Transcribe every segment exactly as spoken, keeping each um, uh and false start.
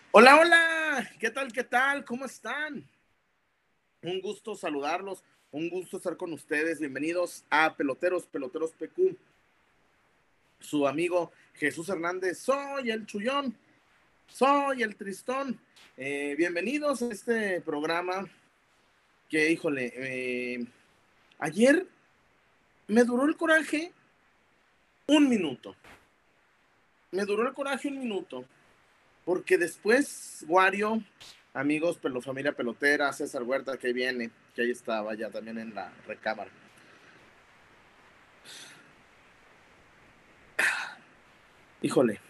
Hola, hola, ¿qué tal, qué tal? ¿Cómo están? Un gusto saludarlos, un gusto estar con ustedes. Bienvenidos a Peloteros, Peloteros P Q. Su amigo Jesús Hernández, soy el Chullón, soy el Tristón. Eh, bienvenidos a este programa que, híjole, eh, ayer me duró el coraje un minuto. Me duró el coraje un minuto. Porque después, Wario, amigos, pero familia pelotera, César Huerta, que viene, que ahí estaba ya también en la recámara. Híjole,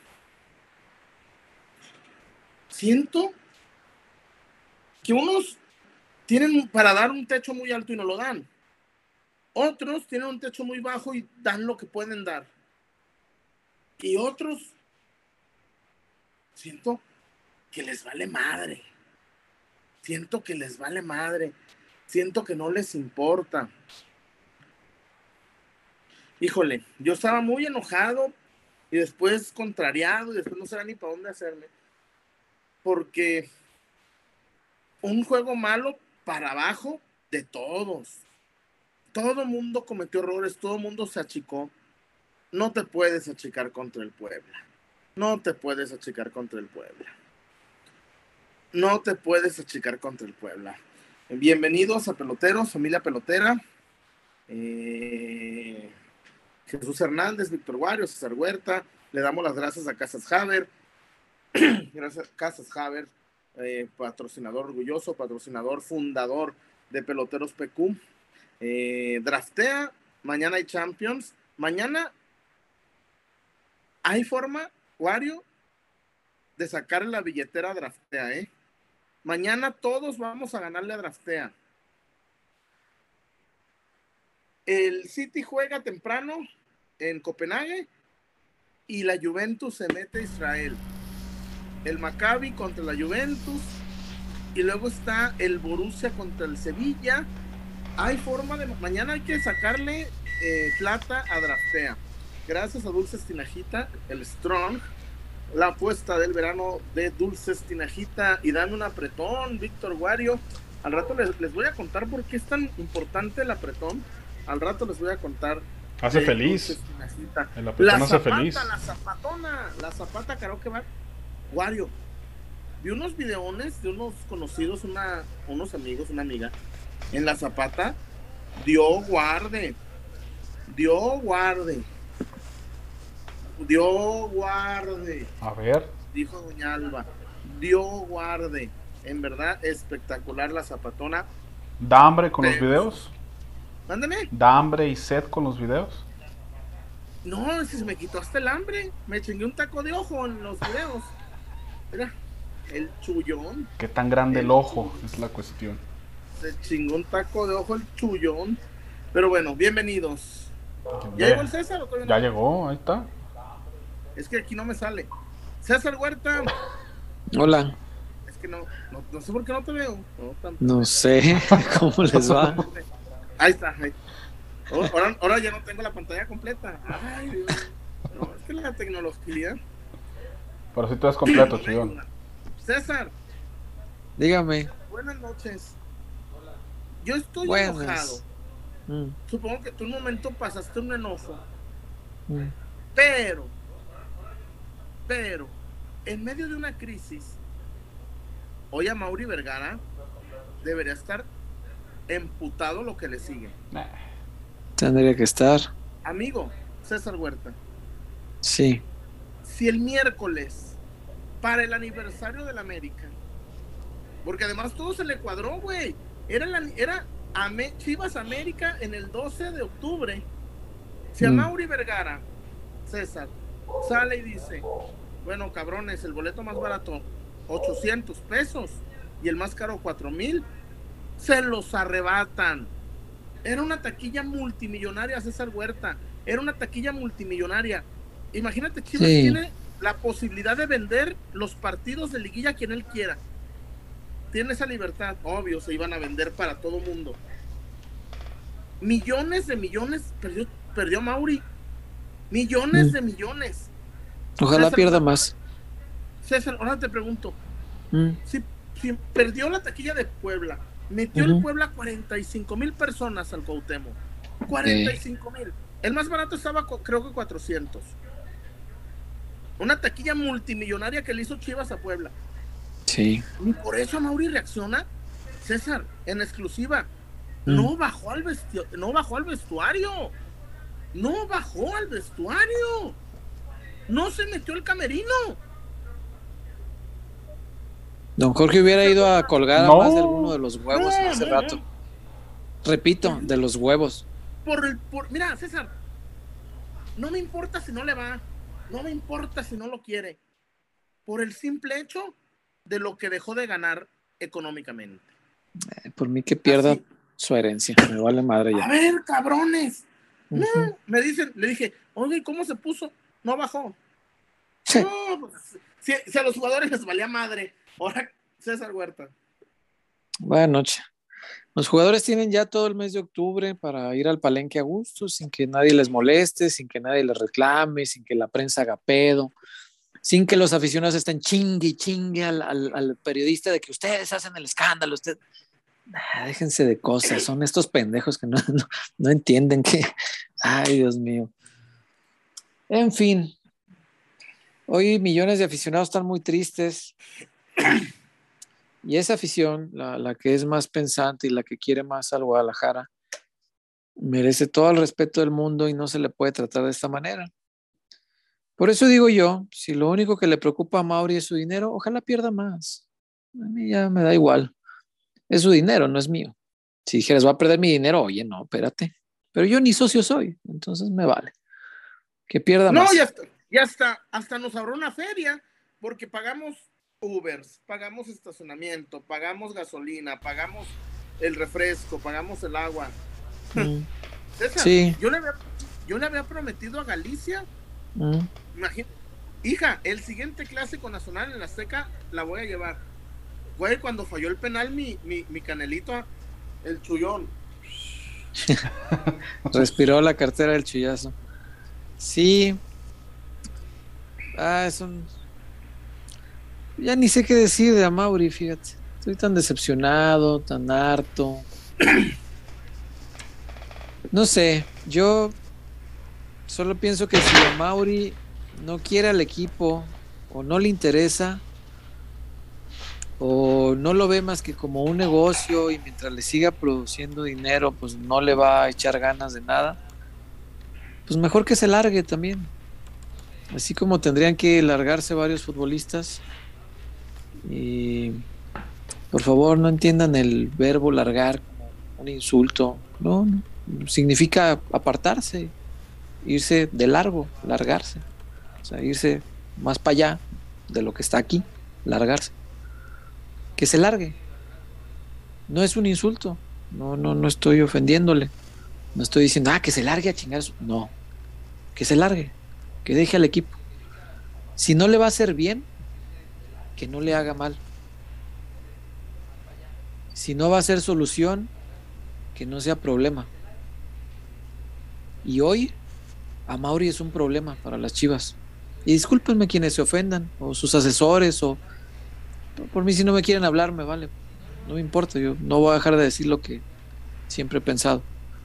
siento que unos tienen para dar un techo muy alto y no lo dan. Otros tienen un techo muy bajo y dan lo que pueden dar. Y otros, siento que les vale madre. Siento que les vale madre. Siento que no les importa. Híjole, yo estaba muy enojado y después contrariado y después no sabía ni para dónde hacerme. Porque un juego malo para abajo de todos. Todo mundo cometió errores, todo mundo se achicó. No te puedes achicar contra el Puebla. No te puedes achicar contra el Puebla. No te puedes achicar contra el Puebla. Bienvenidos a Peloteros, familia pelotera. Eh, Jesús Hernández, Víctor Wario, César Huerta. Le damos las gracias a Casas Haber. Gracias a Casas Haber, eh, patrocinador orgulloso, patrocinador fundador de Peloteros P Q. Eh, draftea, mañana hay Champions. Mañana hay forma, Wario, de sacar la billetera a Draftea, ¿eh? Mañana todos vamos a ganarle a Draftea. El City juega temprano en Copenhague y la Juventus se mete a Israel. El Maccabi contra la Juventus y luego está el Borussia contra el Sevilla. Hay forma de... Mañana hay que sacarle eh, plata a Draftea. Gracias a Dulces Tinajita, el Strong, la apuesta del verano de Dulces Tinajita. Y dan un apretón, Víctor Wario. Al rato les, les voy a contar por qué es tan importante el apretón. Al rato les voy a contar. Hace feliz. El apretón la hace zapata, feliz. La zapatona, la zapata karaoke bar. Wario, vi unos videones de unos conocidos, una, unos amigos, una amiga, en la zapata. Dio guarde. Dio guarde. Dio guarde. A ver. Dijo doña Alba. Dio guarde. En verdad, espectacular la zapatona. ¿Da hambre con Pero, los videos? Mándame. ¿Da hambre y sed con los videos? No, si se me quitó hasta el hambre. Me chingué un taco de ojo en los videos. Mira, el chullón. ¿Qué tan grande el, el ojo? Es la cuestión. Se chingó un taco de ojo el chullón. Pero bueno, bienvenidos. ¿Ya llegó el César o todavía no? Ya llegó, ahí está. Es que aquí no me sale. César Huerta. Hola. Es que no, no, no sé por qué no te veo. No, no sé cómo les va. Ahí está. Ahí. Ahora, ahora ya no tengo la pantalla completa. Ay, Dios. No, es que la tecnología. Pero si tú eres completo, no chillón. César. Dígame. Buenas noches. Yo estoy Buenas. enojado. Mm. Supongo que tú en un momento pasaste un enojo. Mm. Pero, pero, en medio de una crisis, hoy a Mauri Vergara debería estar emputado lo que le sigue. Nah. Tendría que estar. Amigo, César Huerta. Sí. Si el miércoles, para el aniversario del América, porque además todo se le cuadró, güey. Era, la, era Ame, Chivas América en el doce de octubre. Si a mm. Mauri Vergara, César, sale y dice, bueno, cabrones, el boleto más barato, ochocientos pesos, y el más caro, cuatro mil, se los arrebatan. Era una taquilla multimillonaria, César Huerta. Era una taquilla multimillonaria. Imagínate, Chivas sí. tiene la posibilidad de vender los partidos de liguilla a quien él quiera. Tiene esa libertad. Obvio, se iban a vender para todo mundo. Millones de millones perdió, perdió Mauri. Millones mm. de millones. Ojalá César, pierda más. César, ahora te pregunto, Mm. Si, si perdió la taquilla de Puebla, metió Ujú. el Puebla cuarenta y cinco mil personas al Cuauhtémoc. Ok. cuarenta y cinco mil. El más barato estaba, creo que cuatrocientos. Una taquilla multimillonaria que le hizo Chivas a Puebla. Sí. Y por eso Amaury reacciona, César, en exclusiva. Mm. No bajó al vestio, no bajó al vestuario. No bajó al vestuario. No se metió al camerino. Don Jorge hubiera ido a colgar a No. más de alguno de los huevos No, hace no, rato. no. Repito, de los huevos. Por el, por, mira, César, no me importa si no le va. No me importa si no lo quiere. Por el simple hecho de lo que dejó de ganar económicamente. Eh, Por mí que pierda Así. su herencia. Me vale madre A ya. ver, cabrones. No, Ujú. me dicen, le dije, oye, ¿cómo se puso? No bajó. Sí. No, pues, si, si a los jugadores les valía madre. Ahora, César Huerta. Buenas noches. Los jugadores tienen ya todo el mes de octubre para ir al palenque a gusto, sin que nadie les moleste, sin que nadie les reclame, sin que la prensa haga pedo, sin que los aficionados estén chingue y chingue al, al, al periodista de que ustedes hacen el escándalo. Usted... Ah, déjense de cosas, son estos pendejos que no, no, no entienden que... Ay, Dios mío. En fin, hoy millones de aficionados están muy tristes. Y esa afición, la, la que es más pensante y la que quiere más al Guadalajara, merece todo el respeto del mundo y no se le puede tratar de esta manera. Por eso digo yo, si lo único que le preocupa a Mauri es su dinero, ojalá pierda más. A mí ya me da igual. Es su dinero, no es mío. Si dijeras, va a perder mi dinero, oye, no, espérate. Pero yo ni socio soy, entonces me vale. Que pierda No, más. ya está, ya está, hasta nos ahorró una feria, porque pagamos Ubers, pagamos estacionamiento, pagamos gasolina, pagamos el refresco, pagamos el agua. Mm. César, Sí. yo le había, yo le había prometido a Galicia, Mm. imagínate, hija, el siguiente clásico nacional en la Azteca la voy a llevar. Güey, cuando falló el penal, mi, mi, mi canelito, el chullón. Respiró la cartera del chullazo. Sí. Ah, es un... Ya ni sé qué decir de Amaury, fíjate. Estoy tan decepcionado, tan harto. No sé, yo solo pienso que si Amaury no quiere al equipo o no le interesa o no lo ve más que como un negocio y mientras le siga produciendo dinero pues no le va a echar ganas de nada, pues mejor que se largue también. Así como tendrían que largarse varios futbolistas. Y por favor no entiendan el verbo largar como un insulto. No, no. Significa apartarse, irse de largo, largarse. O sea, irse más para allá de lo que está aquí, largarse. Que se largue. No es un insulto. No, no, no estoy ofendiéndole. No estoy diciendo, ah, que se largue a chingar. No. Que se largue. Que deje al equipo. Si no le va a hacer bien, que no le haga mal. Si no va a ser solución, que no sea problema. Y hoy, Amaury es un problema para las Chivas. Y discúlpenme quienes se ofendan, o sus asesores, o por mí si no me quieren hablar, me vale. No me importa, yo no voy a dejar de decir lo que siempre he pensado.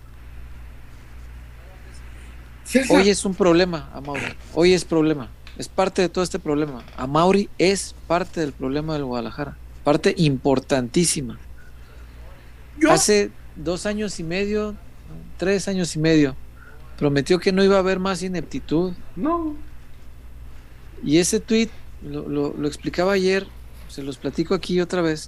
César, Hoy es un problema, Amaury. Hoy es problema. Es parte de todo este problema. Amaury es parte del problema del Guadalajara. Parte importantísima. yo, Hace dos años y medio, tres años y medio, prometió que no iba a haber más ineptitud. No. Y ese tweet lo, lo, lo explicaba ayer, se los platico aquí otra vez.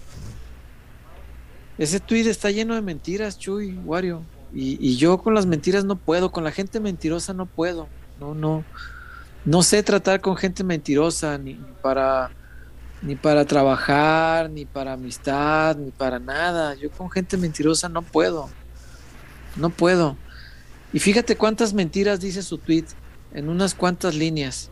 Ese tweet está lleno de mentiras, Chuy, Wario. Y, y yo con las mentiras no puedo, con la gente mentirosa no puedo. No, no. No sé tratar con gente mentirosa, ni, ni para ni para trabajar, ni para amistad, ni para nada. Yo con gente mentirosa no puedo. No puedo. Y fíjate cuántas mentiras dice su tweet en unas cuantas líneas.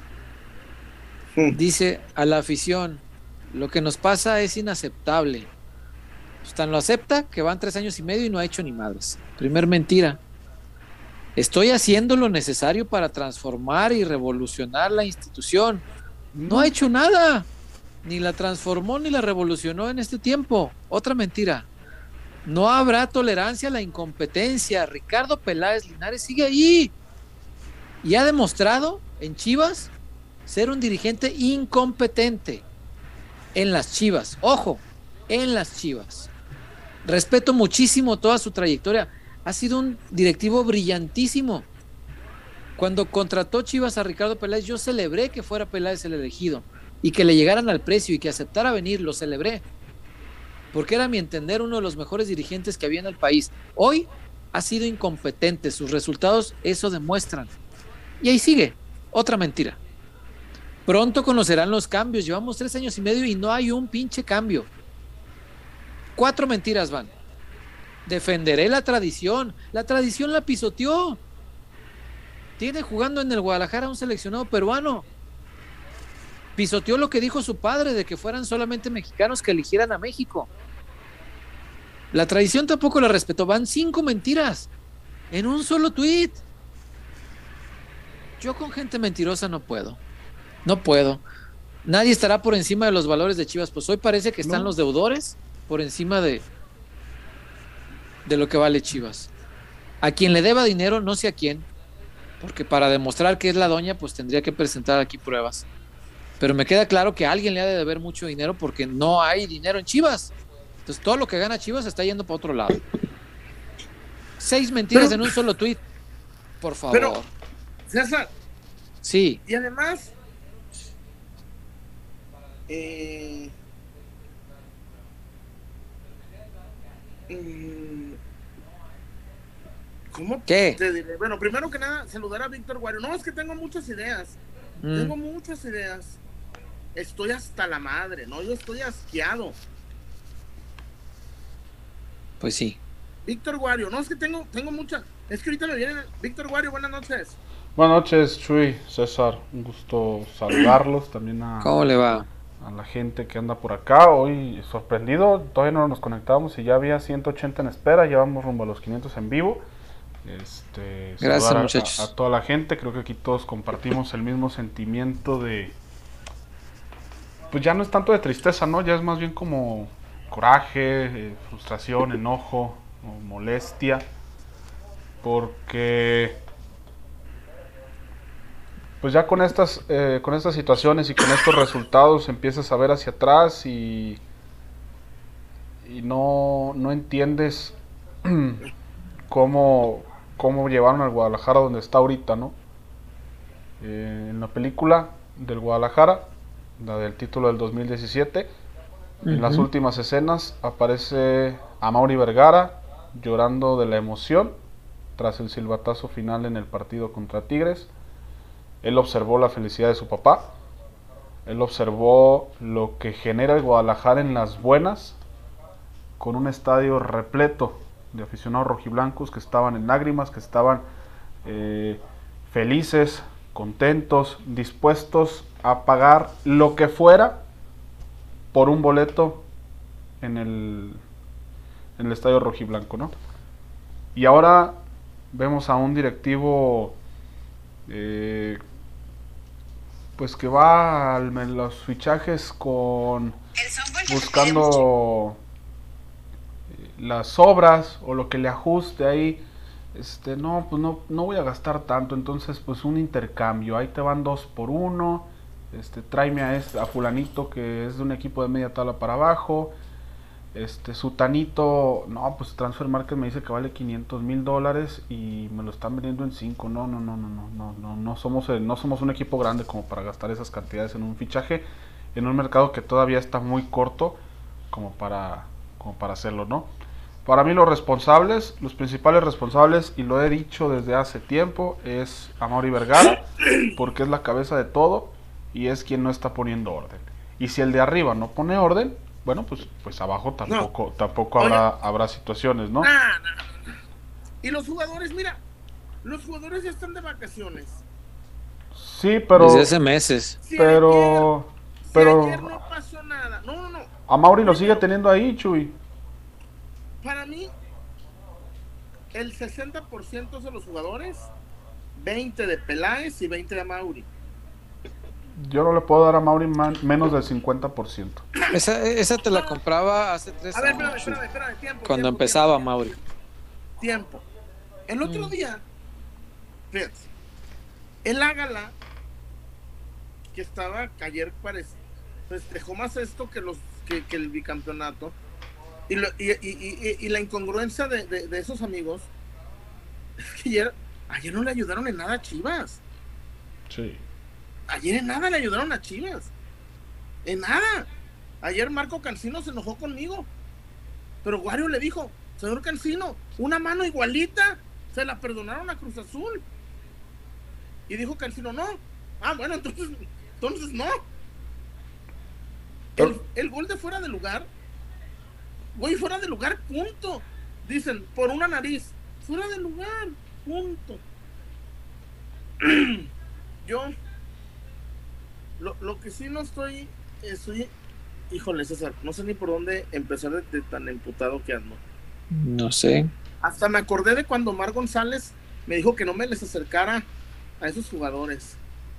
Dice a la afición, lo que nos pasa es inaceptable. Pues tan lo acepta que van tres años y medio y no ha hecho ni madres. Primer mentira. Estoy haciendo lo necesario para transformar y revolucionar la institución. No ha hecho nada. ni la transformó ni la revolucionó en este tiempo. Otra mentira. No habrá tolerancia a la incompetencia. Ricardo Peláez Linares sigue ahí y ha demostrado en Chivas ser un dirigente incompetente en las Chivas. Ojo, en las Chivas. Respeto muchísimo toda su trayectoria. Ha sido un directivo brillantísimo. Cuando contrató Chivas a Ricardo Peláez, yo celebré que fuera Peláez el elegido y que le llegaran al precio y que aceptara venir, lo celebré. Porque era, a mi entender, uno de los mejores dirigentes que había en el país. Hoy ha sido incompetente, sus resultados eso demuestran. Y ahí sigue, otra mentira. Pronto conocerán los cambios, llevamos tres años y medio y no hay un pinche cambio. Cuatro mentiras van. Defenderé la tradición, la tradición la pisoteó. Tiene jugando en el Guadalajara un seleccionado peruano. Pisoteó lo que dijo su padre de que fueran solamente mexicanos que eligieran a México. La tradición tampoco la respetó. Van cinco mentiras en un solo tuit. Yo con gente mentirosa no puedo. No puedo. Nadie estará por encima de los valores de Chivas. Pues hoy parece que están No. los deudores por encima de, de lo que vale Chivas. A quien le deba dinero, no sé a quién, porque para demostrar que es la doña, pues tendría que presentar aquí pruebas. Pero me queda claro que a alguien le ha de deber mucho dinero porque no hay dinero en Chivas. Entonces todo lo que gana Chivas está yendo para otro lado. Seis mentiras Pero- en un solo tuit. Por favor. Pero, César, Sí, y además, eh, mm, ¿cómo ¿Qué? te diré? Bueno, primero que nada, saludar a Víctor Guario. No, es que tengo muchas ideas. Mm, Tengo muchas ideas. Estoy hasta la madre, ¿no? Yo estoy asqueado. pues sí. Víctor Guario, no, es que tengo, tengo muchas. Es que ahorita me vienen. Víctor Guario, buenas noches. Buenas noches, Chuy, César. Un gusto saludarlos. También a, ¿Cómo le va? a la gente que anda por acá. Hoy sorprendido, todavía no nos conectábamos y ya había ciento ochenta en espera. Llevamos rumbo a los quinientos en vivo. Este, Gracias, saludar a- muchachos. A, a toda la gente. Creo que aquí todos compartimos el mismo sentimiento de. Pues ya no es tanto de tristeza, ¿no? Ya es más bien como coraje, eh, frustración, enojo o molestia. Porque pues ya con estas eh, con estas situaciones y con estos resultados empiezas a ver hacia atrás y y no, no entiendes cómo, cómo llevaron al Guadalajara donde está ahorita, ¿no? Eh, en la película del Guadalajara, la del título del dos mil diecisiete, en las Ujú. últimas escenas aparece Amaury Vergara llorando de la emoción tras el silbatazo final en el partido contra Tigres. Él observó la felicidad de su papá, él observó lo que genera el Guadalajara en las buenas, con un estadio repleto de aficionados rojiblancos que estaban en lágrimas, que estaban eh, felices, contentos, dispuestos a pagar lo que fuera por un boleto en el, en el estadio rojiblanco, ¿no? Y ahora vemos a un directivo eh, pues que va a los fichajes con buscando las obras o lo que le ajuste ahí. Este, no, pues no, no voy a gastar tanto, entonces pues un intercambio, ahí te van dos por uno, este, tráeme a, este, a fulanito que es de un equipo de media tabla para abajo, este, sutanito, no, pues Transfer Market me dice que vale quinientos mil dólares y me lo están vendiendo en cinco, no, no, no, no, no, no, no, no somos, no somos un equipo grande como para gastar esas cantidades en un fichaje, en un mercado que todavía está muy corto como para, como para hacerlo, ¿no? Para mí los responsables, los principales responsables, y lo he dicho desde hace tiempo, es Amaury Vergara, porque es la cabeza de todo y es quien no está poniendo orden. Y si el de arriba no pone orden, bueno, pues, pues abajo tampoco, no. tampoco habrá, habrá situaciones, ¿no? Nah, nah, nah. Y los jugadores, mira, los jugadores ya están de vacaciones. Sí, pero... Desde hace meses. Si pero... ayer, pero... si ayer no pasó nada. No, no, no. Amaury lo sigue teniendo ahí, Chuy. Para mí, el sesenta por ciento de los jugadores, veinte de Peláez y veinte de Amaury. Yo no le puedo dar a Mauri man, menos del cincuenta por ciento. Esa, esa te la compraba hace tres A ver, años. espérame, espérame, espérame, tiempo. Cuando tiempo, empezaba tiempo, Mauri. Tiempo. El otro Mm. día, fíjate, el Ágala, que estaba ayer, parece, festejó más esto que, los, que, que el bicampeonato. Y, lo, y, y, y, y la incongruencia de, de, de esos amigos es que ayer, ayer no le ayudaron en nada a Chivas. Sí. Ayer en nada le ayudaron a Chivas. En nada. Ayer Marco Cancino se enojó conmigo. Pero Wario le dijo, señor Cancino, una mano igualita se la perdonaron a Cruz Azul. Y dijo Cancino, no. Ah, bueno, entonces, entonces no. El, el gol de fuera de lugar, güey, fuera de lugar, punto. Dicen, por una nariz, fuera de lugar, punto. Yo, lo, lo que sí no estoy, estoy, híjole, César, no sé ni por dónde empezar de, de tan emputado que ando. No sé. Hasta me acordé de cuando Mar González me dijo que no me les acercara a esos jugadores.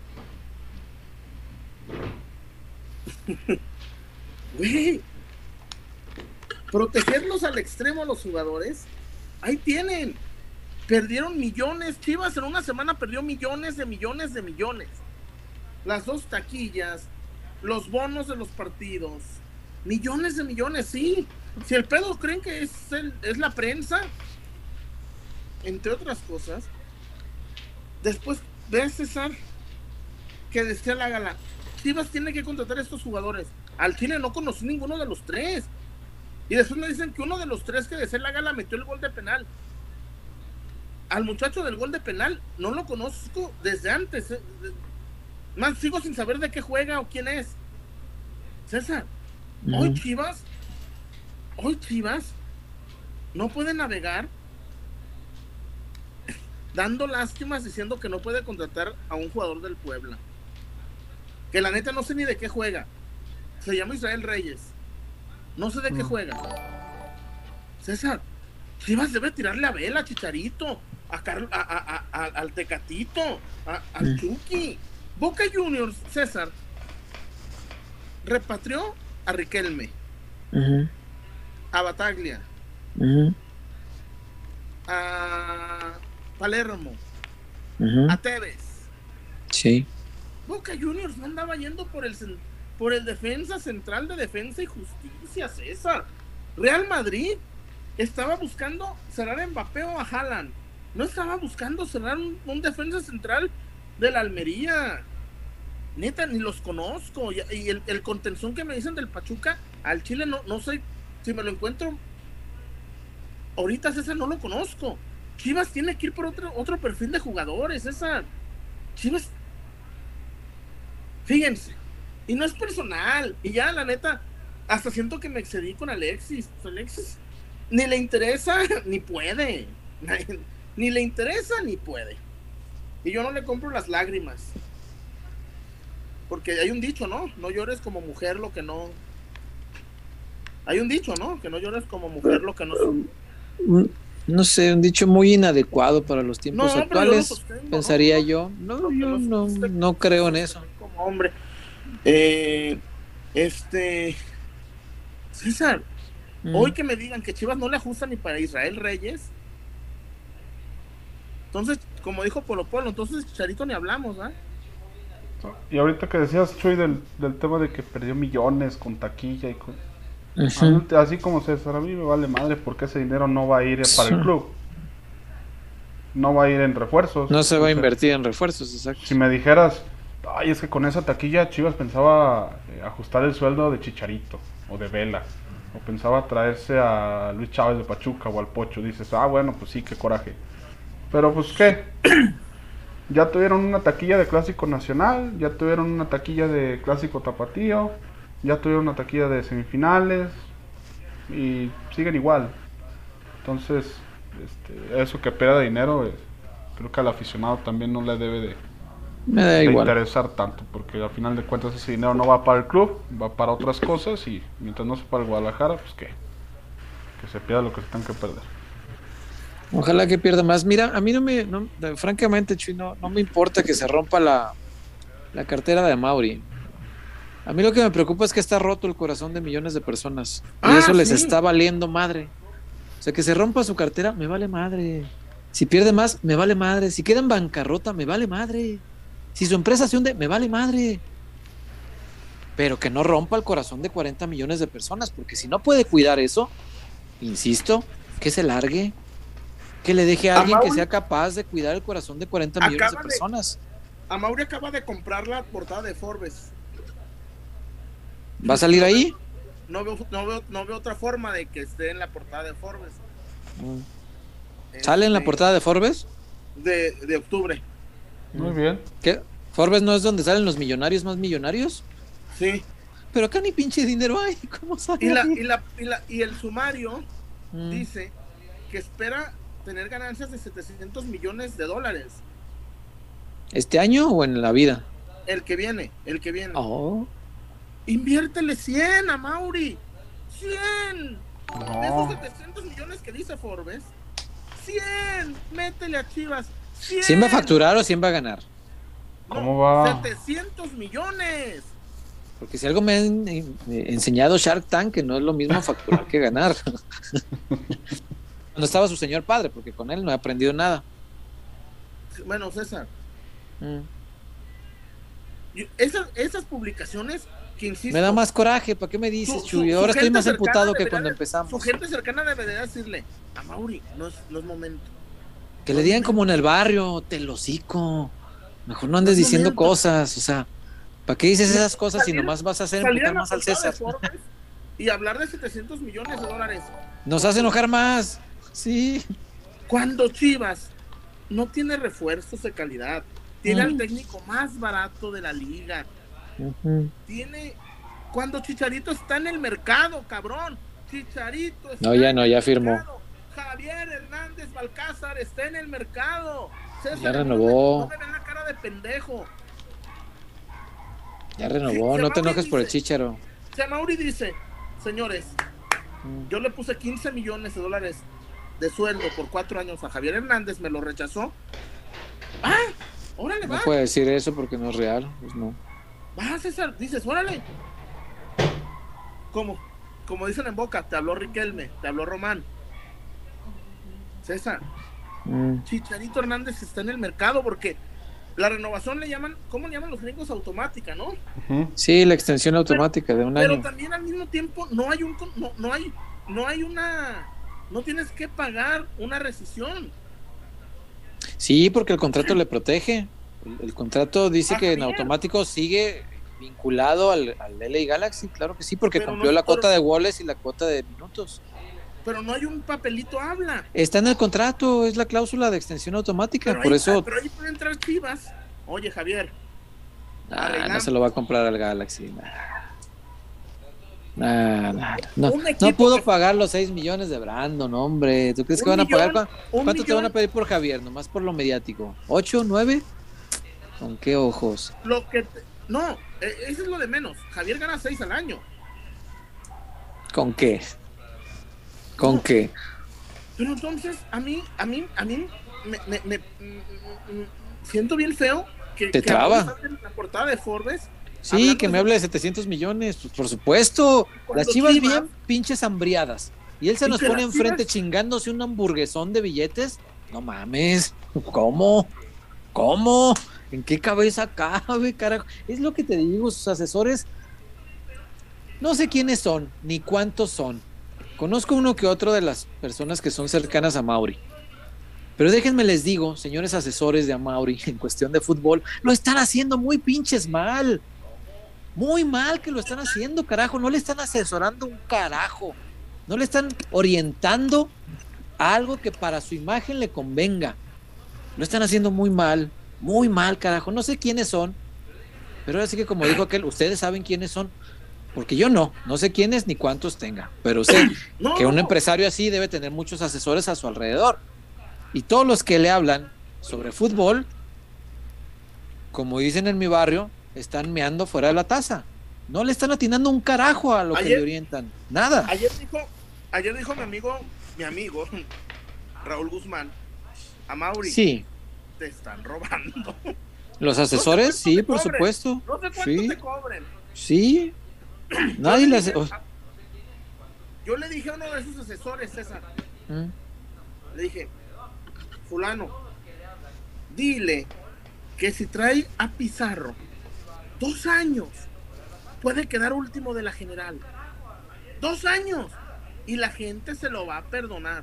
Güey, protegerlos al extremo a los jugadores, ahí tienen. Perdieron millones, Chivas en una semana perdió millones de millones de millones. Las dos taquillas, los bonos de los partidos, millones de millones, sí. Si el pedo creen que es, el, es la prensa, entre otras cosas. Después ve, César, que decía la Gala, Chivas tiene que contratar a estos jugadores. Al Chile no conocí ninguno de los tres. Y después me dicen que uno de los tres que decía la Gala metió el gol de penal. Al muchacho del gol de penal no lo conozco desde antes. Eh. Más sigo sin saber de qué juega o quién es. César, uh-huh. hoy Chivas, hoy Chivas no puede navegar dando lástimas diciendo que no puede contratar a un jugador del Puebla. Que la neta no sé ni de qué juega. Se llama Israel Reyes. No sé de uh-huh. qué juega. César, Chivas debe tirarle a Vela, a Chicharito, a Carl, a, a, a, al Tecatito, a, al uh-huh. Chucky. Boca Juniors, César, repatrió a Riquelme, uh-huh. a Bataglia, uh-huh. a Palermo, uh-huh. a Tevez. Sí. Boca Juniors no andaba yendo por el, por el defensa central de Defensa y Justicia, César. Real Madrid estaba buscando cerrar a Mbappé o a Haaland. No estaba buscando cerrar un, un defensa central de la Almería. Neta, ni los conozco. Y, y el, el contención que me dicen del Pachuca, al Chile no, no sé si me lo encuentro. Ahorita César no lo conozco. Chivas tiene que ir por otro, otro perfil de jugadores, César. Chivas, fíjense, y no es personal. Y ya, la neta, hasta siento que me excedí con Alexis. Alexis ni le interesa, ni puede. Ni le interesa, ni puede. Y yo no le compro las lágrimas. Porque hay un dicho, ¿no? No llores como mujer lo que no... Hay un dicho, ¿no? Que no llores como mujer lo que no... No sé, un dicho muy inadecuado para los tiempos no, actuales, yo sostengo, pensaría ¿no? yo. No, no yo no, no creo en eso. Como hombre. Eh, este... César, mm. hoy que me digan que Chivas no le ajusta ni para Israel Reyes... Entonces, como dijo Polo Polo, entonces Chicharito ni hablamos, ¿ah? ¿eh? Y ahorita que decías, Chuy, del, del tema de que perdió millones con taquilla y con... Uh-huh. A mí, así como César, a mí me vale madre porque ese dinero no va a ir para el club. No va a ir en refuerzos. No se va a invertir en refuerzos, exacto. Si me dijeras, ay, es que con esa taquilla Chivas pensaba eh, ajustar el sueldo de Chicharito o de Vela, o pensaba traerse a Luis Chávez de Pachuca o al Pocho, dices, ah, bueno, pues sí, qué coraje. Pero pues qué, ya tuvieron una taquilla de Clásico Nacional, ya tuvieron una taquilla de Clásico Tapatío, ya tuvieron una taquilla de semifinales y siguen igual. Entonces, este, eso que pierda dinero, eh, creo que al aficionado también no le debe de, Me da de igual. interesar tanto, porque al final de cuentas ese dinero no va para el club, va para otras cosas y mientras no sea para el Guadalajara, pues que, que se pierda lo que se tenga que perder. Ojalá que pierda más. Mira, a mí no me, no, francamente, Chuy, no, no me importa que se rompa la, La cartera de Mauri. A mí lo que me preocupa es que está roto el corazón de millones de personas. Y Ah, eso les sí. está valiendo madre. O sea, que se rompa su cartera, me vale madre. Si pierde más, me vale madre. Si queda en bancarrota, me vale madre. Si su empresa se hunde, me vale madre. Pero que no rompa el corazón de cuarenta millones de personas, porque si no puede cuidar eso, insisto, que se largue. Que le deje a A alguien que Mauri- sea capaz de cuidar el corazón de cuarenta millones de Acaba de- personas. Amaury acaba de comprar la portada de Forbes. ¿Va a salir ahí? No veo, no veo, no veo otra forma de que esté en la portada de Forbes. ¿Sale en la Este, portada de Forbes? de, de octubre. Muy bien. ¿Qué? ¿Forbes no es donde salen los millonarios más millonarios? Sí. Pero acá ni pinche dinero hay. ¿Cómo sale? Y, la, ahí? y, la, y, la, y el sumario Mm. dice que espera tener ganancias de setecientos millones de dólares. ¿Este año o en la vida? El que viene, el que viene. Oh. Inviértele cien a Mauri. cien. De esos No. setecientos millones que dice Forbes, cien. Métele a Chivas. cien. ¿cien va a facturar o cien va a ganar? No, ¿Cómo va? setecientos millones. Porque si algo me han eh, enseñado Shark Tank, que no es lo mismo facturar que ganar. Cuando estaba su señor padre, porque con él no he aprendido nada. Bueno, César, Mm. yo- esas, esas publicaciones que insisto. Me da más coraje, ¿para qué me dices, su- su- Chuy? su Ahora estoy gente más cercana emputado que debería cuando de- empezamos. Su gente cercana debería decirle a Mauri, no es, no es momento. Que le digan como en el barrio, te lo hocico. Mejor no andes No es diciendo momento. cosas, o sea, ¿para qué dices esas cosas si Salir- nomás vas a hacer Salir a emputar la más al portada de César? Forbes y hablar de setecientos millones de dólares. Nos hace enojar más. Sí. Cuando Chivas no tiene refuerzos de calidad, tiene Mm. al técnico más barato de la liga, Ujú. tiene cuando Chicharito está en el mercado, cabrón. Chicharito está No, ya en no, el ya firmó. mercado. Javier Hernández Balcázar está en el mercado. César, Ya no me- renovó. No me ven la cara de pendejo. Ya renovó, Sí, no te Mauri enojes por el dice- Chícharo. O sea, Mauri dice, señores, Mm. yo le puse quince millones de dólares de sueldo por cuatro años a Javier Hernández, me lo rechazó. ¡Ah! ¡Órale, No va! puede decir eso porque no es real. Pues no. Va, César, dices, órale. ¿Cómo? Como dicen en Boca, te habló Riquelme, te habló Román. César, Mm. Chicharito Hernández está en el mercado porque la renovación le llaman, ¿cómo le llaman los gringos? Automática, ¿no? Ujú. Sí, la extensión automática de un Pero año. también al mismo tiempo no hay un con- no, no hay no hay una no tienes que pagar una rescisión. Sí, porque el contrato le protege. El, el contrato dice Ah, que en bien. automático sigue vinculado al, al L A Galaxy, claro que sí, porque Pero cumplió no- la pero- cuota de goles y la cuota de minutos. Pero no hay un papelito habla. Está en el contrato, es la cláusula de extensión automática, Pero por ahí, eso pero ahí puede entrar Chivas. Oye, Javier, ah, no arreglamos. se lo va a comprar al Galaxy. Nah. Nah, nah, no, Un no equipo pudo que- pagar los seis millones de Brandon, hombre. ¿Tú crees Un que van a millón, pagar? ¿Cu- un ¿Cuánto te van a millón. pedir por Javier? Nomás por lo mediático. ¿Ocho? ¿Nueve? ¿Con qué ojos? lo que te- no, eh, eso es lo de menos. Javier gana seis al año. ¿Con qué? ¿Con No. qué? Pero entonces a mí a mí a mí me, me- me- mm, mm, siento bien feo que Te que traba. ahora salga en la portada de Forbes. Sí, hablando que me de- hable de setecientos millones, pues por supuesto. Cuando Las Chivas Chivas- bien pinches hambriadas. Y él se Y nos que pone las enfrente Chivas- chingándose un hamburguesón de billetes. No mames. ¿Cómo? ¿Cómo? ¿En qué cabeza cabe, carajo? Es lo que te digo, sus asesores. No sé quiénes son, ni cuántos son. Conozco uno que otro de las personas que son cercanas a Mauri. Pero déjenme les digo, señores asesores de Amauri, en cuestión de fútbol, lo están haciendo muy pinches mal. Muy mal que lo están haciendo, carajo. No le están asesorando un carajo. No le están orientando a algo que para su imagen le convenga. Lo están haciendo muy mal. Muy mal, carajo. No sé quiénes son. Pero ahora sí que como dijo aquel, ustedes saben quiénes son. Porque yo no. No sé quiénes ni cuántos tenga. Pero sé No, que un empresario así debe tener muchos asesores a su alrededor. Y todos los que le hablan sobre fútbol, como dicen en mi barrio, están meando fuera de la taza. No le están atinando un carajo a lo que Ayer- le orientan. Nada. Ayer dijo, ayer dijo mi amigo, mi amigo Raúl Guzmán, a Mauri, Sí. te están robando. Los asesores, no sí, por cobren, supuesto. No sé cuánto Sí, te cobren. sí. Nadie yo, le le hace... dije, oh. yo le dije a uno de esos asesores, César, ¿Mm? le dije, fulano, dile que si trae a Pizarro dos años, puede quedar último de la general. Dos años. Y la gente se lo va a perdonar.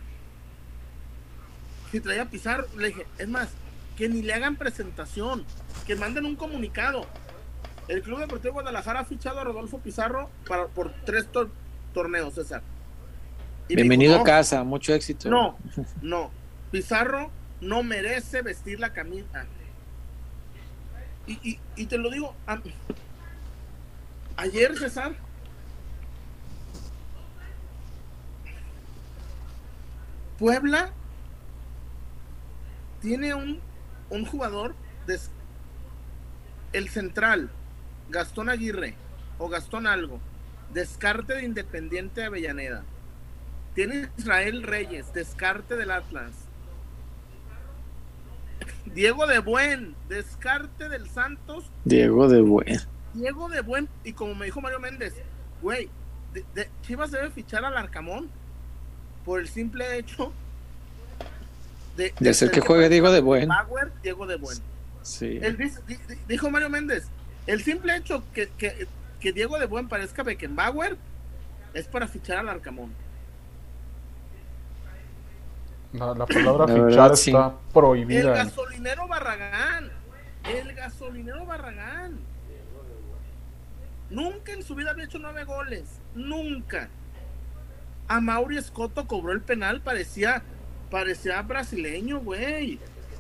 Si trae a Pizarro, le dije, es más, que ni le hagan presentación, que manden un comunicado. El Club Deportivo Guadalajara ha fichado a Rodolfo Pizarro para, por tres tor torneos, César. Y Bienvenido dijo, no, a casa, mucho éxito. No, no. Pizarro no merece vestir la camisa. Y, y, y te lo digo, a, ayer, César, Puebla tiene un, un jugador, de, el central, Gastón Aguirre, o Gastón algo, descarte de Independiente de Avellaneda. Tiene Israel Reyes, descarte del Atlas. Diego de Buen, descarte del Santos. Diego de Buen. Diego de Buen, y como me dijo Mario Méndez, güey, de, de, Chivas debe fichar al Arcamón por el simple hecho de, de, de hacer que, que juegue Diego de Buen. Bauer, Diego de Buen. Sí. Él dice, dijo Mario Méndez, el simple hecho que, que, que Diego de Buen parezca Beckenbauer es para fichar al Arcamón. La, la palabra la fichar verdad, está sí. prohibida. El gasolinero Barragán. El gasolinero Barragán. Nunca en su vida había hecho nueve goles. Nunca. A Mauri Escoto cobró el penal. Parecía, parecía brasileño, güey.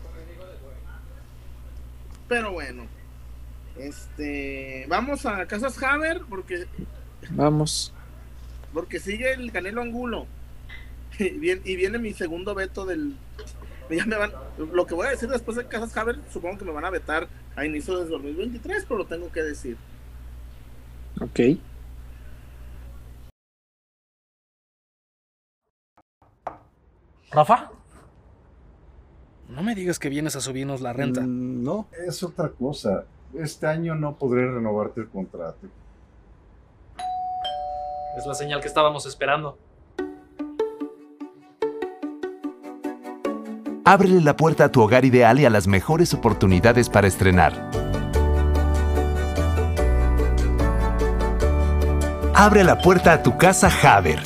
Pero bueno. Este. Vamos a Casas Haber porque. Vamos. Porque sigue el Canelo Angulo. Y viene, y viene mi segundo veto del. Ya me van, lo que voy a decir después de Casas Haber, supongo que me van a vetar a inicio de dos mil veintitrés, pero lo tengo que decir. Ok. ¿Rafa? No me digas que vienes a subirnos la renta. Mm, no, es otra cosa. Este año no podré renovarte el contrato. Es la señal que estábamos esperando. Ábrele la puerta a tu hogar ideal y a las mejores oportunidades para estrenar. Abre la puerta a tu casa Haber.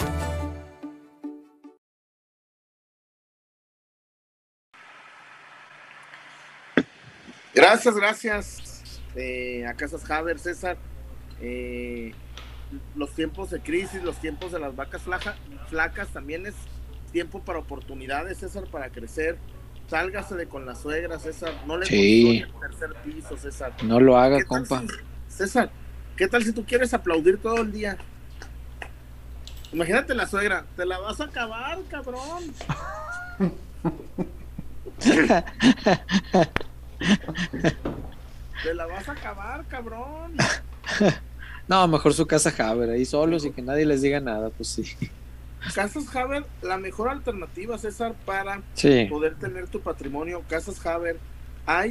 Gracias, gracias eh, a Casas Haber, César. Eh, los tiempos de crisis, los tiempos de las vacas flaca, flacas también es tiempo para oportunidades, César, para crecer. Sálgase de con la suegra, César. No le sí. el tercer piso, César. No lo haga, compa. Si, César, ¿qué tal si tú quieres aplaudir todo el día? Imagínate la suegra, te la vas a acabar, cabrón. Te la vas a acabar, cabrón. No, mejor su casa Haber, ahí solos y que nadie les diga nada, pues sí. Casas Haber, la mejor alternativa, César, para sí. poder tener tu patrimonio. Casas Haber, hay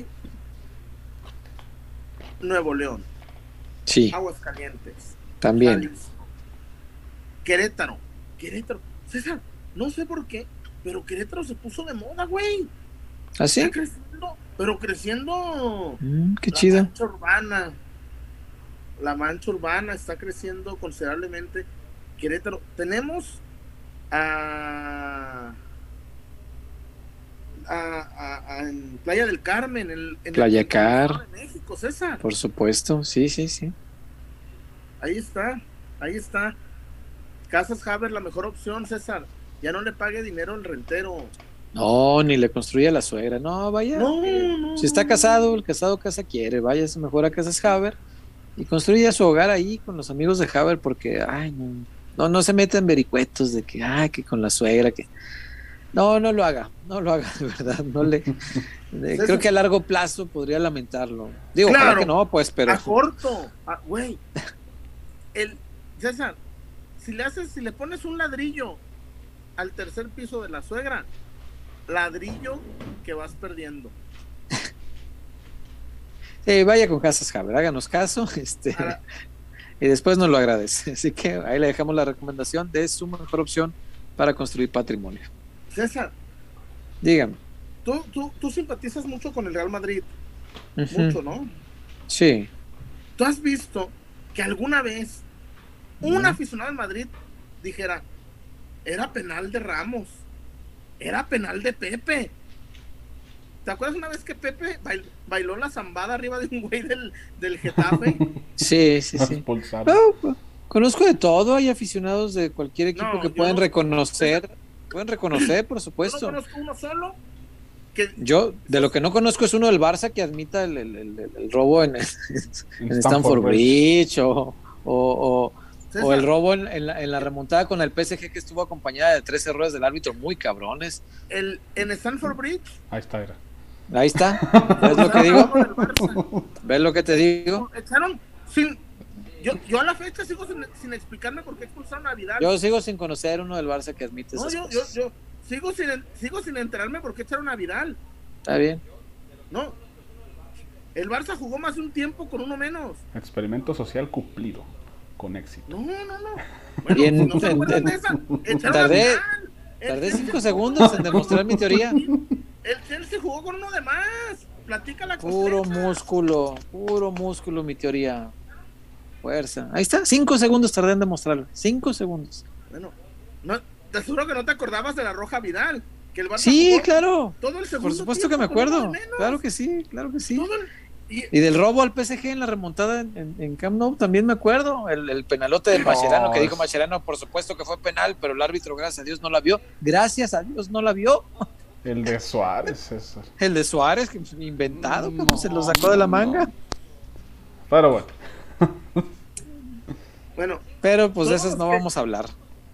Nuevo León, sí. Aguascalientes, también Jalisco, Querétaro, Querétaro, César, no sé por qué, pero Querétaro se puso de moda, güey. ¿Ah, sí? Está creciendo, pero creciendo. Mm, qué la chido. mancha urbana, la mancha urbana está creciendo considerablemente. Querétaro, tenemos a, a, a, a en Playa del Carmen, en, en Playa el Car, de México, César. Por supuesto, sí, sí, sí. Ahí está, ahí está. Casas Haber, la mejor opción, César. Ya no le pague dinero al rentero. No, ni le construye a la suegra. No, vaya. No, no. Si está casado, el casado casa quiere. Váyase mejor a Casas Haber y construya su hogar ahí con los amigos de Haber, porque, ay, no. No, no se meta en vericuetos de que, ay, que con la suegra, que... No, no lo haga, no lo haga, de verdad, no le... de, creo que a largo plazo podría lamentarlo. Digo, claro, ojalá que no, pues, pero... A corto, güey. El, César, si le haces, si le pones un ladrillo al tercer piso de la suegra, ladrillo que vas perdiendo. Eh, vaya con Casas Haber, háganos caso, este, Ahora, y después nos lo agradece. Así que ahí le dejamos la recomendación de su mejor opción para construir patrimonio. César, Dígame. tú, tú, tú simpatizas mucho con el Real Madrid, Ujú. mucho, ¿no? Sí. ¿Tú has visto que alguna vez un aficionado al Madrid dijera, era penal de Ramos, era penal de Pepe? ¿Te acuerdas una vez que Pepe bail, bailó la zambada arriba de un güey del, del Getafe? Sí, sí, sí. Expulsarlo. Oh, pues, conozco de todo, hay aficionados de cualquier equipo No, que yo pueden no- reconocer, pueden reconocer, por Yo no supuesto. conozco uno solo que Yo, de lo que no conozco es uno del Barça que admita el, el- el- el robo en, en En Stamford Bridge o, o, o- César, o el robo en, en la, en la remontada con el P S G que estuvo acompañada de tres errores del árbitro muy cabrones. el, en Stamford Bridge, Ahí está, era. Ahí está, ¿ves lo que digo? echaron al Barça. ¿Ves lo que te digo? Echaron sin... Yo, yo a la fecha sigo sin, sin explicarme por qué expulsaron a Vidal. Yo sigo sin conocer uno del Barça que admite no, esas yo, yo, cosas. yo sigo sin, sigo sin enterarme por qué echaron a Vidal. Está bien. No. El Barça jugó más de un tiempo con uno menos. Experimento social cumplido. Con éxito. No, no, no. Bueno, Y en- si no se en- acuerdan en- de esa, echaron tardé- a Vidal. El Tardé Chelsea cinco jugó segundos con- en demostrar mi teoría. El Chelsea jugó con uno de más. Platica la Puro cosecha. músculo, puro músculo, mi teoría. Fuerza. Ahí está, cinco segundos tardé en demostrarlo. Cinco segundos. Bueno, no, te aseguro que no te acordabas de la roja Vidal. Que el Barça Sí, jugó claro. todo el segundo Por supuesto que tiempo me con uno acuerdo. de menos. Claro que sí, claro que sí. Todo el- y- Y del robo al P S G en la remontada en, en, en Camp Nou también me acuerdo. El, el penalote de No, Mascherano, que es- dijo Mascherano, por supuesto que fue penal, pero el árbitro, gracias a Dios, no la vio. Gracias a Dios no la vio. El de Suárez, César. El de Suárez, que inventado, como No, se lo sacó de la manga. no. Pero bueno. bueno, Pero pues de No, esas no es que- vamos a hablar.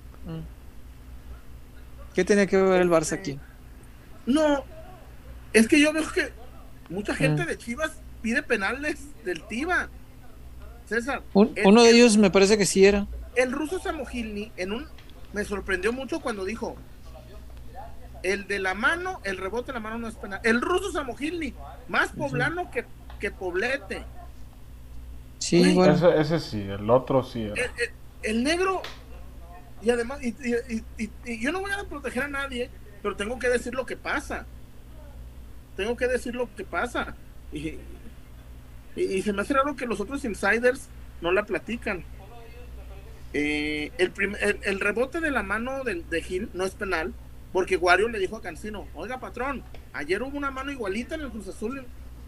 ¿Qué tenía que ver el Barça aquí? no. Es que yo veo que mucha gente Mm. de Chivas pide penales del Tiva. César, Un- el, uno de el- ellos me parece que sí era. el ruso Samogilny en un me sorprendió mucho cuando dijo el de la mano, el rebote de la mano no es penal. El ruso Samogilny, más poblano que, que Poblete. Sí, Güey, bueno. Ese, ese sí, el otro sí El, era. el- el negro, y además, y, y- y- y- y yo no voy a proteger a nadie, pero tengo que decir lo que pasa. Tengo que decir lo que pasa. Y, y, y se me hace raro que los otros insiders no la platican. Eh, el, prim- el, el rebote de la mano de, de Gil no es penal, porque Wario le dijo a Cancino, oiga patrón, ayer hubo una mano igualita en el Cruz Azul.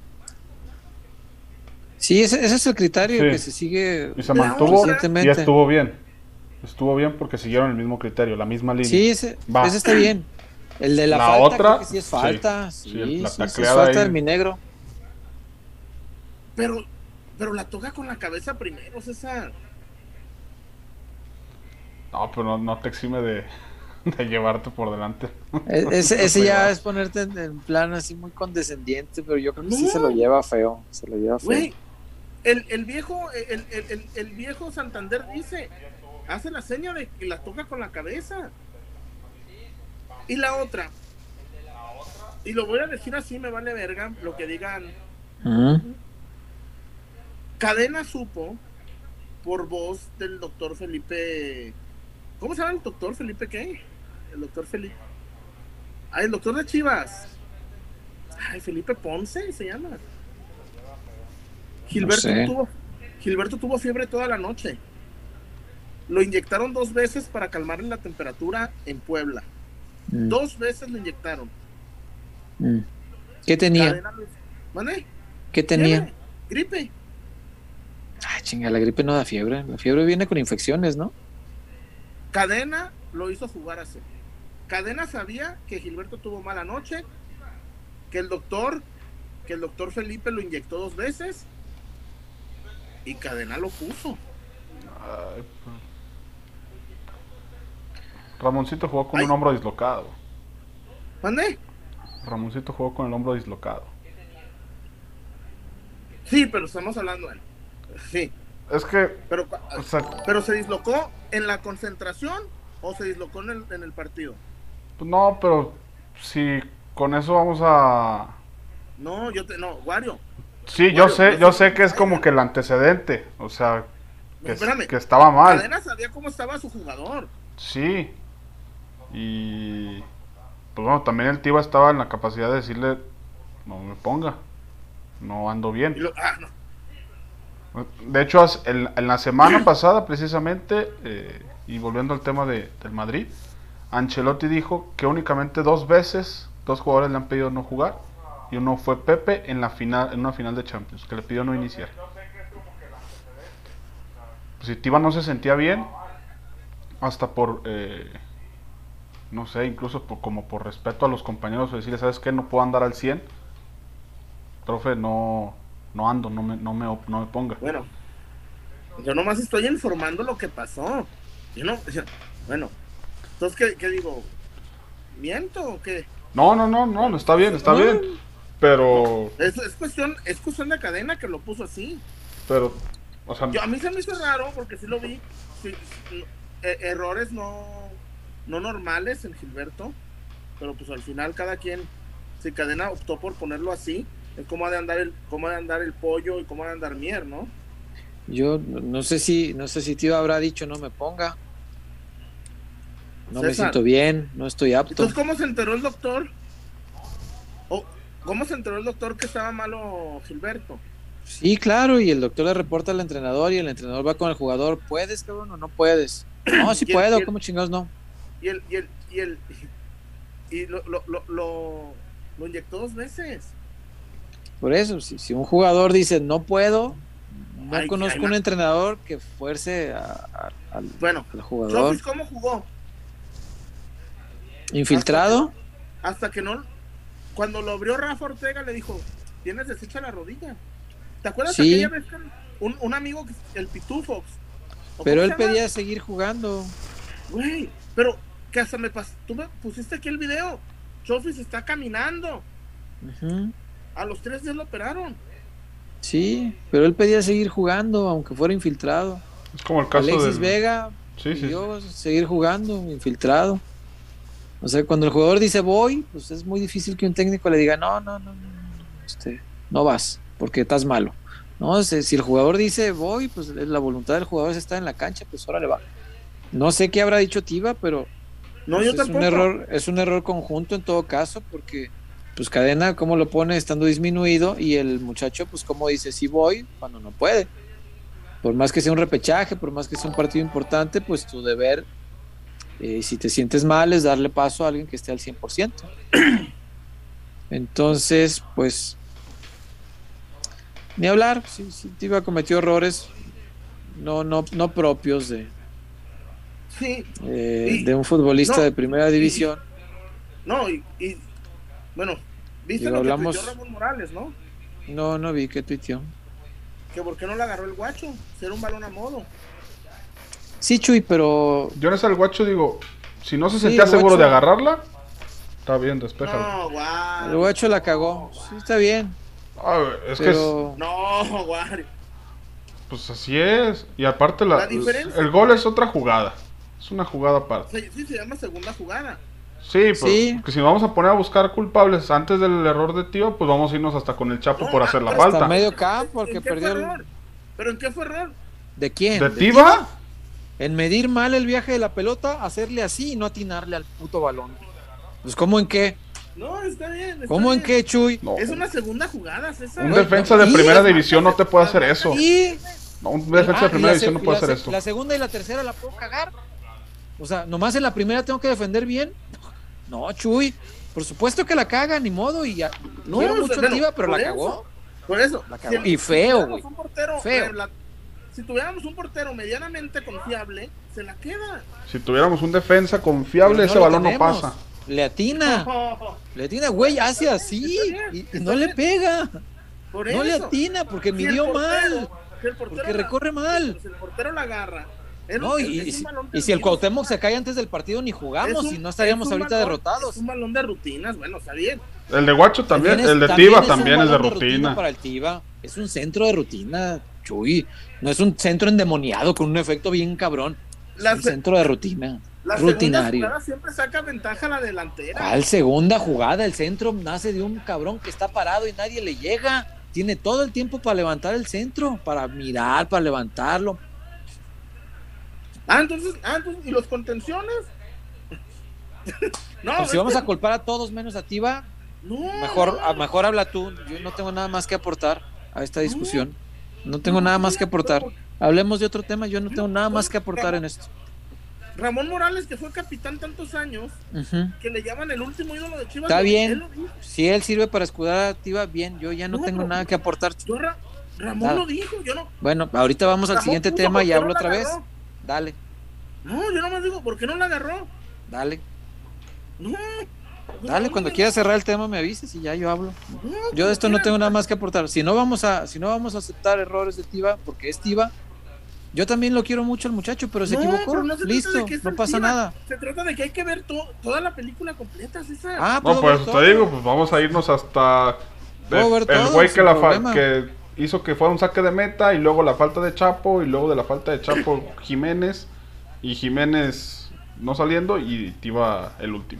Sí, ese, ese es el criterio Sí. que se sigue Y se No, mantuvo y recientemente. estuvo bien. Estuvo bien porque siguieron el mismo criterio, la misma línea. Sí, ese, Va. ese está bien. El de la, La falta, otra, creo que sí es sí. falta. Sí, Sí, el- la sí, sí es tacleada falta ahí. de mi negro. Pero, pero la toca con la cabeza primero, César. No, pero no, no te exime de, de llevarte por delante. E- Ese, ese ya Cuidado. es ponerte en, en plan así muy condescendiente, pero yo creo que sí No. se lo lleva feo. Se lo lleva feo. Güey, el, el viejo, el, el, el, el viejo Santander dice, hace la seña de que la toca con la cabeza. Y la otra, y lo voy a decir así, me vale verga lo que digan. Ujú. Cadena supo por voz del doctor Felipe. ¿Cómo se llama el doctor Felipe qué? El doctor Felipe. Ah, el doctor de Chivas. Ay, Felipe Ponce se llama. Gilberto sé. tuvo Gilberto tuvo fiebre toda la noche. Lo inyectaron dos veces para calmarle la temperatura en Puebla. Mm. Dos veces lo inyectaron. Mm. ¿Qué tenía? Cadena lo- ¿Mande? ¿Qué tenía? Fiebre, gripe. Ah, chinga, la gripe no da fiebre. La fiebre viene con infecciones, ¿no? Cadena lo hizo jugar así. Cadena sabía que Gilberto tuvo mala noche, que el doctor, que el doctor Felipe lo inyectó dos veces y Cadena lo puso. Ay, pues. Ramoncito jugó con Ay. un hombro dislocado. ¿Mande? Ramoncito jugó con el hombro dislocado. Sí, pero estamos hablando de él. Sí, Es que, pero, o sea, pero se dislocó en la concentración o se dislocó en el, en el partido. pues no, pero si con eso vamos a... No, yo te, no, Wario, Sí, yo Bueno, sé, no yo sé sé cómo que es está, como ¿no? que el antecedente, o sea, No, que, espérame. que estaba mal. Cadena sabía cómo estaba su jugador. Sí, y pues bueno, también el Tiva estaba en la capacidad de decirle, no me ponga, no ando Y bien. lo, ah, no. De hecho, as- en, en la semana pasada precisamente, eh, y volviendo al tema de, del Madrid, Ancelotti dijo que únicamente dos veces dos jugadores le han pedido no jugar, y uno fue Pepe en la final, en una final de Champions, que le pidió no iniciar. Pues si Tiva no se sentía bien, hasta por, eh, no sé, incluso por- como por respeto a los compañeros, decirle, ¿sabes qué? No puedo andar al cien, profe, no, no ando, no me, no me, op- no me ponga. Bueno, yo nomás estoy informando lo que pasó. Yo no, yo- bueno, entonces, ¿qué, qué digo? ¿Miento o qué? No, no, no, no, no, está bien, está No, bien, pero, Es, es cuestión, es cuestión de cadena que lo puso así. pero, o sea, Yo, a mí se me hizo raro porque sí lo vi. Sí, sí, no, eh, errores no, no normales en Gilberto, pero pues al final cada quien, si cadena optó por ponerlo así, es cómo ha de andar el, cómo ha de andar el pollo y cómo ha de andar Mier, ¿no? yo no sé si, no sé si tío habrá dicho no me ponga. No me César, siento bien, no estoy apto. entonces, ¿cómo se enteró el doctor? ¿O cómo se enteró el doctor que estaba malo Gilberto? Sí, claro, y el doctor le reporta al entrenador y el entrenador va con el jugador, ¿puedes, cabrón, o no puedes? No, sí Y el- puedo, y el- ¿cómo chingados no? Y el, y el, y el, y lo, lo, lo, lo, lo inyectó dos veces. Por eso, si, si un jugador dice no puedo, no Ay, conozco ay, un ma- entrenador que fuerce a- a- al, Bueno, al jugador. Chofis, ¿cómo jugó? ¿Infiltrado? Hasta que no, cuando lo abrió Rafa Ortega le dijo, tienes deshecha la rodilla. ¿Te acuerdas Sí. aquella vez que un, un amigo, que- el Pitufo? ¿o Pero cómo él se llama? pedía seguir jugando. Güey, pero que hasta me pas... tú me pusiste aquí el video. Chofis está caminando. Ujú. A los tres días lo operaron. Sí, pero él pedía seguir jugando, aunque fuera infiltrado. es como el caso Alexis del... Vega Sí, sí, pidió seguir jugando, infiltrado. O sea, cuando el jugador dice voy, pues es muy difícil que un técnico le diga no, no, no, no, no, este, no vas, porque estás malo. No, si, si el jugador dice voy, pues la voluntad del jugador es estar en la cancha, pues ahora le va. No sé qué habrá dicho Tiva, pero No, pues yo es tampoco. un error, es un error conjunto en todo caso, porque pues Cadena cómo lo pone estando disminuido y el muchacho pues como dice sí voy cuando no puede. Por más que sea un repechaje, por más que sea un partido importante, pues tu deber, eh, si te sientes mal, es darle paso a alguien que esté al cien por ciento. Entonces, pues, ni hablar, si, si Tiva cometió errores no, no, no propios de, Sí, eh, Y- de un futbolista no, de primera y- división. no, y, y bueno, viste Digo, lo que hablamos- tuiteó Ramón Morales, ¿no? No, no vi que tuiteó. Que por qué no le agarró el guacho, si era un balón a modo. Sí, Chuy, pero Yo en ese al guacho digo, si no se Sí, sentía el seguro guacho- de agarrarla, está bien, despéjalo. No, guau. el guacho la cagó. Sí, está bien, Ah, es que es, pero No, guau. pues así es. Y aparte la, La diferencia- el gol es otra jugada. Es una jugada aparte. Sí, sí, se llama segunda jugada. Sí, pues, Sí. porque si nos vamos a poner a buscar culpables antes del error de Tío, pues vamos a irnos hasta con el Chapo No, por hacer la hasta falta. hasta medio campo, porque ¿En qué perdió fue el... error? ¿Pero en qué fue error? ¿De quién? ¿De ¿De Tiva? En medir mal el viaje de la pelota, hacerle así y no atinarle al puto balón. Pues ¿cómo en qué? No, está bien. Está ¿Cómo en bien. qué, Chuy? No. Es una segunda jugada, César. Un Oye, defensa no, de y- primera división no te puede hacer eso. Y No, un defensa Ah, de y primera la división se- no puede y la hacer se- esto. La segunda y la tercera la puedo cagar. O sea, nomás en la primera tengo que defender bien. No, Chuy. Por supuesto que la caga, ni modo. Y ya, No, quiero o sea, mucho a bueno, Tiva, pero por la eso. cagó. Por eso. La cagó. Si- Y feo, si tuviéramos güey. un portero, Feo. la- si tuviéramos un portero medianamente confiable, se la queda. Si tuviéramos un defensa confiable, Pero no ese lo balón no tenemos. pasa. Le atina. Le atina, güey, hace así. Está bien, Y, y está no le bien. pega. Por No le eso. atina porque Si el midió portero- mal. si el portero Porque la- recorre mal. Si el portero la agarra. es No, un- y, es y un si, balón y si el perdido. Cuauhtémoc se cae antes del partido ni jugamos Es un- y no estaríamos es un ahorita balón- derrotados. Es un balón de rutinas, bueno, está bien. El de Guacho también, es- el de también Tiva un también es de balón rutina. Para el Tiva. Es un centro de rutina, Chuy. No es un centro endemoniado con un efecto bien cabrón. Es La un se- centro de rutina. La segunda Rutinario. jugada siempre saca ventaja a la delantera. ¿Cuál segunda jugada? El centro nace de un cabrón que está parado y nadie le llega. tiene todo el tiempo para levantar el centro, para mirar, para levantarlo. Ah, entonces, ah, entonces, ¿y los contenciones? No, Pues si es vamos que- a culpar a todos menos a Tiva, no, mejor, no, a- mejor habla tú. Yo no tengo nada más que aportar a esta discusión. No tengo no, nada más que no, aportar. no. Hablemos de otro tema. Yo no tengo nada No, más que aportar Ramón. en esto. Ramón Morales, que fue capitán tantos años, Ujú. que le llaman el último ídolo de Chivas. Está lo- bien. él lo dijo. Si él sirve para escudar a Tiva, bien. Yo ya no No, tengo pero- nada que aportar. Yo, Ra- Ramón Nada. lo dijo, yo no. Bueno, ahorita vamos al Ramón siguiente puso, tema ¿por y qué hablo no la otra vez. agarró? Dale, No, yo nomás digo, ¿por qué no la agarró? dale. No. Dale, cuando quieras cerrar el tema me avises y ya yo hablo. No, Yo de esto no mira, tengo nada más que aportar. Si no vamos a, si no vamos a aceptar errores de Tiva, porque es Tiva, yo también lo quiero mucho al muchacho, pero se no, equivocó. pero no se trata Listo, de que es no pasa altiva. nada. Se trata de que hay que ver to- toda la película completa, César. Ah, No, puedo pues ver te todo. digo, pues vamos a irnos hasta Puedo ver el todo, güey que, sin la fa- problema. que hizo que fuera un saque de meta y luego la falta de Chapo y luego de la falta de Chapo Jiménez y Jiménez no saliendo y Tiva el último.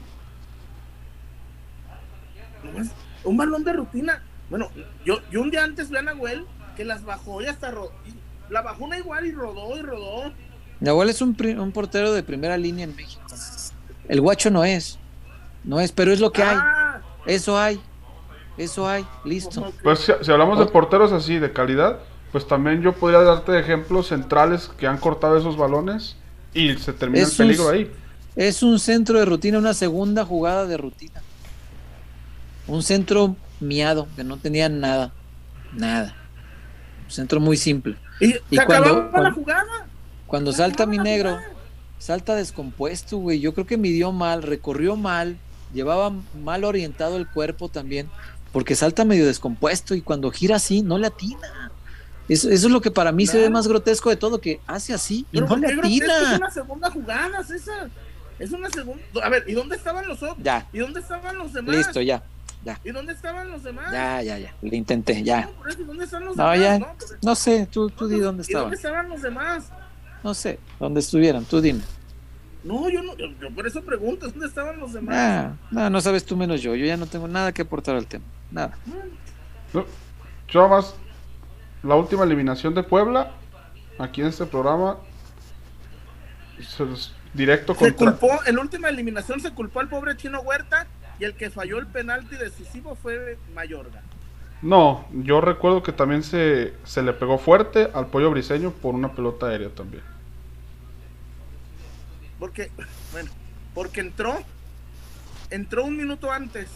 Nomás un balón de rutina. Bueno, yo, yo un día antes vi a Nahuel que las bajó y hasta rodó. La bajó una igual y rodó y rodó. Nahuel es un, pri- un portero de primera línea en México. El guacho no es. No es, pero es lo que hay. Ah, Eso hay. Eso hay. Listo. como que- Pues si, si hablamos de Oh. porteros así de calidad, pues también yo podría darte ejemplos centrales que han cortado esos balones y se termina Esos- el peligro ahí. Es un centro de rutina, una segunda jugada de rutina. Un centro miado, que no tenía nada. Nada. Un centro muy simple. Y, y se cuando- acababa la cuando- jugada. Cuando Se salta acababa mi la negro, jugada. salta descompuesto, güey. Yo creo que midió mal, recorrió mal, llevaba mal orientado el cuerpo también, porque salta medio descompuesto y cuando gira así, no le atina. Eso, eso es lo que para mí se ve Claro. más grotesco de todo, que hace así y Pero no ¿por le qué grotesco? Es atina. una segunda jugada, César. Es una segunda. A ver, ¿y dónde estaban los otros? Ya, ¿Y dónde estaban los demás? listo, ya, ¿Y dónde estaban los demás? ya, ya, ya. Le intenté, ya. No, por eso, ¿dónde están los No, demás? ya. No, por- No sé, tú, tú di dónde ¿Y estaban. dónde estaban los demás? No sé, dónde estuvieran, tú dime. No, yo no, yo, yo por eso pregunto, ¿dónde estaban los demás? Ah, no, no sabes tú menos yo. Yo ya no tengo nada que aportar al tema. Nada. No, yo más la última eliminación de Puebla aquí en este programa se- directo Se contra culpó, en la última eliminación se culpó al pobre Chino Huerta y el que falló el penalti decisivo fue Mayorga. No, yo recuerdo que también se, se le pegó fuerte al Pollo Briseño por una pelota aérea también. Porque, bueno, porque entró, entró un minuto antes.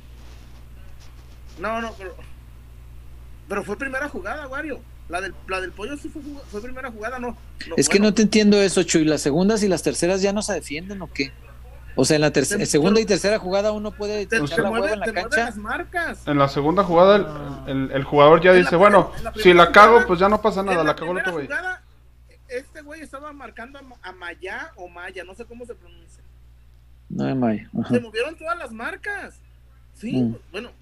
No, no, pero, pero fue primera jugada, Wario. La del, la del pollo sí fue, jug- fue primera jugada, no. no Es que bueno, no te entiendo eso, Chuy. ¿Las segundas y las terceras ya no se defienden o qué? O sea, en la terce- Te- segunda pero- y tercera jugada uno puede te, echar te la hueva mueve, en la te mueve cancha. las marcas. En la segunda jugada el, el- el jugador ya En la dice, primera- bueno, en la si primera la cago jugada- pues ya no pasa nada, En la cagó el otro primera güey. jugada, este güey estaba marcando a, Ma- a Maya o Maya, no sé cómo se pronuncia. No me mayo. Ajá. Se movieron todas las marcas. Sí, Mm. bueno,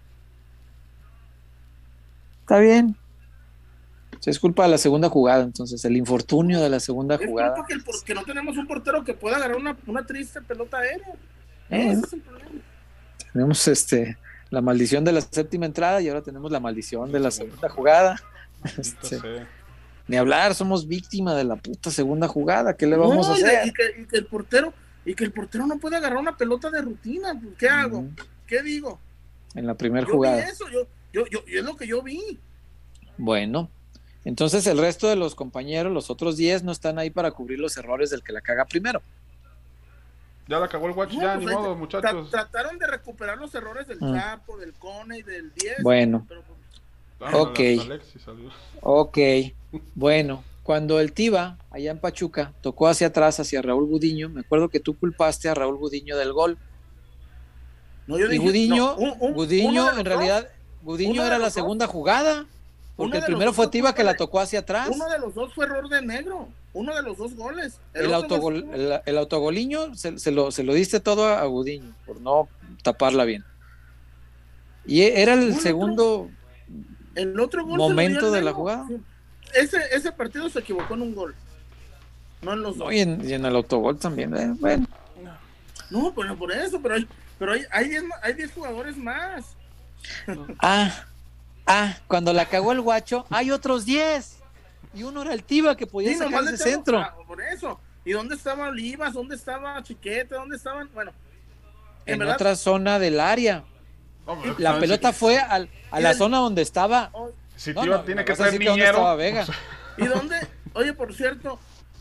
Está bien. Se es culpa de la segunda jugada, entonces, el infortunio de la segunda es jugada. porque, el, porque no tenemos un portero que pueda agarrar una, una triste pelota aérea. Eh, Ese es el problema. Tenemos este la maldición de la séptima entrada y ahora tenemos la maldición de la segunda jugada. Este, Sí. ni hablar, somos víctima de la puta segunda jugada. ¿Qué le vamos No, a y, de- hacer? y que, y que el portero y que el portero no puede agarrar una pelota de rutina. Pues, ¿qué hago? Ujú. ¿Qué digo? En la primera Yo vi jugada. eso, yo, yo, yo, y es lo que yo vi. Bueno, entonces el resto de los compañeros, los otros diez, no están ahí para cubrir los errores del que la caga primero. Ya la cagó el guacho, No, ya, pues ni ahí modo, tra- muchachos. trataron de recuperar los errores del Mm. Chapo, del Cone y del diez. Bueno. pero, pues, Dándole ok. hasta Alexis, adiós. Ok, bueno, cuando el Tiva, allá en Pachuca, tocó hacia atrás, hacia Raúl Gudiño, me acuerdo que tú culpaste a Raúl Gudiño del gol. no, yo Y dije, Gudiño, no, un- un- Gudiño, uno de los en dos- realidad, Gudiño uno de era la los dos- segunda jugada, porque uno el de primero los fue dos Tiva fue que la de- tocó hacia atrás. Uno de los dos fue error de negro. Uno de los dos goles. El, otro autogol, fue- el, el autogoliño se, se lo, se lo diste todo a, a Gudiño, por no taparla bien. Y e- era el Otro- segundo. el otro gol se lo dio momento el de la negro. jugada. Sí. Ese, ese partido se equivocó en un gol. No en los dos. No, y, en, y en el autogol también. eh, bueno, No, pero por eso, pero hay, pero hay, hay diez, ma- hay diez jugadores más. ah, Ah, cuando la cagó el Guacho, hay otros diez. Y uno era el Tiva que podía Sí, sacar nomás ese le tengo- centro. ah, por eso. ¿Y dónde estaba Olivas? ¿Dónde estaba Chiquete? ¿Dónde estaban? Bueno, en, En verdad. otra zona del área. No, pero La ¿saben? pelota Si- fue al- a Y la del- zona donde estaba. oh, Si No, Tiva no, tiene me que vas a ser decir que dónde niñero. estaba Vega. o sea, ¿Y dónde? Oye, por cierto,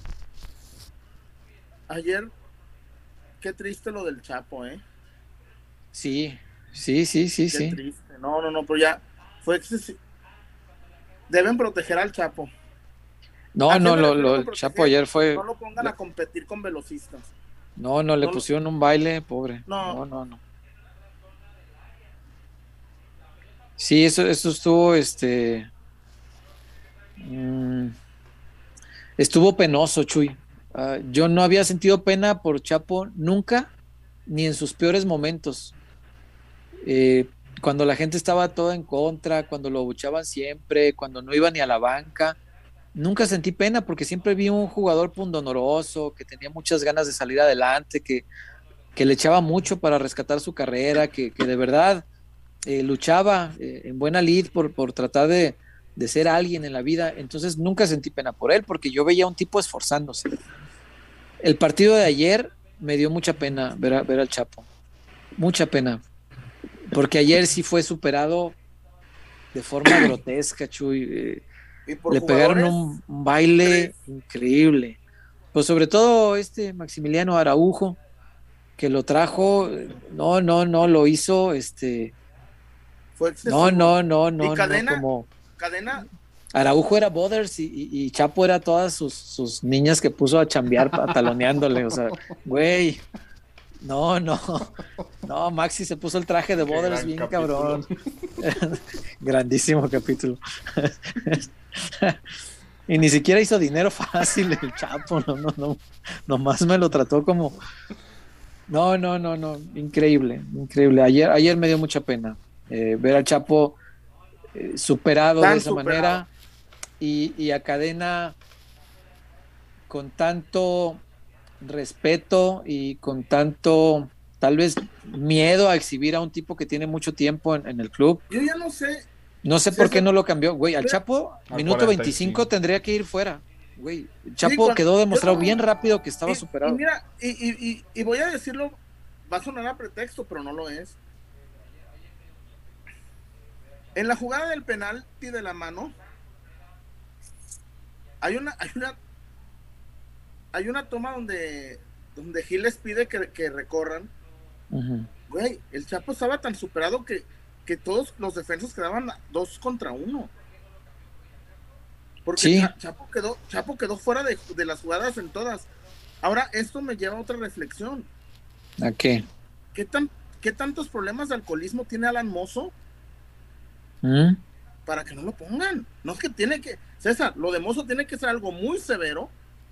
ayer, qué triste lo del Chapo, ¿eh? Sí, sí, sí, sí, Qué sí. triste. No, no, no, pero ya fue excesivo. Deben proteger al Chapo. No, ¿A qué no, me lo, refiero lo, con el proteger? Chapo ayer fue. No lo pongan a competir con velocistas. No, no, le No lo- pusieron un baile, pobre. No. No, no, no. Sí, eso, eso estuvo, este. mm, estuvo penoso, Chuy. Ah, yo no había sentido pena por Chapo nunca, ni en sus peores momentos. Eh, cuando la gente estaba toda en contra, cuando lo abuchaban siempre, cuando no iba ni a la banca, nunca sentí pena porque siempre vi un jugador pundonoroso, que tenía muchas ganas de salir adelante, que, que le echaba mucho para rescatar su carrera, que, que de verdad eh, luchaba eh, en buena lid por, por tratar de, de ser alguien en la vida. Entonces nunca sentí pena por él porque yo veía a un tipo esforzándose. El partido de ayer me dio mucha pena ver, a, ver al Chapo, mucha pena, porque ayer sí fue superado de forma grotesca, Chuy. Eh, Y por le pegaron jugadores, un, un baile increíble. Pues sobre todo este Maximiliano Araujo, que lo trajo, eh, no, no, no, lo hizo, este, fue excesivo. no, no, no, no, Y no, Cadena, como Cadena, Araujo era Bothers y, y- y Chapo era todas sus, sus niñas que puso a chambear pa- taloneándole, o sea, güey, no, no, no, Maxi se puso el traje de Qué Bothers gran bien capítulo. cabrón. Grandísimo capítulo. Y ni siquiera hizo dinero fácil el Chapo, no, no, no, nomás me lo trató como, no, no, no, no, increíble, increíble. Ayer, ayer me dio mucha pena eh, ver al Chapo eh, superado Tan de esa superado. manera y, y a Cadena con tanto respeto y con tanto, tal vez, miedo a exhibir a un tipo que tiene mucho tiempo en, en el club. yo ya no sé. No sé por qué no lo cambió, güey. Al Chapo, Al minuto cuarenta y veinticinco cinco. tendría que ir fuera, güey. El Chapo Sí, cuando- quedó demostrado yo no- bien rápido que estaba y, superado. Y mira, y, y, y, y voy a decirlo, va a sonar a pretexto, pero no lo es. En la jugada del penalti de la mano, hay una, hay una, hay una toma donde, donde Gil les pide que, que recorran. Ujú. Güey, el Chapo estaba tan superado que, que todos los defensas quedaban dos contra uno. Porque Sí. Cha- Chapo quedó, Chapo quedó fuera de, de las jugadas en todas. Ahora, esto me lleva a otra reflexión. ¿A qué? ¿Qué, tan, ¿Qué tantos problemas de alcoholismo tiene Alan Mozo ¿Mm? para que no lo pongan? No es que tiene que, César, lo de Mozo tiene que ser algo muy severo,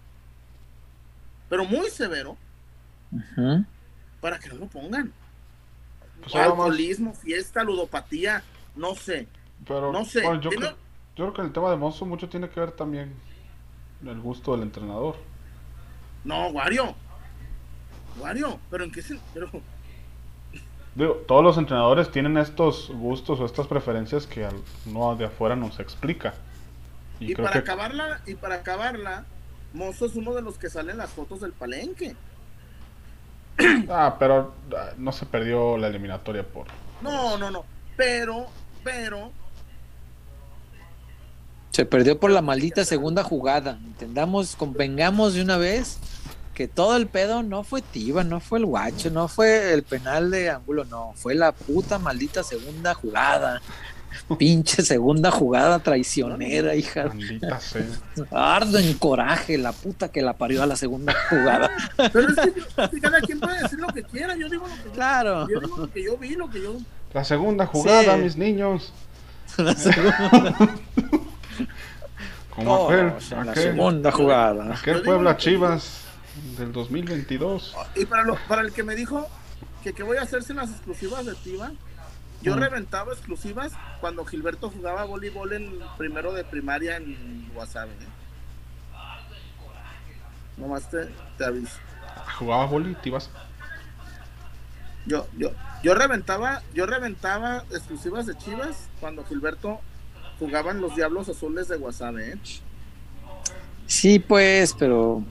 pero muy severo, Ujú. para que no lo pongan. Pues ahora más- Alcoholismo, fiesta, ludopatía, no sé. pero, no sé, bueno, yo, tiene- creo, yo creo que el tema de Mozo mucho tiene que ver también el gusto del entrenador. No, Wario. Wario, pero en qué se, pero Digo, todos los entrenadores tienen estos gustos o estas preferencias que al, uno de afuera no se explica. Y, y creo para que acabarla, y para acabarla, Mozo es uno de los que salen las fotos del Palenque. ah, pero ah, no se perdió la eliminatoria por No, no, no. Pero, pero, Se perdió por la maldita segunda jugada. Entendamos, convengamos de una vez que todo el pedo no fue Tiva, no fue el Guacho, no fue el penal de Angulo, no, fue la puta maldita segunda jugada. Pinche segunda jugada traicionera, hija. maldita sea. Ardo en coraje, la puta que la parió a la segunda jugada. pero es que, es que cada quien puede decir lo que quiera. Yo digo lo que yo, Claro. yo digo lo que yo vi, lo que yo. La segunda jugada, Sí. mis niños. La segunda, Como oh, aquel, o sea, la aquel, segunda jugada. aquel Yo digo Puebla lo que- Chivas del dos mil veintidós. Y para lo, para el que me dijo que qué voy a hacerse en las exclusivas de Tiva, yo Mm. reventaba exclusivas cuando Gilberto jugaba voleibol en primero de primaria en Guasave. ¿eh? Nomás te, te aviso. Jugaba boli, Tivas. Yo, yo, yo reventaba, yo reventaba exclusivas de Chivas cuando Gilberto jugaba en los Diablos Azules de Guasave, ¿eh? Sí, pues, pero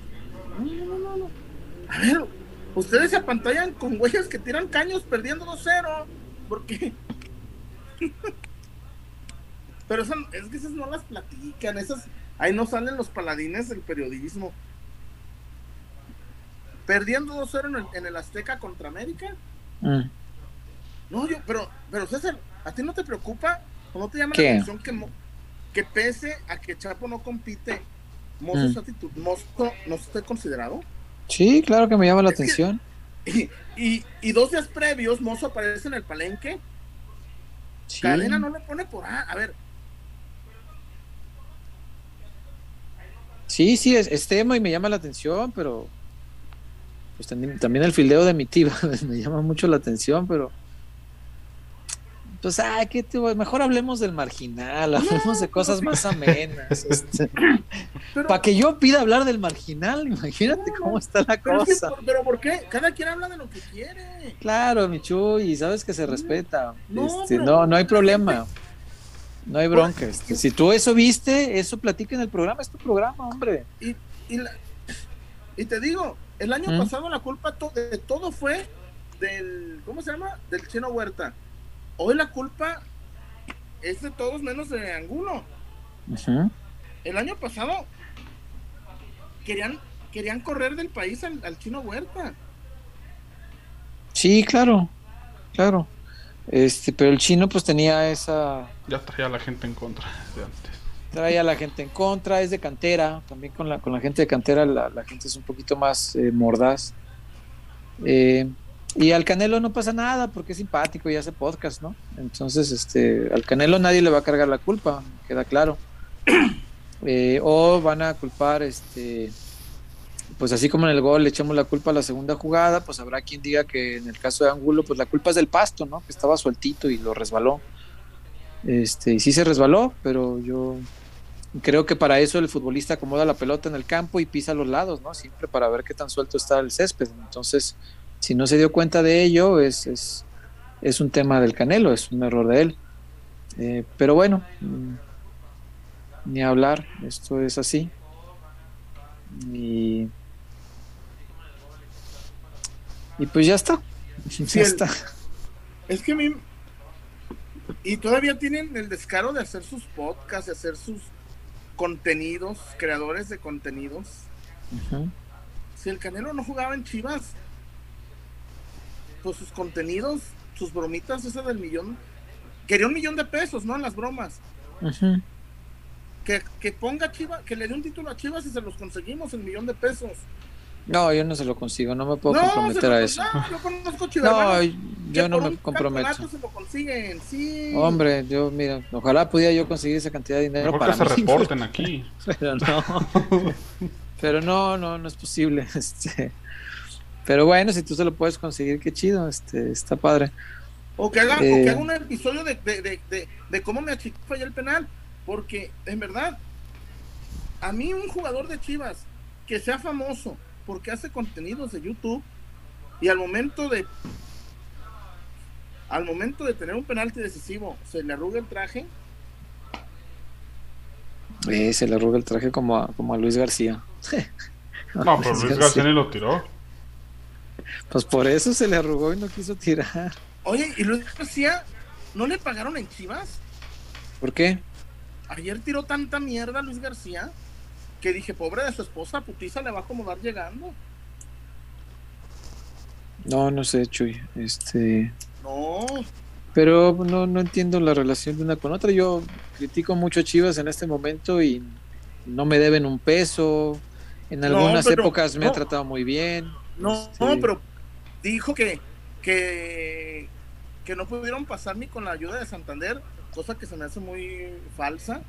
A ver, ustedes se apantallan con güeyes que tiran caños perdiendo dos cero. ¿Por qué? Pero eso, es que esas no las platican, esas, ahí no salen los paladines del periodismo. Perdiendo dos cero en el, en el Azteca contra América. mm, No, yo, pero, pero César, ¿a ti no te preocupa o no te llama ¿qué? la atención que, Mo- que pese a que Chapo no compite, Mozo, Mm. está titu- Mozo no esté considerado? Sí, claro que me llama la Es que- atención. Y, y, y dos días previos, Mozo aparece en el Palenque. Sí. Cadena no lo pone por A. A ver, Sí, sí, es, es tema y me llama la atención, pero pues también, también el fildeo de mi tía me llama mucho la atención, pero pues, ay, ¿qué te voy? Mejor hablemos del marginal, hablemos de cosas más amenas. Este, pero, para que yo pida hablar del marginal, imagínate cómo está la pero, es que, cosa. por- pero ¿por qué? Cada quien habla de lo que quiere. Claro, mi Chuy, sabes que se respeta. No, Este, pero- no, no hay problema. No hay bronca. Este, si tú eso viste, eso platica en el programa, es tu programa, hombre. Y, y, la- y te digo, el año ¿Mm? pasado la culpa to- de todo fue del, ¿cómo se llama? Del Chino Huerta. Hoy la culpa es de todos menos de Angulo. Ujú. El año pasado querían, querían correr del país al, al Chino Huerta. Sí, claro, claro. Este, pero el chino pues tenía esa, Ya traía a la gente en contra de antes. trae a la gente en contra, es de cantera, también con la, con la gente de cantera la, la gente es un poquito más eh, mordaz. Eh, y al Canelo no pasa nada porque es simpático y hace podcast, ¿no? Entonces, este, al Canelo nadie le va a cargar la culpa, queda claro. Eh, o van a culpar, este, pues así como en el gol le echamos la culpa a la segunda jugada, pues habrá quien diga que en el caso de Angulo, pues la culpa es del pasto, ¿no? Que estaba sueltito y lo resbaló. Este, y sí se resbaló, pero yo creo que para eso el futbolista acomoda la pelota en el campo y pisa los lados, ¿no? Siempre para ver qué tan suelto está el césped. Entonces, si no se dio cuenta de ello, es, es, es un tema del Canelo, es un error de él. Eh, pero bueno, mm, ni hablar, esto es así. Y, y pues ya está. Sí, Ya el- está. Es que a mí... Y todavía tienen el descaro de hacer sus podcasts, de hacer sus contenidos, creadores de contenidos. Ujú. Si el Canelo no jugaba en Chivas, pues sus contenidos, sus bromitas, esa del millón, quería un millón de pesos, ¿no? En las bromas. Ujú. Que, que ponga Chivas, que le dé un título a Chivas y se los conseguimos en millón de pesos. No, yo no se lo consigo, no me puedo no, comprometer se lo- a eso. No, yo conozco No, chivermanos yo que no por me un comprometo. campeonato se lo consiguen, sí. Hombre, yo, mira, ojalá pudiera yo conseguir esa cantidad de dinero Mejor para que se mí, reporten aquí. pero no. Pero no, no, no es posible. Este, pero bueno, si tú se lo puedes conseguir, qué chido, este, está padre. O que haga, o Eh. que haga un episodio de, de, de, de, de cómo me achicó fallé el penal. Porque, en verdad, a mí un jugador de Chivas que sea famoso porque hace contenidos de YouTube y al momento de al momento de tener un penalti decisivo se le arruga el traje. Eh, se le arruga el traje como a, como a Luis García. No, pero Luis García ni lo tiró. Pues por eso se le arrugó y no quiso tirar. Oye, y Luis García, ¿no le pagaron en Chivas? ¿Por qué? Ayer tiró tanta mierda a Luis García que dije, pobre de su esposa, putiza le va a acomodar llegando. No, no sé, Chuy. Este, No, pero no, no entiendo la relación de una con otra. Yo critico mucho a Chivas en este momento y no me deben un peso. En No, algunas pero- épocas me no. ha tratado muy bien. no, Este, no, pero dijo que, que, que no pudieron pasar ni con la ayuda de Santander, cosa que se me hace muy falsa.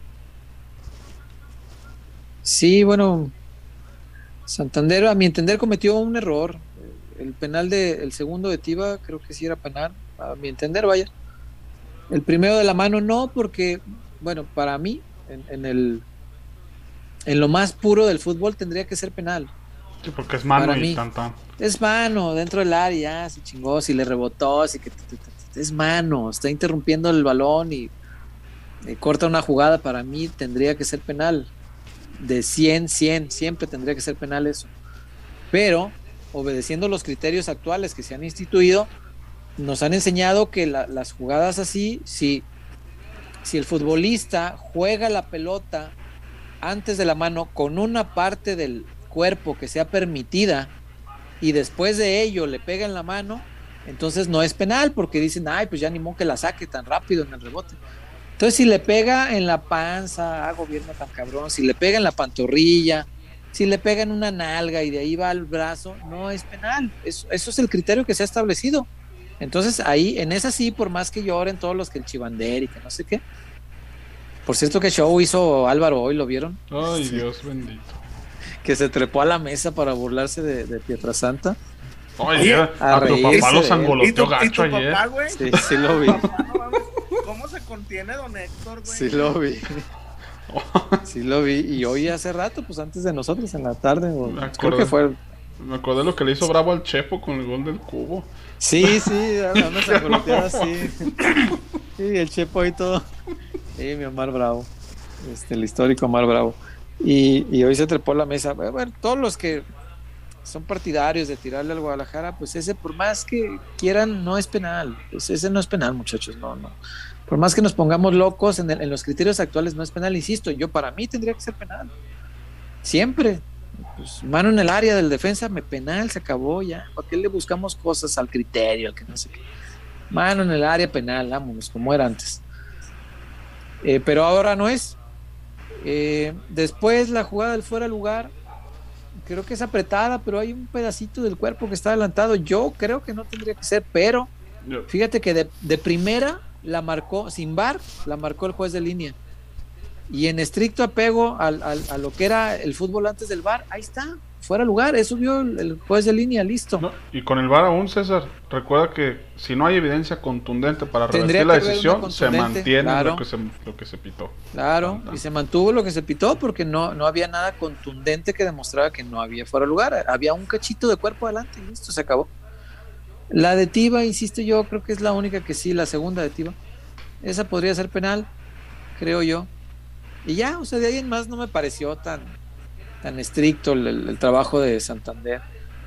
Sí, bueno, Santander, a mi entender, cometió un error. El penal de, el segundo de Tiva, creo que sí era penal, a mi entender, vaya. El primero de la mano no, porque, bueno, para mí, en, en el, en lo más puro del fútbol tendría que ser penal. Sí, porque es mano Para y mí. tan tan. Es mano, dentro del área, ya, se chingó, si le rebotó, si que es mano, está interrumpiendo el balón y eh, corta una jugada, para mí tendría que ser penal. De cien, cien, siempre tendría que ser penal eso. Pero, obedeciendo los criterios actuales que se han instituido, nos han enseñado que la, las jugadas así, si, si el futbolista juega la pelota antes de la mano con una parte del cuerpo que sea permitida y después de ello le pega en la mano, entonces no es penal, porque dicen, ay, pues ya ni modo que la saque tan rápido en el rebote. Entonces, si le pega en la panza, ah, gobierno tan cabrón, si le pega en la pantorrilla, si le pega en una nalga y de ahí va al brazo, no es penal. Eso, eso es el criterio que se ha establecido. Entonces, ahí, en esa sí, por más que lloren todos los que el chivander y que no sé qué. Por cierto, que show hizo Álvaro hoy, ¿lo vieron? Ay, Sí. Dios bendito. Que se trepó a la mesa para burlarse de, de Pietrasanta. Oye, Oye, a, a tu reírse papá lo de él. ¿Y tu, sangoloteó y tu gacho ayer. papá, güey? Sí, sí lo vi. Papá, no mames, ¿cómo se contiene don Héctor, güey? Sí lo vi. Sí lo vi. Y hoy hace rato, pues antes de nosotros, en la tarde, o- Me creo acuerdo. que fue. Me acordé de lo que le hizo Bravo al Chepo con el gol del cubo. Sí, sí, una sangoloteada así. Sí, el Chepo ahí todo. Sí, mi Omar Bravo. Este, el histórico Omar Bravo. Y, y hoy se trepó a la mesa. Bueno, todos los que son partidarios de tirarle al Guadalajara, pues ese, por más que quieran, no es penal. Pues ese no es penal, muchachos, no, no. Por más que nos pongamos locos en, el- en los criterios actuales, no es penal, insisto. Yo, para mí, tendría que ser penal. Siempre. Pues, mano en el área del defensa, me penal, se acabó ya. ¿Para qué le buscamos cosas al criterio, al que no sé qué? Mano en el área penal, vámonos, como era antes. Eh, pero ahora no es. Eh, después la jugada del fuera de lugar, creo que es apretada, pero hay un pedacito del cuerpo que está adelantado. Yo creo que no tendría que ser, pero Yo- fíjate que de, de primera la marcó, sin V A R, la marcó el juez de línea. Y en estricto apego al, al, a lo que era el fútbol antes del V A R, ahí está, fuera de lugar, eso vio el, el juez de línea, listo. No, y con el V A R aún, César, recuerda que si no hay evidencia contundente para Tendría revertir la que haber una decisión, se contundente, mantiene claro. lo, que se, lo que se pitó. Claro, y se mantuvo lo que se pitó porque no, no había nada contundente que demostrara que no había fuera de lugar. Había un cachito de cuerpo adelante y listo, se acabó. La de Tiva, insisto yo, creo que es la única que sí, la segunda de Tiva. Esa podría ser penal, creo yo. Y ya, o sea, de ahí en más no me pareció tan, tan estricto el, el- el trabajo de Santander.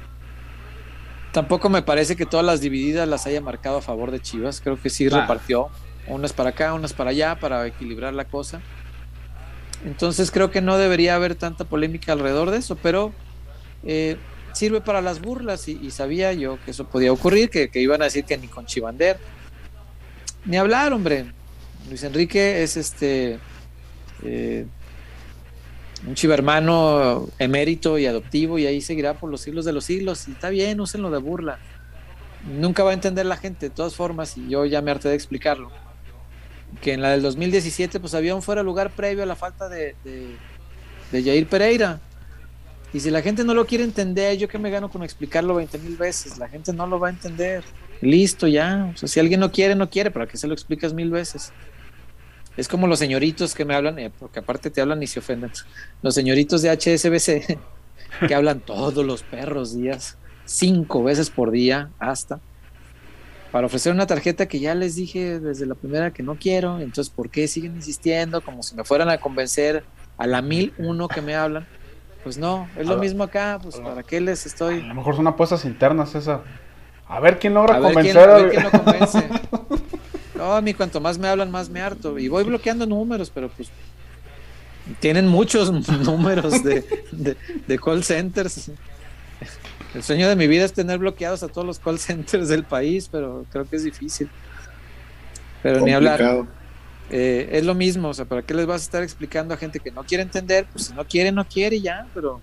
Tampoco me parece que todas las divididas las haya marcado a favor de Chivas. Creo que sí Nah. repartió unas para acá, unas para allá, para equilibrar la cosa. Entonces creo que no debería haber tanta polémica alrededor de eso, pero eh, sirve para las burlas y, y sabía yo que eso podía ocurrir, que, que iban a decir que ni con Chivander. Ni hablar, hombre. Luis Enrique es este eh, un chivermano emérito y adoptivo y ahí seguirá por los siglos de los siglos y está bien, úsenlo de burla. Nunca va a entender la gente, de todas formas, y yo ya me harté de explicarlo, que en la del dos mil diecisiete pues había un fuera de lugar previo a la falta de, de, de Jair Pereira. Y si la gente no lo quiere entender, yo que me gano con explicarlo veinte mil veces, la gente no lo va a entender. Listo, ya. O sea, si alguien no quiere, no quiere, ¿para qué se lo explicas mil veces? Es como los señoritos que me hablan, eh, porque aparte te hablan y se ofenden. Los señoritos de H S B C que hablan todos los perros días, cinco veces por día, hasta, para ofrecer una tarjeta que ya les dije desde la primera que no quiero. Entonces, ¿por qué siguen insistiendo? Como si me fueran a convencer a la mil uno que me hablan. Pues no, es lo mismo acá, pues ¿para qué les A estoy? lo mejor son apuestas internas, César. A ver quién logra A ver quién, convencer a a- ver quién lo convence. No, a mí cuanto más me hablan, más me harto. Y voy bloqueando números, pero pues tienen muchos números de, de, de call centers. El sueño de mi vida es tener bloqueados a todos los call centers del país, pero creo que es difícil. Pero ni hablar. Complicado. Eh, es lo mismo, o sea, ¿para qué les vas a estar explicando a gente que no quiere entender? Pues si no quiere, no quiere y ya, pero...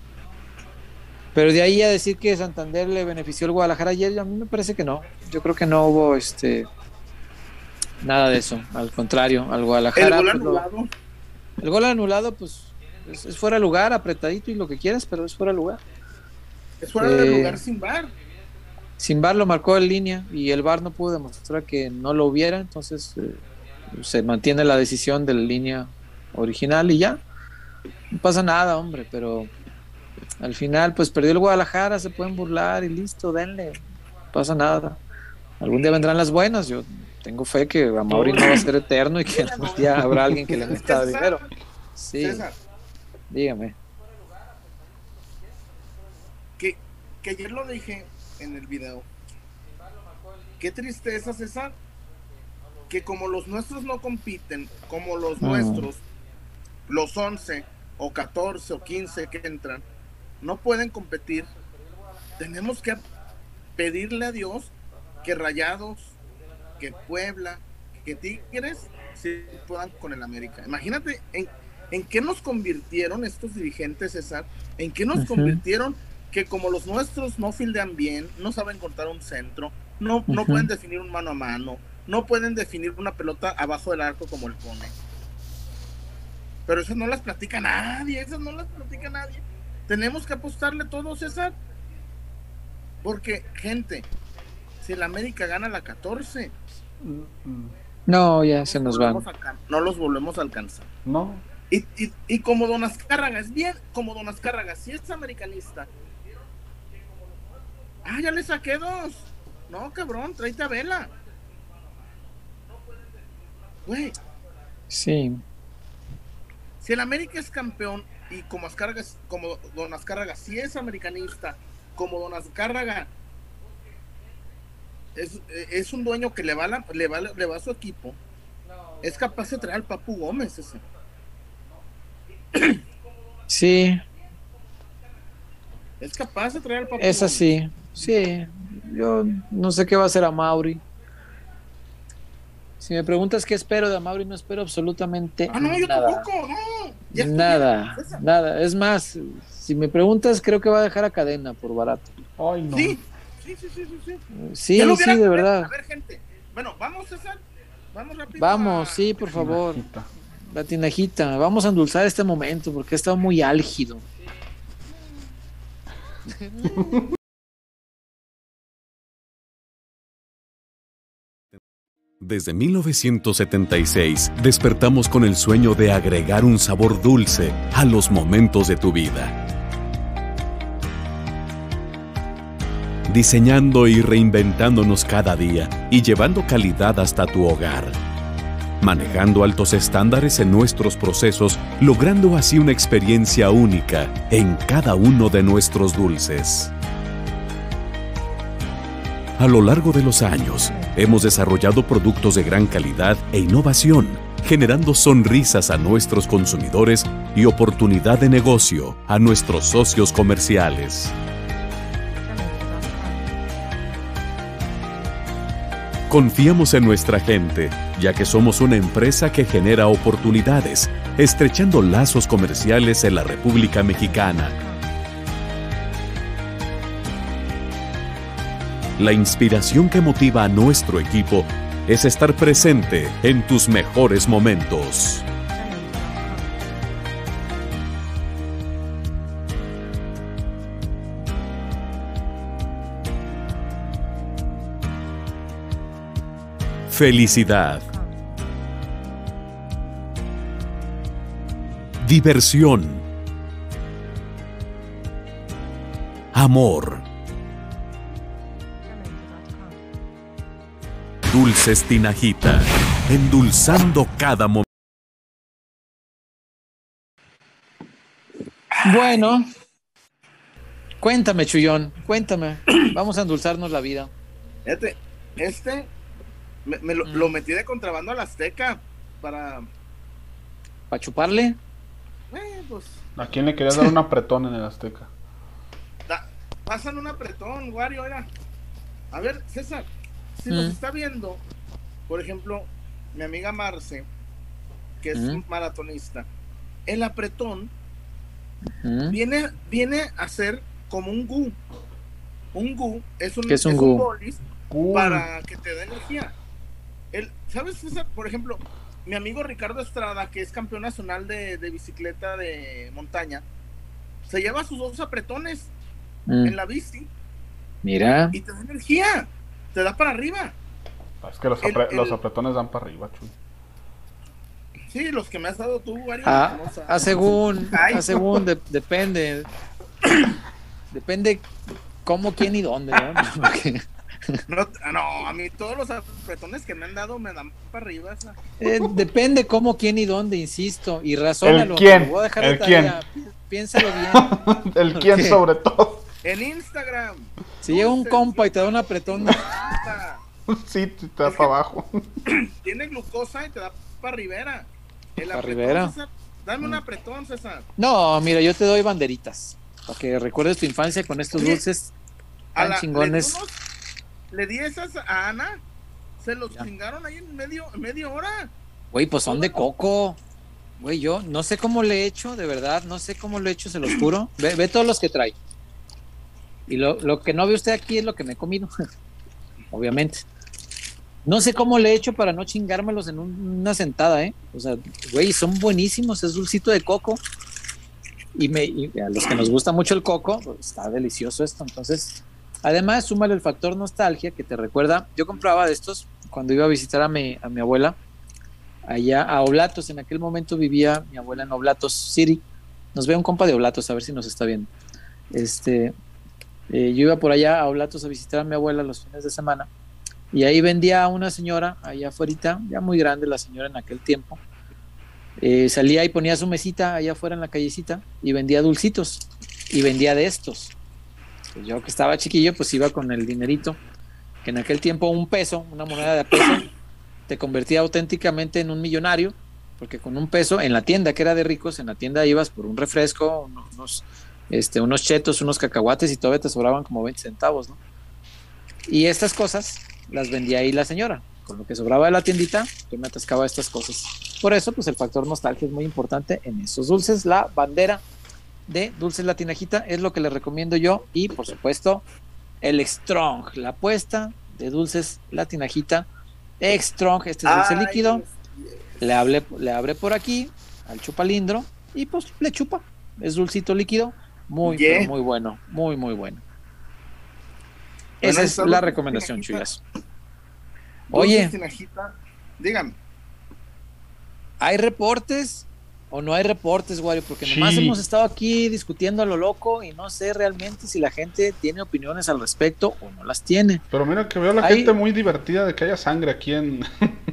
Pero de ahí a decir que Santander le benefició el Guadalajara ayer, a mí me parece que no. Yo creo que no hubo este nada de eso. Al contrario, al El Guadalajara. gol pues, lo- anulado. el gol anulado, pues es, es fuera de lugar, apretadito y lo que quieras, pero es fuera de lugar. Es fuera de Eh, lugar sin bar. Sin V A R lo marcó en línea y el V A R no pudo demostrar que no lo hubiera, entonces eh, se mantiene la decisión de la línea original y ya. No pasa nada, hombre, pero Al final, pues perdió el Guadalajara, se pueden burlar y listo, denle, no pasa nada. Algún día vendrán las buenas, yo tengo fe que Amaury no va a ser eterno y que algún día habrá alguien que le meta dinero. Sí, César, dígame. que, que ayer lo dije en el video. Qué tristeza, César, que como los nuestros no compiten, como los Mm. nuestros, los once o catorce o quince que entran, no pueden competir. Tenemos que pedirle a Dios que Rayados, que Puebla, que Tigres se puedan con el América. Imagínate en, en qué nos convirtieron estos dirigentes, César, en qué nos Ujú. convirtieron que como los nuestros no fildean bien, no saben cortar un centro, no, no Ujú. pueden definir un mano a mano, no pueden definir una pelota abajo del arco como el Cone. Pero esas no las platica nadie, esas no las platica nadie. Tenemos que apostarle todo, César. Porque, gente, si el América gana la catorce, No, ya se nos van. volvemos a alcan- no los volvemos a alcanzar. No, Y, y, y como Don Azcárraga es bien, como Don Azcárraga, si es americanista. Ah, ya le saqué dos. No, cabrón, tráete a Vela. Güey, Sí, si el América es campeón y como Azcárraga, es- como Don Azcárraga, si es americanista, como Don Azcárraga es, es un dueño que le va, la- le, va, le va a su equipo, es capaz de traer al Papu Gómez ese. sí, Es capaz de traer al Papu es Gómez. así. Sí, yo no sé qué va a hacer Amaury. Si me preguntas qué espero de Amaury, no espero absolutamente Ah, no, yo nada. tampoco, no. Ya estoy Nada, bien, César. nada. Es más, si me preguntas, creo que va a dejar a Cadena por barato. ay no. Sí, sí, sí, sí, sí, sí. Sí, Ya lo sí, hubiera- de a ver, verdad. A ver, gente. Bueno, vamos, César. Vamos rápido. Vamos, a- sí, por favor. Tinajita. La tinajita. Vamos a endulzar este momento porque ha estado muy álgido. Desde mil novecientos setenta y seis despertamos con el sueño de agregar un sabor dulce a los momentos de tu vida. Diseñando y reinventándonos cada día y llevando calidad hasta tu hogar. Manejando altos estándares en nuestros procesos, logrando así una experiencia única en cada uno de nuestros dulces. A lo largo de los años, hemos desarrollado productos de gran calidad e innovación, generando sonrisas a nuestros consumidores y oportunidad de negocio a nuestros socios comerciales. Confiamos en nuestra gente, ya que somos una empresa que genera oportunidades, estrechando lazos comerciales en la República Mexicana. La inspiración que motiva a nuestro equipo es estar presente en tus mejores momentos. Felicidad. Diversión. Amor. Dulces Tinajita, endulzando cada momento. Bueno, cuéntame, Chullón, cuéntame. Vamos a endulzarnos la vida. Fíjate, este me, me lo, Mm. lo metí de contrabando a la Azteca para. ¿Para chuparle? Eh, pues. ¿A quién le querías dar un apretón en el Azteca? Da, pasan un apretón, Wario, era. A ver, César, si Mm. nos está viendo, por ejemplo, mi amiga Marce, que es Mm. un maratonista, el apretón ¿Mm? viene, viene a ser como un gu. Un gu es un, ¿Qué es un gu? bolis Uy, para que te dé energía. El, ¿Sabes, César? Por ejemplo, mi amigo Ricardo Estrada, que es campeón nacional de, de bicicleta de montaña, se lleva sus dos apretones Mm. en la bici Mira, y te da energía, te da para arriba. es que los, el- apre- el- los apretones dan para arriba, Chuy. Sí, los que me has dado tú, Wario. a, no sabes. a según, Ay. a según, de- depende. Depende cómo, quién y dónde, ¿no? Porque... No, no, a mí todos los apretones que me han dado me dan para arriba. Esa. Eh, depende cómo, quién y dónde, insisto. Y razónalo. ¿El quién? Voy a dejar ¿El de tarea. Piénsalo bien. El quién ¿Qué? sobre todo. En Instagram. Si llega un compa y te da un apretón, Sí, te da para abajo. Tiene glucosa y te da para ribera. El Pa' apretón, ribera. César, dame un apretón, César. no, mira, yo te doy banderitas para que recuerdes tu infancia con estos Oye, dulces A tan la- chingones. Le di, unos- le di esas a Ana. Se los chingaron ahí en medio, media hora. Güey, pues son de coco. Güey, yo no sé cómo le he hecho, de verdad, no sé cómo le he hecho, se los juro. Ve, ve todos los que trae. Y lo, lo que no ve usted aquí es lo que me he comido, obviamente. No sé cómo le he hecho para no chingármelos en un- una sentada, ¿eh? O sea, güey, son buenísimos, es dulcito de coco. Y, me, y a los que nos gusta mucho el coco, pues, está delicioso esto. Entonces, además, súmale el factor nostalgia que te recuerda. Yo compraba de estos cuando iba a visitar a mi, a mi abuela allá a Oblatos. En aquel momento vivía mi abuela en Oblatos City. Nos ve un compa de Oblatos, a ver si nos está viendo. Este, eh, yo iba por allá a Oblatos a visitar a mi abuela los fines de semana y ahí vendía a una señora allá afuera, ya muy grande la señora en aquel tiempo. Eh, salía y ponía su mesita allá afuera en la callecita y vendía dulcitos y vendía de estos. Pues yo que estaba chiquillo, pues iba con el dinerito, que en aquel tiempo un peso, una moneda de a peso, te convertía auténticamente en un millonario, porque con un peso en la tienda, que era de ricos, en la tienda ibas por un refresco, unos, este, unos chetos, unos cacahuates y todavía te sobraban como veinte centavos, ¿no? Y estas cosas las vendía ahí la señora. Con lo que sobraba de la tiendita, yo me atascaba estas cosas. Por eso, pues el factor nostalgia es muy importante en esos dulces. La bandera de Dulces La Tinajita es lo que les recomiendo yo. Y, por supuesto, el Strong, la apuesta de Dulces La Tinajita. Strong, este es dulce Ay, líquido. Le, hablé, le abre por aquí al chupalindro y pues le chupa. Es dulcito líquido. Muy, Yeah. pero muy bueno. Muy, muy bueno. Bueno, Esa es está la Dulces recomendación, Tinajita. chuyazo. Oye. Dulces Tinajita. Dígame. ¿Hay reportes o no hay reportes, Wario? Porque nomás Sí. hemos estado aquí discutiendo a lo loco y no sé realmente si la gente tiene opiniones al respecto o no las tiene. Pero mira que veo a la Hay- gente muy divertida de que haya sangre aquí en,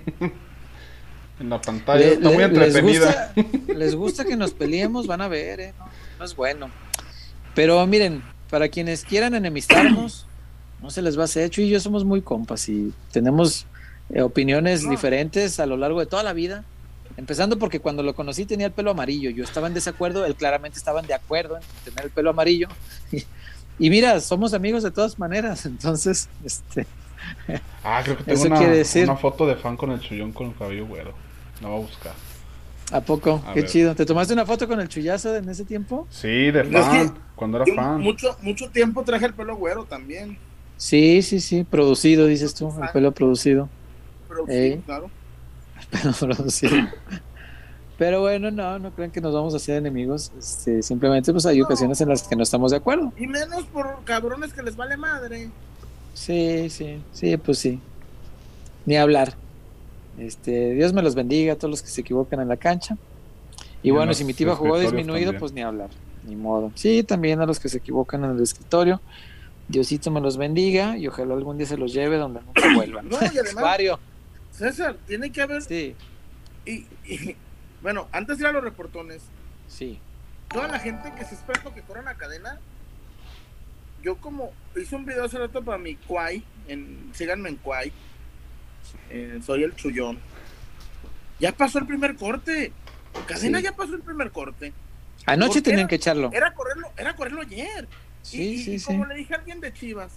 en la pantalla. Le- Está muy le- les, entretenida. gusta, les gusta que nos peleemos, van a ver, ¿eh? No, no es bueno. Pero miren, para quienes quieran enemistarnos, no se les va a hacer. Chuy y yo somos muy compas y tenemos eh, opiniones No. diferentes a lo largo de toda la vida. Empezando porque cuando lo conocí tenía el pelo amarillo. Yo estaba en desacuerdo, él claramente estaba de acuerdo en tener el pelo amarillo. Y, y mira, somos amigos de todas maneras. Entonces, este, Ah, creo que tengo Eso una, quiere decir- una foto de fan con el chullón con el cabello güero. La voy a buscar. ¿a poco? A Qué ver. chido. ¿Te tomaste una foto con el chullazo en ese tiempo? Sí, de No, es fan. que Cuando era Yo fan. mucho, mucho tiempo traje el pelo güero también. Sí, sí, sí. Producido, dices tú. El pelo producido. Pero Ey. sí, claro. Pelo producido. Pero bueno, no, no crean que nos vamos a hacer enemigos. Este, simplemente pues hay ocasiones en las que no estamos de acuerdo. Y menos por cabrones que les vale madre. Sí, sí, sí, pues sí. Ni hablar. Este, Dios me los bendiga a todos los que se equivocan en la cancha. Y Y en bueno, los si mi tiba jugó escritorios disminuido, también. pues ni hablar. Ni modo. Sí, también a los que se equivocan en el escritorio. Diosito me los bendiga y ojalá algún día se los lleve donde nunca vuelvan. No, y además- Wario. César, tiene que haber. Sí, Y, y- bueno, antes de ir a los reportones, sí. toda la gente que se espera que corran la cadena, yo como hice un video hace rato para mi Kwai, en, síganme en Kwai, eh, soy el chullón. Ya pasó el primer corte. Cadena Sí. ya pasó el primer corte. Anoche ¿Por qué tenían era- que echarlo. Era correrlo, era correrlo ayer. Sí, y, y- sí, y sí. como le dije a alguien de Chivas,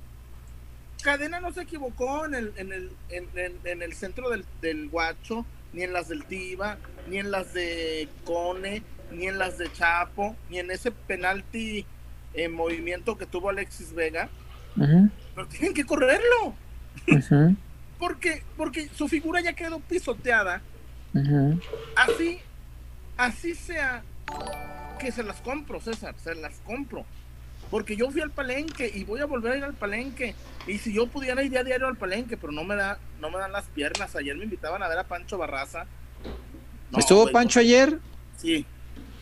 Cadena no se equivocó en el, en el, en, en- en el centro del, del Guacho, ni en las del Tiva, ni en las de Cone, ni en las de Chapo, ni en ese penalti en movimiento que tuvo Alexis Vega. Ujú, Pero tienen que correrlo, ujú, porque, porque su figura ya quedó pisoteada. ujú. Así, así sea que se las compro, César, se las compro. Porque yo fui al Palenque y voy a volver a ir al Palenque. Y si yo pudiera ir a diario al Palenque, pero no me da, no me dan las piernas. Ayer me invitaban a ver a Pancho Barraza. No, ¿Estuvo güey, Pancho ayer? Sí.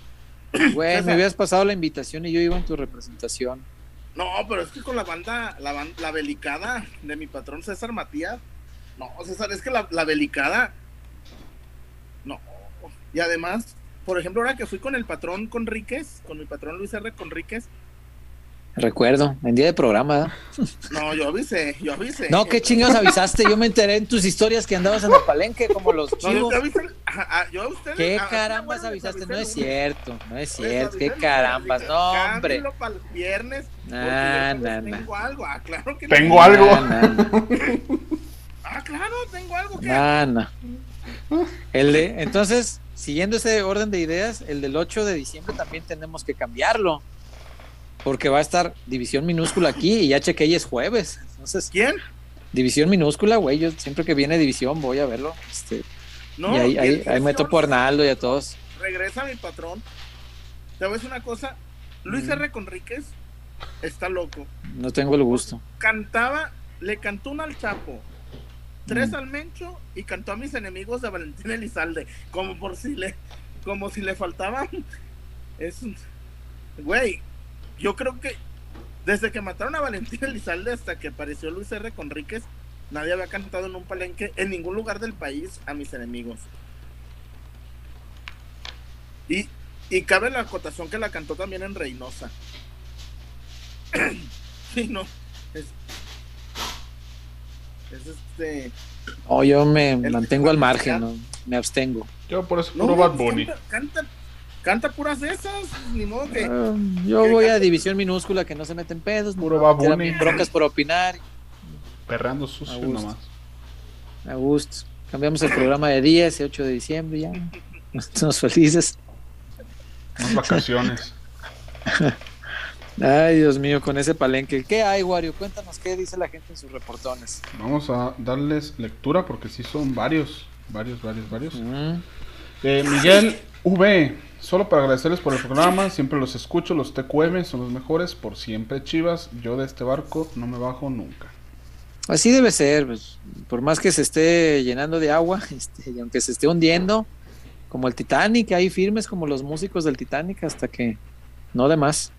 Güey, me César. habías pasado la invitación y yo iba en tu representación. No, pero es que con la banda, la, ban- la belicada de mi patrón César Matías. No, César, es que la, la belicada. No. Y además, por ejemplo, ahora que fui con el patrón Conríquez, con mi patrón Luis R. Conríquez. Recuerdo, en día de programa, ¿verdad? No, yo avisé, yo avisé. No, qué chingados avisaste. Yo me enteré en tus historias que andabas en el palenque como los No, yo chivos. te avisé. Ajá, ah, yo a ustedes. ¿Qué a- a- carambas bueno, les avisaste? avisé No el es lunes. cierto, no es Les cierto. avisé ¿Qué el lunes, carambas? dije, No, hombre. cámbienlo para el viernes. porque Nah, yo nah, tengo nah. algo. Ah, claro que Tengo no. algo. Nah, nah, Ah, claro, tengo algo que. nah, nah. El de, entonces, siguiendo ese orden de ideas, el del ocho de diciembre también tenemos que cambiarlo. Porque va a estar división minúscula aquí y ya chequé y es jueves. Entonces, ¿Quién? división minúscula, güey. Yo siempre que viene división voy a verlo. Este, No, y ahí, y ahí, el ahí me topo a Arnaldo y a todos. Regresa mi patrón. Te voy a decir una cosa. Luis Mm. R. Conríquez está loco. No tengo el gusto. Cantaba, le cantó una al Chapo, tres Mm. al Mencho y cantó a mis enemigos de Valentín Elizalde. Como por si le, como si le faltaba. Es un- güey, yo creo que desde que mataron a Valentín Elizalde hasta que apareció Luis R. Conríquez, nadie había cantado en un palenque en ningún lugar del país a mis enemigos. Y, y cabe la acotación que la cantó también en Reynosa. Sí, no. Es, es este. No, yo me El- mantengo al margen, ¿no? Me abstengo. Yo por eso No, puro Bad Bunny. Canta, canta, canta puras de esas, ni modo que. Ah, yo que voy a cante- división minúscula que no se meten pedos. Puro no Bad me tiran Bunny. broncas por opinar. Perreando A sucio gusto. nomás. A gusto. Cambiamos el programa de día, ese ocho de diciembre ya. Estamos felices. Unas vacaciones. Ay, Dios mío, con ese palenque. ¿Qué hay, Wario? Cuéntanos qué dice la gente en sus reportones. Vamos a darles lectura porque sí son varios. Varios, varios, varios. Mm. Eh, Miguel V, solo para agradecerles por el programa, siempre los escucho, los T Q M son los mejores, por siempre Chivas, yo de este barco no me bajo nunca. Así debe ser, pues, por más que se esté llenando de agua, este, y aunque se esté hundiendo, como el Titanic, ahí firmes como los músicos del Titanic, hasta que no de más.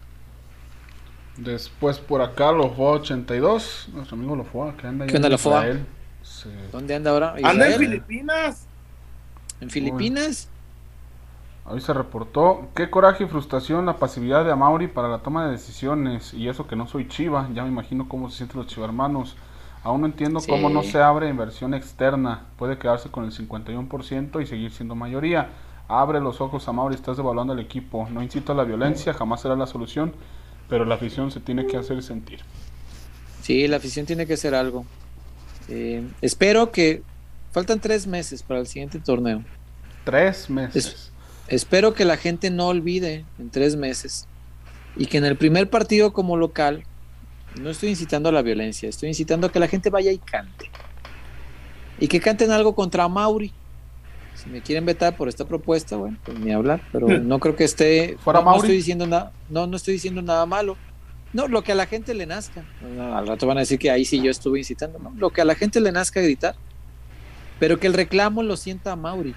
Después por acá Lofoa ochenta y dos, nuestro amigo Lofoa, que anda ahí ¿Qué onda, en Lofoa? Israel. Se- ¿Dónde anda ahora? Anda en ¿Israel? Filipinas. ¿En Filipinas? Hoy se reportó, qué coraje y frustración la pasividad de Amauri para la toma de decisiones, y eso que no soy Chiva, ya me imagino cómo se sienten los chivarmanos. Aún no entiendo Sí. cómo no se abre inversión externa, puede quedarse con el cincuenta y uno por ciento y seguir siendo mayoría. Abre los ojos, Amauri, estás devaluando al equipo, no incito a la violencia, jamás será la solución, pero la afición se tiene que hacer sentir. Sí, la afición tiene que hacer algo. Eh, espero que... Faltan tres meses para el siguiente torneo. Tres meses. Espero que la gente no olvide en tres meses y que en el primer partido como local, no estoy incitando a la violencia, estoy incitando a que la gente vaya y cante. Y que canten algo contra Mauri. Si me quieren vetar por esta propuesta, bueno, pues ni hablar, pero no creo que esté... ¿Fuera no, no Mauri? estoy diciendo nada, no, no estoy diciendo nada malo. No, lo que a la gente le nazca. No, al rato van a decir que ahí sí yo estuve incitando, no, lo que a la gente le nazca gritar. Pero que el reclamo lo sienta a Mauri.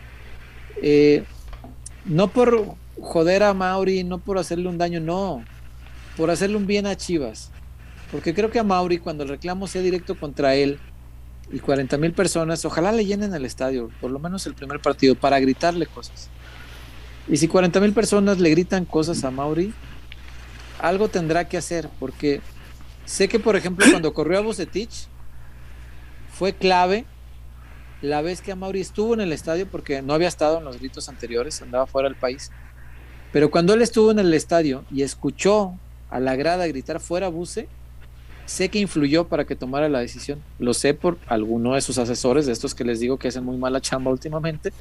Eh, no por joder a Mauri, no por hacerle un daño, no, por hacerle un bien a Chivas. Porque creo que a Mauri, cuando el reclamo sea directo contra él y cuarenta mil personas, ojalá le llenen el estadio, por lo menos el primer partido, para gritarle cosas. Y si cuarenta mil personas le gritan cosas a Mauri, algo tendrá que hacer, porque sé que, por ejemplo, cuando corrió a Vucetich, fue clave la vez que Amauri estuvo en el estadio, porque no había estado en los gritos anteriores, andaba fuera del país, pero cuando él estuvo en el estadio y escuchó a la grada gritar fuera Buce, sé que influyó para que tomara la decisión. Lo sé por alguno de sus asesores, de estos que les digo que hacen muy mala chamba últimamente,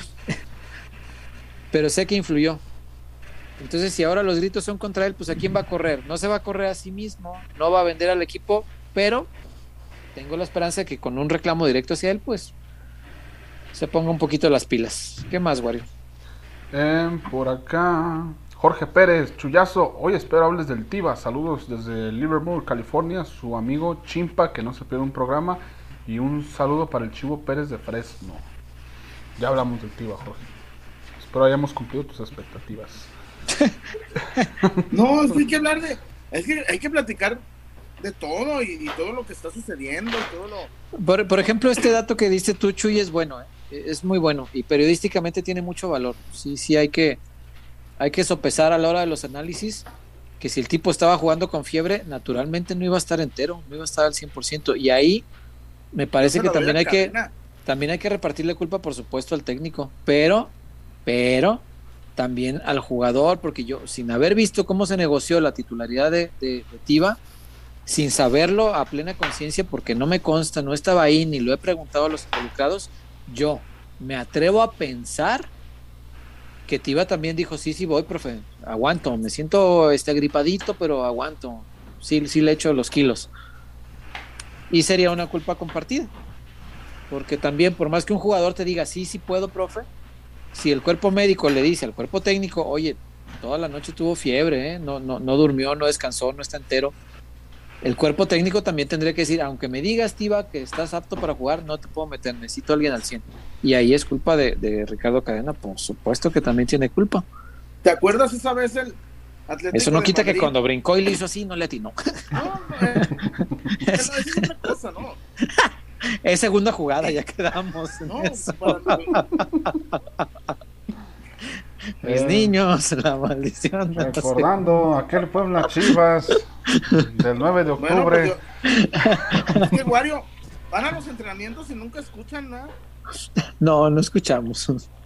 pero sé que influyó. Entonces, si ahora los gritos son contra él, pues ¿a quién va a correr? No se va a correr a sí mismo, no va a vender al equipo, pero tengo la esperanza de que con un reclamo directo hacia él, pues se ponga un poquito las pilas. ¿Qué más, Wario? Eh, por acá, Jorge Pérez, Chuyazo, hoy espero hables del Tiva, saludos desde Livermore, California, su amigo Chimpa, que no se pierde un programa, y un saludo para el Chivo Pérez de Fresno. Ya hablamos del Tiva, Jorge. Espero hayamos cumplido tus expectativas. No, es que hay que hablar de, es que hay que platicar de todo y, y todo lo que está sucediendo, y todo lo... Por, por ejemplo, este dato que diste tú, Chuy, es bueno, ¿eh? Es muy bueno y periodísticamente tiene mucho valor. Sí, sí, hay que, hay que sopesar a la hora de los análisis que si el tipo estaba jugando con fiebre, naturalmente no iba a estar entero, no iba a estar al cien por ciento. Y ahí me parece No se que lo también doy a hay que, Cadena. también hay que repartirle culpa, por supuesto, al técnico, pero, pero también al jugador, porque yo, sin haber visto cómo se negoció la titularidad de, de, de Tiva, sin saberlo a plena conciencia, porque no me consta, no estaba ahí, ni lo he preguntado a los involucrados, yo me atrevo a pensar que Tiva también dijo, sí, sí voy, profe, aguanto, me siento este agripadito, pero aguanto, sí, sí le echo los kilos. Y sería una culpa compartida, porque también, por más que un jugador te diga, sí, sí puedo, profe, si el cuerpo médico le dice al cuerpo técnico, oye, toda la noche tuvo fiebre, ¿eh? no, no, no durmió, no descansó, no está entero, el cuerpo técnico también tendría que decir, aunque me digas, Tiva, que estás apto para jugar, no te puedo meter, necesito a alguien al cien. Y ahí es culpa de, de Ricardo Cadena, por supuesto que también tiene culpa. ¿Te acuerdas esa vez el Atlético Eso no de quita Madrid? que cuando brincó y le hizo así, no le atinó. No, no, eh, es, es otra cosa, ¿no? Es segunda jugada, ya quedamos en No, eso. para mí, Mis Eh, niños, la maldición. de la Recordando aquel Puebla Chivas del nueve de bueno, octubre. pues yo- es que Wario, van a los entrenamientos y nunca escuchan nada. No, no escuchamos.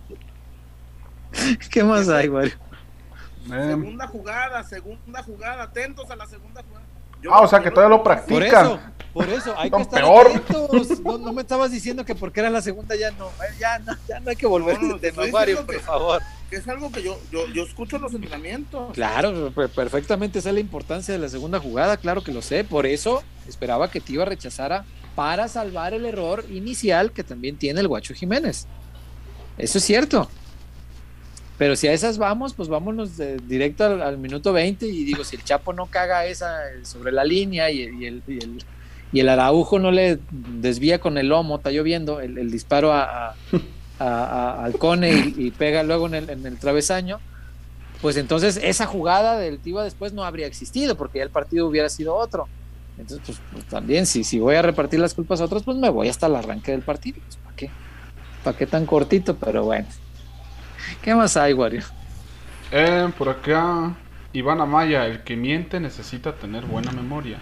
¿Qué más hay, güey? Eh, Segunda jugada, segunda jugada, atentos a la segunda jugada. Yo ah, no- o sea que yo todavía no- lo Por practican. eso, por eso, hay que Son estar peor. atentos. No, no me estabas diciendo que porque era la segunda ya no. Eh, Ya no, ya no hay que volver No, no, de te estoy Mario, diciendo por que- favor. Que es algo que yo, yo, yo escucho en los entrenamientos. Claro, per- perfectamente sé la importancia de la segunda jugada, claro que lo sé. Por eso esperaba que Tiva rechazara para salvar el error inicial que también tiene el Guacho Jiménez. Eso es cierto. Pero si a esas vamos, pues vámonos de- directo al, al minuto veinte y digo, si el Chapo no caga esa eh, sobre la línea y, y el, y, el, y el Araujo no le desvía con el lomo, está lloviendo, el, el disparo a, a, a, a- al Cone y, y pega luego en el, en el travesaño, pues entonces esa jugada del Tiva después no habría existido porque ya el partido hubiera sido otro. Entonces, pues, pues, también, si, si voy a repartir las culpas a otros, pues me voy hasta el arranque del partido. Pues, ¿para qué? ¿Para qué tan cortito? Pero bueno. ¿Qué más hay, Wario? Eh, por acá, Iván Amaya, el que miente necesita tener buena memoria.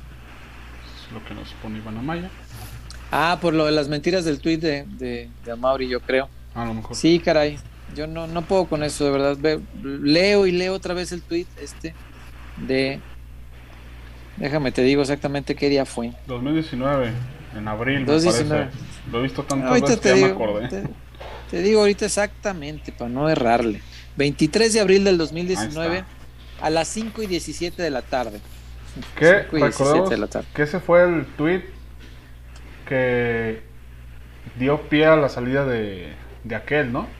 Es lo que nos pone Iván Amaya. Ah, por lo de las mentiras del tuit de, de, de Amaury, yo creo. A lo mejor. Sí, caray. Yo no, no puedo con eso, de verdad. Ve- leo y leo otra vez el tuit este de... Déjame, te digo exactamente qué día fue. dos mil diecinueve, en abril, dos me diecinueve. parece. Lo he visto tantas Ahorita veces que te ya me digo, acordé. te, te digo ahorita exactamente, para no errarle. veintitrés de abril del dos mil diecinueve a las cinco y diecisiete de la tarde. Que cinco y diecisiete recordemos de la tarde. que ese fue el tweet que dio pie a la salida de, de aquel, ¿no?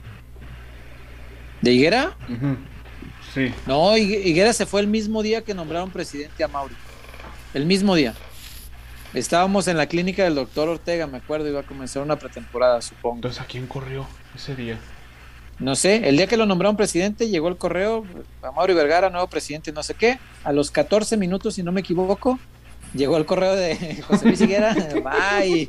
¿De Higuera? Ujú. Sí. No, Higue- Higuera se fue el mismo día que nombraron presidente a Mauri. El mismo día. Estábamos en la clínica del doctor Ortega, me acuerdo, iba a comenzar una pretemporada, supongo. Entonces, ¿a quién corrió ese día? No sé, el día que lo nombraron presidente llegó el correo, a Mauri Vergara, nuevo presidente, no sé qué. A los catorce minutos, si no me equivoco, llegó el correo de José Luis Higuera. Bye.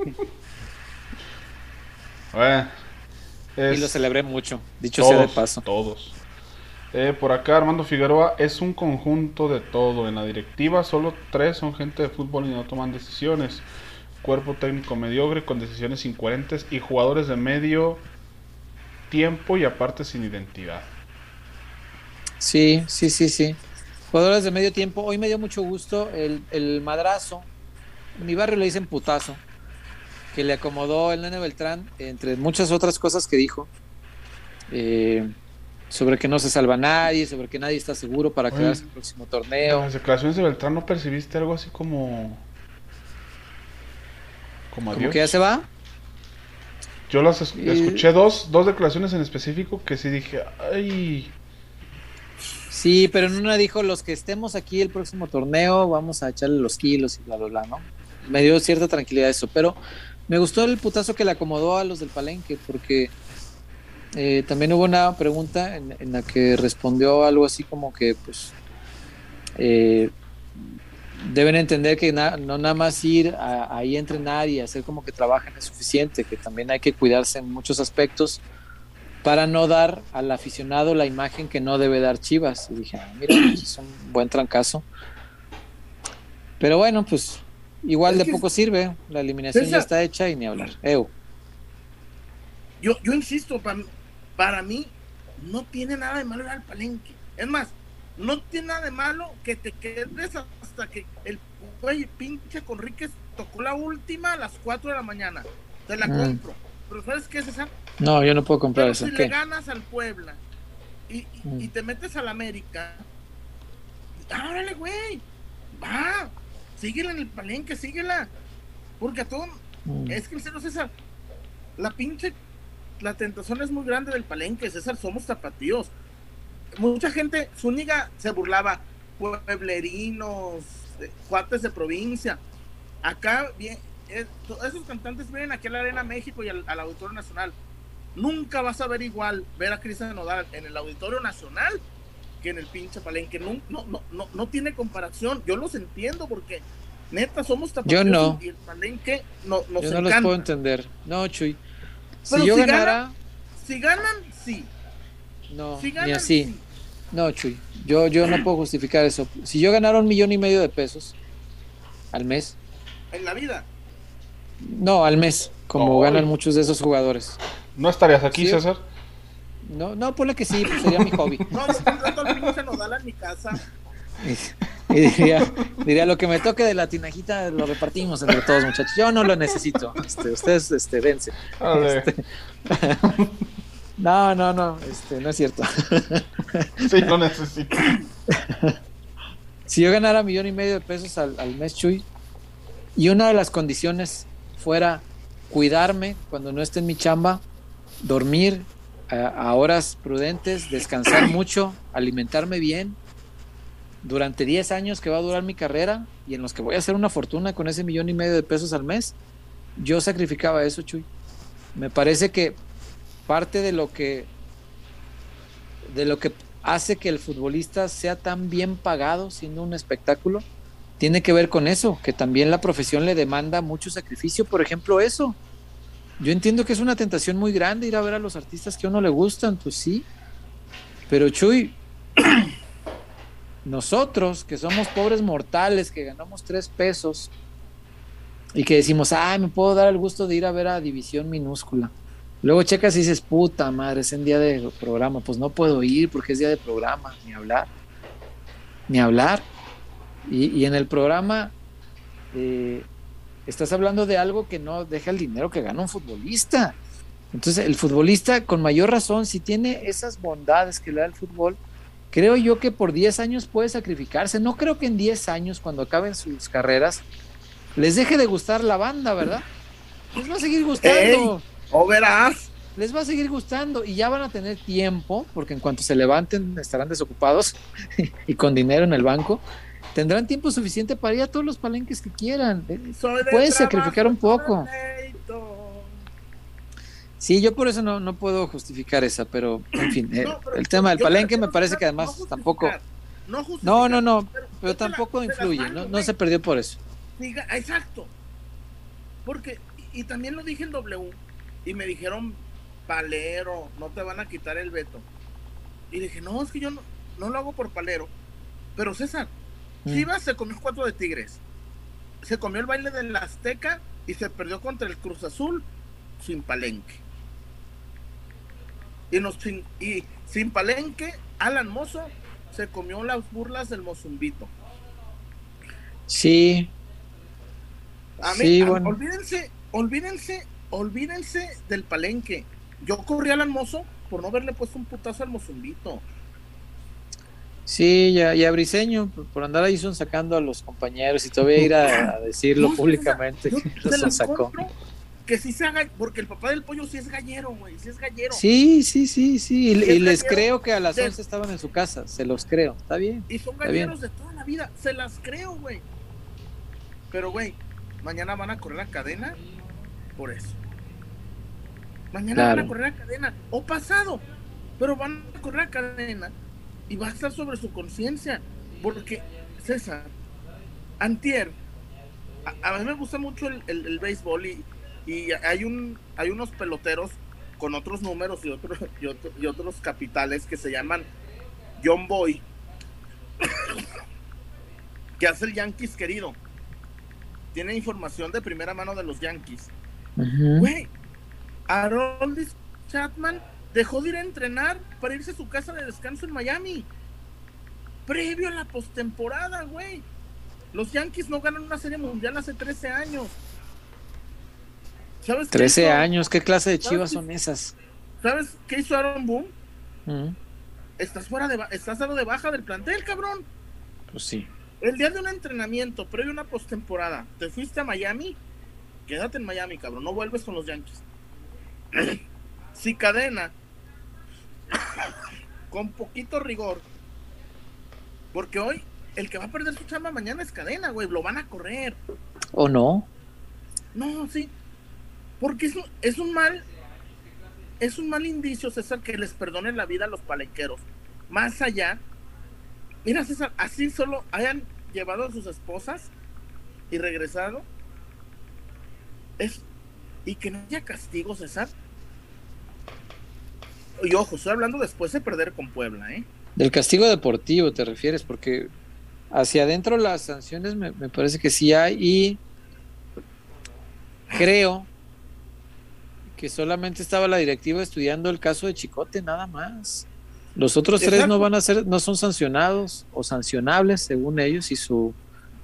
Bueno, Y es lo celebré mucho, dicho sea de todos, paso. todos. Eh, por acá, Armando Figueroa, es un conjunto de todo. En la directiva, solo tres son gente de fútbol y no toman decisiones. Cuerpo técnico mediocre con decisiones incoherentes y jugadores de medio tiempo y aparte sin identidad. Sí, sí, sí, sí. Jugadores de medio tiempo. Hoy me dio mucho gusto el, el madrazo. En mi barrio le dicen putazo. Que le acomodó el Nene Beltrán, entre muchas otras cosas que dijo. Eh, sobre que no se salva nadie, sobre que nadie está seguro para Oye, quedarse en el próximo En torneo. las declaraciones de Beltrán, ¿no percibiste algo así como... como Como adiós? que ya se va. Yo las es- Y- escuché dos, dos declaraciones en específico que sí dije, ay... Sí, pero en una dijo, los que estemos aquí el próximo torneo, vamos a echarle los kilos y bla, bla, bla, ¿no? Me dio cierta tranquilidad eso, pero me gustó el putazo que le acomodó a los del Palenque, porque eh, también hubo una pregunta en, en la que respondió algo así como que, pues, eh, deben entender que na- no nada más ir a- ahí a entrenar y hacer como que trabajan es suficiente, que también hay que cuidarse en muchos aspectos para no dar al aficionado la imagen que no debe dar Chivas. Y dije, ah, mira, pues es un buen trancazo. Pero bueno, pues igual Es de que- poco sirve, la eliminación ya César, está hecha y ni hablar. Eu. Yo, yo insisto, pa- para mí no tiene nada de malo ir al Palenque. Es más, no tiene nada de malo que te quedes hasta que el güey pinche Conríquez tocó la última a las cuatro de la mañana. Te la Mm. compro. Pero ¿sabes qué, César? No, yo no puedo comprar Pero eso. si ¿Qué? le ganas al Puebla y, y, Mm. y te metes al América, árale, güey, va, síguela en el Palenque, síguela. Porque a todo, Mm. es que en serio, César, la pinche, la tentación es muy grande del Palenque, César, somos tapatíos. Mucha gente, Zúñiga se burlaba, pueblerinos, eh, cuates de provincia. Acá, bien, eh, esos cantantes vienen aquí a la Arena México y al, al Auditorio Nacional. Nunca vas a ver igual ver a Cristian Nodal en el Auditorio Nacional que en el pinche Palenque. No, no, no, no, no tiene comparación. Yo los entiendo porque neta somos tapatíos. Yo no. Y el Palenque no, nos Yo no los encanta. puedo entender. No, Chuy. Si Pero yo si ganara, ganan, si ganan, sí. no, Si ni ganan, así. sí. No, Chuy. Yo, yo no puedo justificar eso. Si yo ganara un millón y medio de pesos al mes, En la vida. no, al mes, como Ay. ganan muchos de esos jugadores. ¿No estarías aquí, Sí. César? No, no, ponle que sí, pues sería mi hobby. No, yo contrato al pinche Nodal en mi casa. Y diría, diría, lo que me toque de la tinajita lo repartimos entre todos, muchachos. Yo no lo necesito. Este, ustedes, este, dense. Dale. Este, no, no, no, este, no es cierto. Sí, lo necesito. Si yo ganara millón y medio de pesos al, al mes, Chuy, y una de las condiciones fuera cuidarme cuando no esté en mi chamba, dormir a, a horas prudentes, descansar mucho, alimentarme bien, durante diez años que va a durar mi carrera y en los que voy a hacer una fortuna con ese millón y medio de pesos al mes, yo sacrificaba eso, Chuy. Me parece que parte de lo que de lo que hace que el futbolista sea tan bien pagado siendo un espectáculo tiene que ver con eso, que también la profesión le demanda mucho sacrificio. Por ejemplo, eso. Yo entiendo que es una tentación muy grande ir a ver a los artistas que a uno le gustan, pues sí. Pero Chuy, nosotros que somos pobres mortales, que ganamos tres pesos y que decimos, ah, me puedo dar el gusto de ir a ver a División Minúscula. Luego checas y dices, puta madre, es en día de programa. Pues no puedo ir porque es día de programa, ni hablar. Ni hablar. Y, y en el programa eh, estás hablando de algo que no deja el dinero que gana un futbolista. Entonces el futbolista con mayor razón, si tiene esas bondades que le da el fútbol, creo yo que por diez años puede sacrificarse. No creo que en diez años, cuando acaben sus carreras, les deje de gustar la banda, ¿verdad? Les va a seguir gustando. Ey, o verás. Les va a seguir gustando y ya van a tener tiempo, porque en cuanto se levanten estarán desocupados y con dinero en el banco. Tendrán tiempo suficiente para ir a todos los palenques que quieran. Soy de Puedes sacrificar un trabajo, poco. pleito. Sí, yo por eso no, no puedo justificar esa, pero en fin, eh, No, pero el tema del yo- palenque yo- me parece que no además justificar, tampoco... No, No, justificar, no, no, pero, pero yo te la- tampoco te la influye, mando, no, no güey. se perdió por eso. Diga- exacto. Porque, y, y también lo dije en W, y me dijeron, palero, no te van a quitar el veto. Y dije, no, es que yo no, no lo hago por palero. Pero César, Mm. Chivas se comió cuatro de Tigres. Se comió el baile del Azteca y se perdió contra el Cruz Azul sin palenque. Y, nos, sin, y sin palenque, Alan Mozo se comió las burlas del Mozumbito. Sí, A mí, Sí, a- bueno. olvídense, olvídense, olvídense del palenque. Yo corrí al Mozo por no haberle puesto un putazo al Mozumbito. sí, ya, ya Briseño, por, por andar ahí son sacando a los compañeros y todavía ir a, a decirlo No, públicamente yo que se los las sacó. compro que sí se haga, porque el papá del pollo sí es gallero, güey, sí es gallero. Sí, sí, sí, sí, y, Sí, y es les gallero creo que a las de- once estaban en su casa, se los creo, está bien. Y son Está bien. galleros de toda la vida, se las creo, güey. Pero, güey, mañana van a correr la cadena por eso. Mañana Claro. van a correr a Cadena, o pasado, pero van a correr a Cadena y va a estar sobre su conciencia. Porque, César, antier, a, a mí me gusta mucho el, el, el béisbol y, y hay, un, hay unos peloteros con otros números y, otros y, otro, y otros capitales que se llaman John Boy, que hace el Yankees querido. Tiene información de primera mano de los Yankees. Güey, uh-huh. Aroldis Chapman dejó de ir a entrenar para irse a su casa de descanso en Miami. Previo a la postemporada, güey. Los Yankees no ganan una serie mundial hace trece años. ¿Sabes trece qué años, ¿qué clase de chivas son esas? ¿Sabes qué hizo Aaron Boone? Uh-huh. Estás fuera de estás dado de baja del plantel, cabrón. Pues sí. El día de un entrenamiento, previo a una postemporada, te fuiste a Miami, quédate en Miami, cabrón, no vuelves con los Yankees. Si Cadena, con poquito rigor, porque hoy el que va a perder su chamba mañana es Cadena, güey, lo van a correr. ¿O no? No, sí, porque es un, es un mal, es un mal indicio, César, que les perdonen la vida a los palenqueros. Más allá, mira, César, así solo hayan llevado a sus esposas y regresado, es, y que no haya castigo, César. Y ojo, estoy hablando después de perder con Puebla, ¿eh? Del castigo deportivo te refieres, porque hacia adentro las sanciones me, me parece que sí hay, y creo que solamente estaba la directiva estudiando el caso de Chicote, nada más. Los otros tres Exacto. no van a ser, no son sancionados o sancionables según ellos y su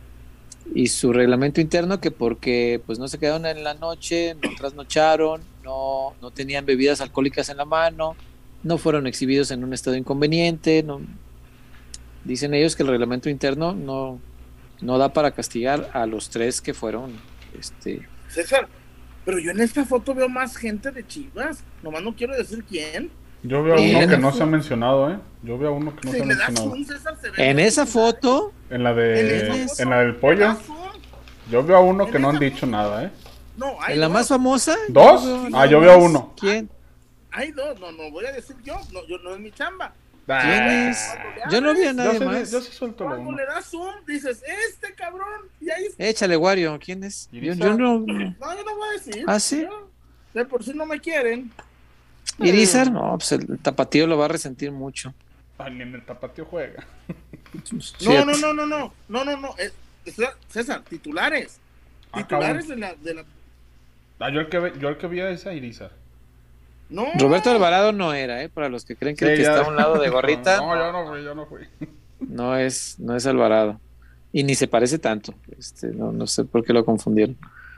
y su reglamento interno, que porque pues no se quedaron en la noche, no trasnocharon, no, no tenían bebidas alcohólicas en la mano, no fueron exhibidos en un estado inconveniente, no, dicen ellos que el reglamento interno no, no da para castigar a los tres que fueron este César, pero yo en esta foto veo más gente de Chivas, nomás no quiero decir quién. Yo veo a uno en que no se ha mencionado, ¿eh? Yo veo a uno que no se ha mencionado. Un César, se en esa foto, en la de en, en la del pollo, yo veo a uno que no han dicho nada, ¿eh? No, hay ¿en la dos. más famosa? ¿Dos? No, ah, yo veo a uno. ¿Quién? Hay dos, no, no voy a decir yo, no, yo no es mi chamba. ¿Quién es? Yo no vi a nadie yo más. Sí, yo sí suelto la Cuando le das zoom, dices, este cabrón, y ahí está. Échale, Wario, ¿quién es? Yo, yo no... no, yo no voy a decir. ¿Ah, sí? Yo, de por sí no me quieren. Irizar, no, pues el tapatío lo va a resentir mucho. Ay, ni en el tapatío juega. No, no, no, no, no, no, no, no, es, César, titulares. Titulares ah, de la, de la... Ah, yo el que, yo el que vi a esa Irizar. No. Roberto Alvarado no era, ¿eh? Para los que creen que sí, el que ya... está a un lado de gorrita. No, yo no fui, yo no fui. No es, no es Alvarado. Y ni se parece tanto. Este, no, no sé por qué lo confundieron.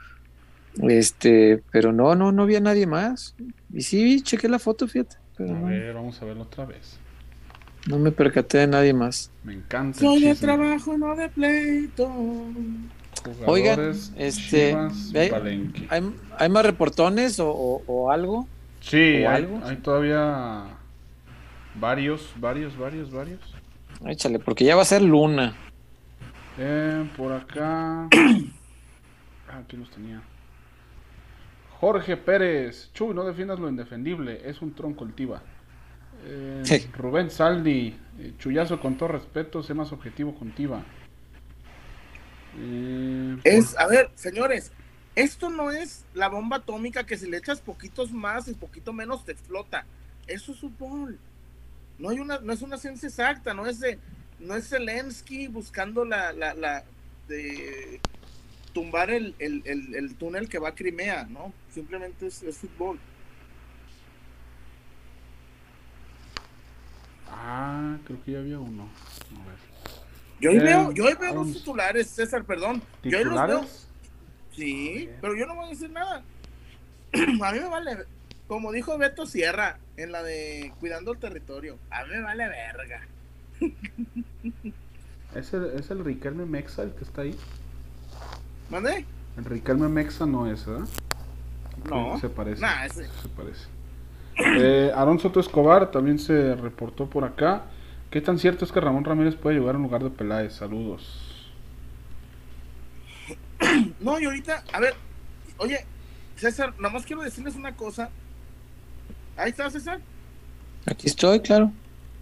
Este, pero no, no, no vi a nadie más. Y sí, chequé la foto, fíjate. Pero a no, ver, vamos a verlo otra vez. No me percaté de nadie más. Me encanta. Soy de trabajo, no de pleito. Oigan, este, ¿hay, hay, ¿hay más reportones o, o, o algo? Sí, hay, algo? hay todavía varios, varios, varios, varios. Échale, porque ya va a ser Luna. Eh, por acá. Ah, aquí los tenía. Jorge Pérez. Chuy, no defiendas lo indefendible. Es un tronco el Tiva. Eh, sí. Rubén Saldi. Eh, Chuyazo, con todo respeto, sé más objetivo con Tiva. Eh, es, por... A ver, señores. Esto no es la bomba atómica que si le echas poquitos más y poquito menos te explota. Eso es fútbol. No hay una, no es una ciencia exacta, no es de, no es Zelensky buscando la, la, la de tumbar el, el, el, el túnel que va a Crimea, ¿no? Simplemente es, es fútbol. Ah, creo que ya había uno. A ver. Yo hoy eh, veo, yo hoy veo dos titulares, César, perdón. ¿Titulares? Yo hoy los veo. Sí, pero yo no voy a decir nada. A mí me vale, como dijo Beto Sierra en la de Cuidando el Territorio, a mí me vale verga. ¿Es el, es el Riquelme Mexa el que está ahí? ¿Mande? El Riquelme Mexa no es, ¿verdad? No. Se parece. Nah, ese. Se parece. Eh, Aaron Soto Escobar también se reportó por acá. ¿Qué tan cierto es que Ramón Ramírez puede jugar en lugar de Peláez? Saludos. No, y ahorita, a ver, oye, César, nada más quiero decirles una cosa. Ahí está, César. Aquí estoy, claro.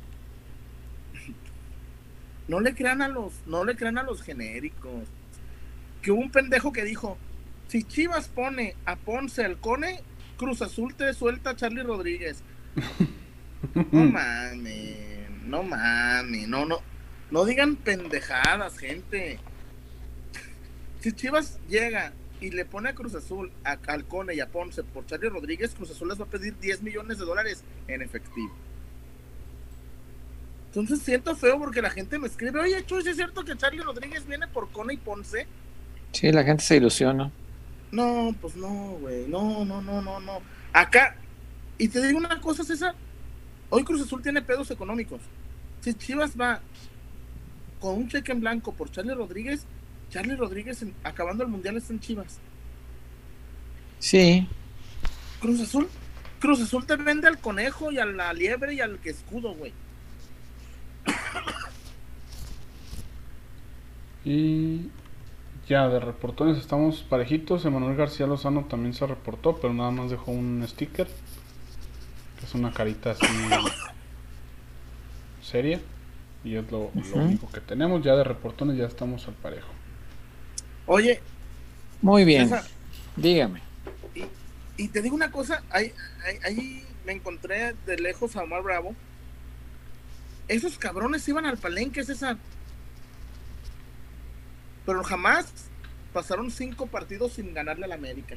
No le crean a los, no le crean a los genéricos. Que hubo un pendejo que dijo, si Chivas pone a Ponce al Cone, Cruz Azul te suelta a Charlie Rodríguez. No mames, no mames, no, no, no digan pendejadas, gente. Si Chivas llega y le pone a Cruz Azul, a Alcone y a Ponce por Charlie Rodríguez, Cruz Azul les va a pedir diez millones de dólares en efectivo. Entonces siento feo porque la gente me escribe, oye, Chuy, ¿sí es cierto que Charlie Rodríguez viene por Cone y Ponce? Sí, la gente se ilusiona. No, pues no, güey, no, no, no, no, no. Acá, y te digo una cosa, César, hoy Cruz Azul tiene pedos económicos. Si Chivas va con un cheque en blanco por Charlie Rodríguez, Charlie Rodríguez en, acabando el mundial está en Chivas. Sí. Cruz Azul, Cruz Azul te vende al conejo y a la liebre y al escudo, güey. Y ya de reportones estamos parejitos. Emanuel García Lozano también se reportó, pero nada más dejó un sticker, que es una carita así seria, y es lo, uh-huh. lo único que tenemos. Ya de reportones ya estamos al parejo. Oye, muy bien, César, dígame. Y, y te digo una cosa, ahí, ahí, ahí me encontré de lejos a Omar Bravo. Esos cabrones iban al Palenque, César, pero jamás pasaron cinco partidos sin ganarle a la América.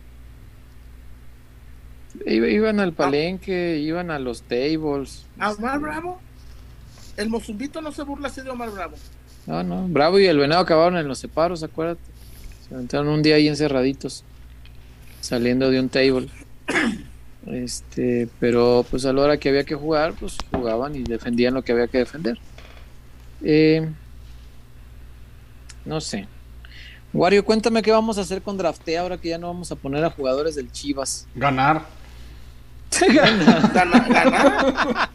Iban al Palenque, ah. iban a los tables. ¿A Omar Bravo? El Mozumbito no se burla así de Omar Bravo. No, no, Bravo y el Venado acabaron en los separos, acuérdate. Se aventaron un día ahí encerraditos, saliendo de un table. Este, pero pues a la hora que había que jugar, pues jugaban y defendían lo que había que defender. Eh, no sé. Wario, cuéntame qué vamos a hacer con Draftea ahora que ya no vamos a poner a jugadores del Chivas. Ganar. Ganar. Ganar. Ganar.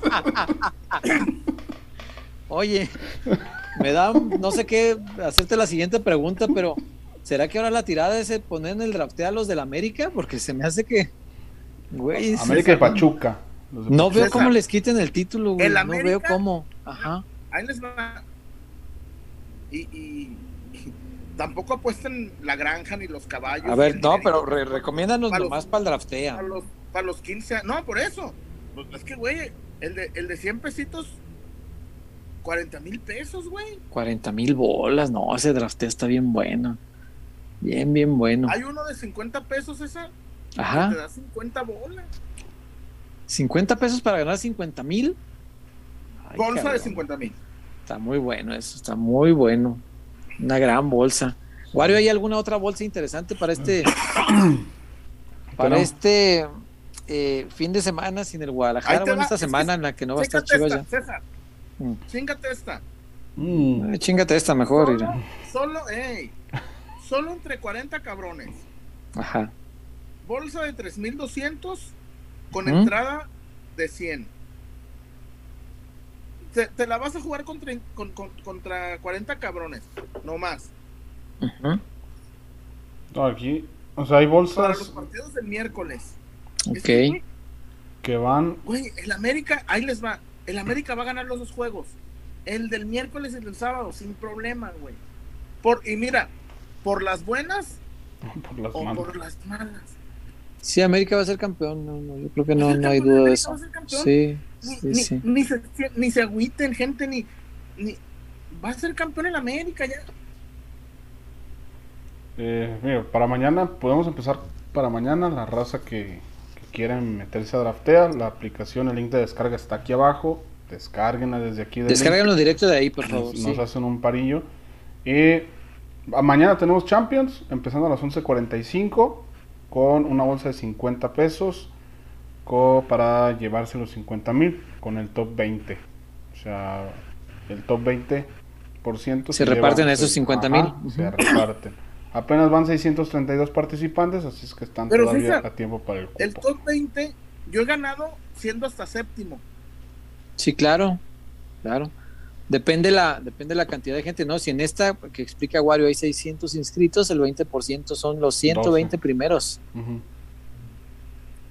Oye, me da, no sé qué, hacerte la siguiente pregunta, pero ¿será que ahora la tirada es poner en el Draftea a los del América? Porque se me hace que... Güey, América y Pachuca. No Pachuca. Veo cómo les quiten el título, güey. El no América, veo cómo. Ajá. Ahí les va. Y, y, y tampoco apuesten la granja ni los caballos. A ver, no, pero re recomiéndanos para nomás los, para el Draftea. Para los, para los quince. No, por eso. Pues es que, güey, el de, el de cien pesitos, cuarenta mil pesos, güey. cuarenta mil bolas. No, ese Draftea está bien bueno. Bien, bien bueno. Hay uno de cincuenta pesos, esa. Ajá. Te da cincuenta bolas. cincuenta pesos para ganar cincuenta mil. Bolsa cabrón. De cincuenta mil. Está muy bueno eso, está muy bueno. Una gran bolsa. Wario, ¿hay alguna otra bolsa interesante para este para este eh, fin de semana sin el Guadalajara? Bueno, esta semana en la que no va a estar Chivas ya. César, mm. Chíngate esta. Mm. Eh, chíngate esta mejor. Solo, mira. solo, ey, solo entre cuarenta cabrones. Ajá. Bolsa de tres mil doscientos con ¿Mm? entrada de cien. Te, te la vas a jugar contra, con, con, contra cuarenta cabrones, no más. Uh-huh. No, aquí, o sea, hay bolsas. Para los partidos del miércoles. Ok. Es que, güey, que van. Güey, el América, ahí les va. El América va a ganar los dos juegos. El del miércoles y el del sábado, sin problema, güey. Por, y mira, por las buenas por las o malas. por las malas. Sí, América va a ser campeón. No, no, yo creo que no, no hay duda de eso. Sí, ni, sí, ni, sí. Ni, se, ni se agüiten, gente, ni, ni. Va a ser campeón en América ya. Eh, mira, para mañana, podemos empezar para mañana. La raza que, que quieren meterse a Draftea, la aplicación, el link de descarga está aquí abajo. Descárguenla desde aquí. Descárguenlo directo de ahí, por favor. Nos, nos sí. hacen un parillo. Y a mañana tenemos Champions, empezando a las once cuarenta y cinco, con una bolsa de cincuenta pesos co para llevarse los cincuenta mil con el top veinte. O sea, el top veinte por ciento se, se reparten lleva, esos se, cincuenta mil. Uh-huh. Se reparten. Apenas van seiscientos treinta y dos participantes, así es que están Pero todavía César, a tiempo para el cupo. El top veinte, yo he ganado siendo hasta séptimo. Sí, claro, claro. Depende la, depende la cantidad de gente, ¿no? Si en esta que explica Wario hay seiscientos inscritos, el veinte por ciento son los ciento veinte doce. primeros. Uh-huh.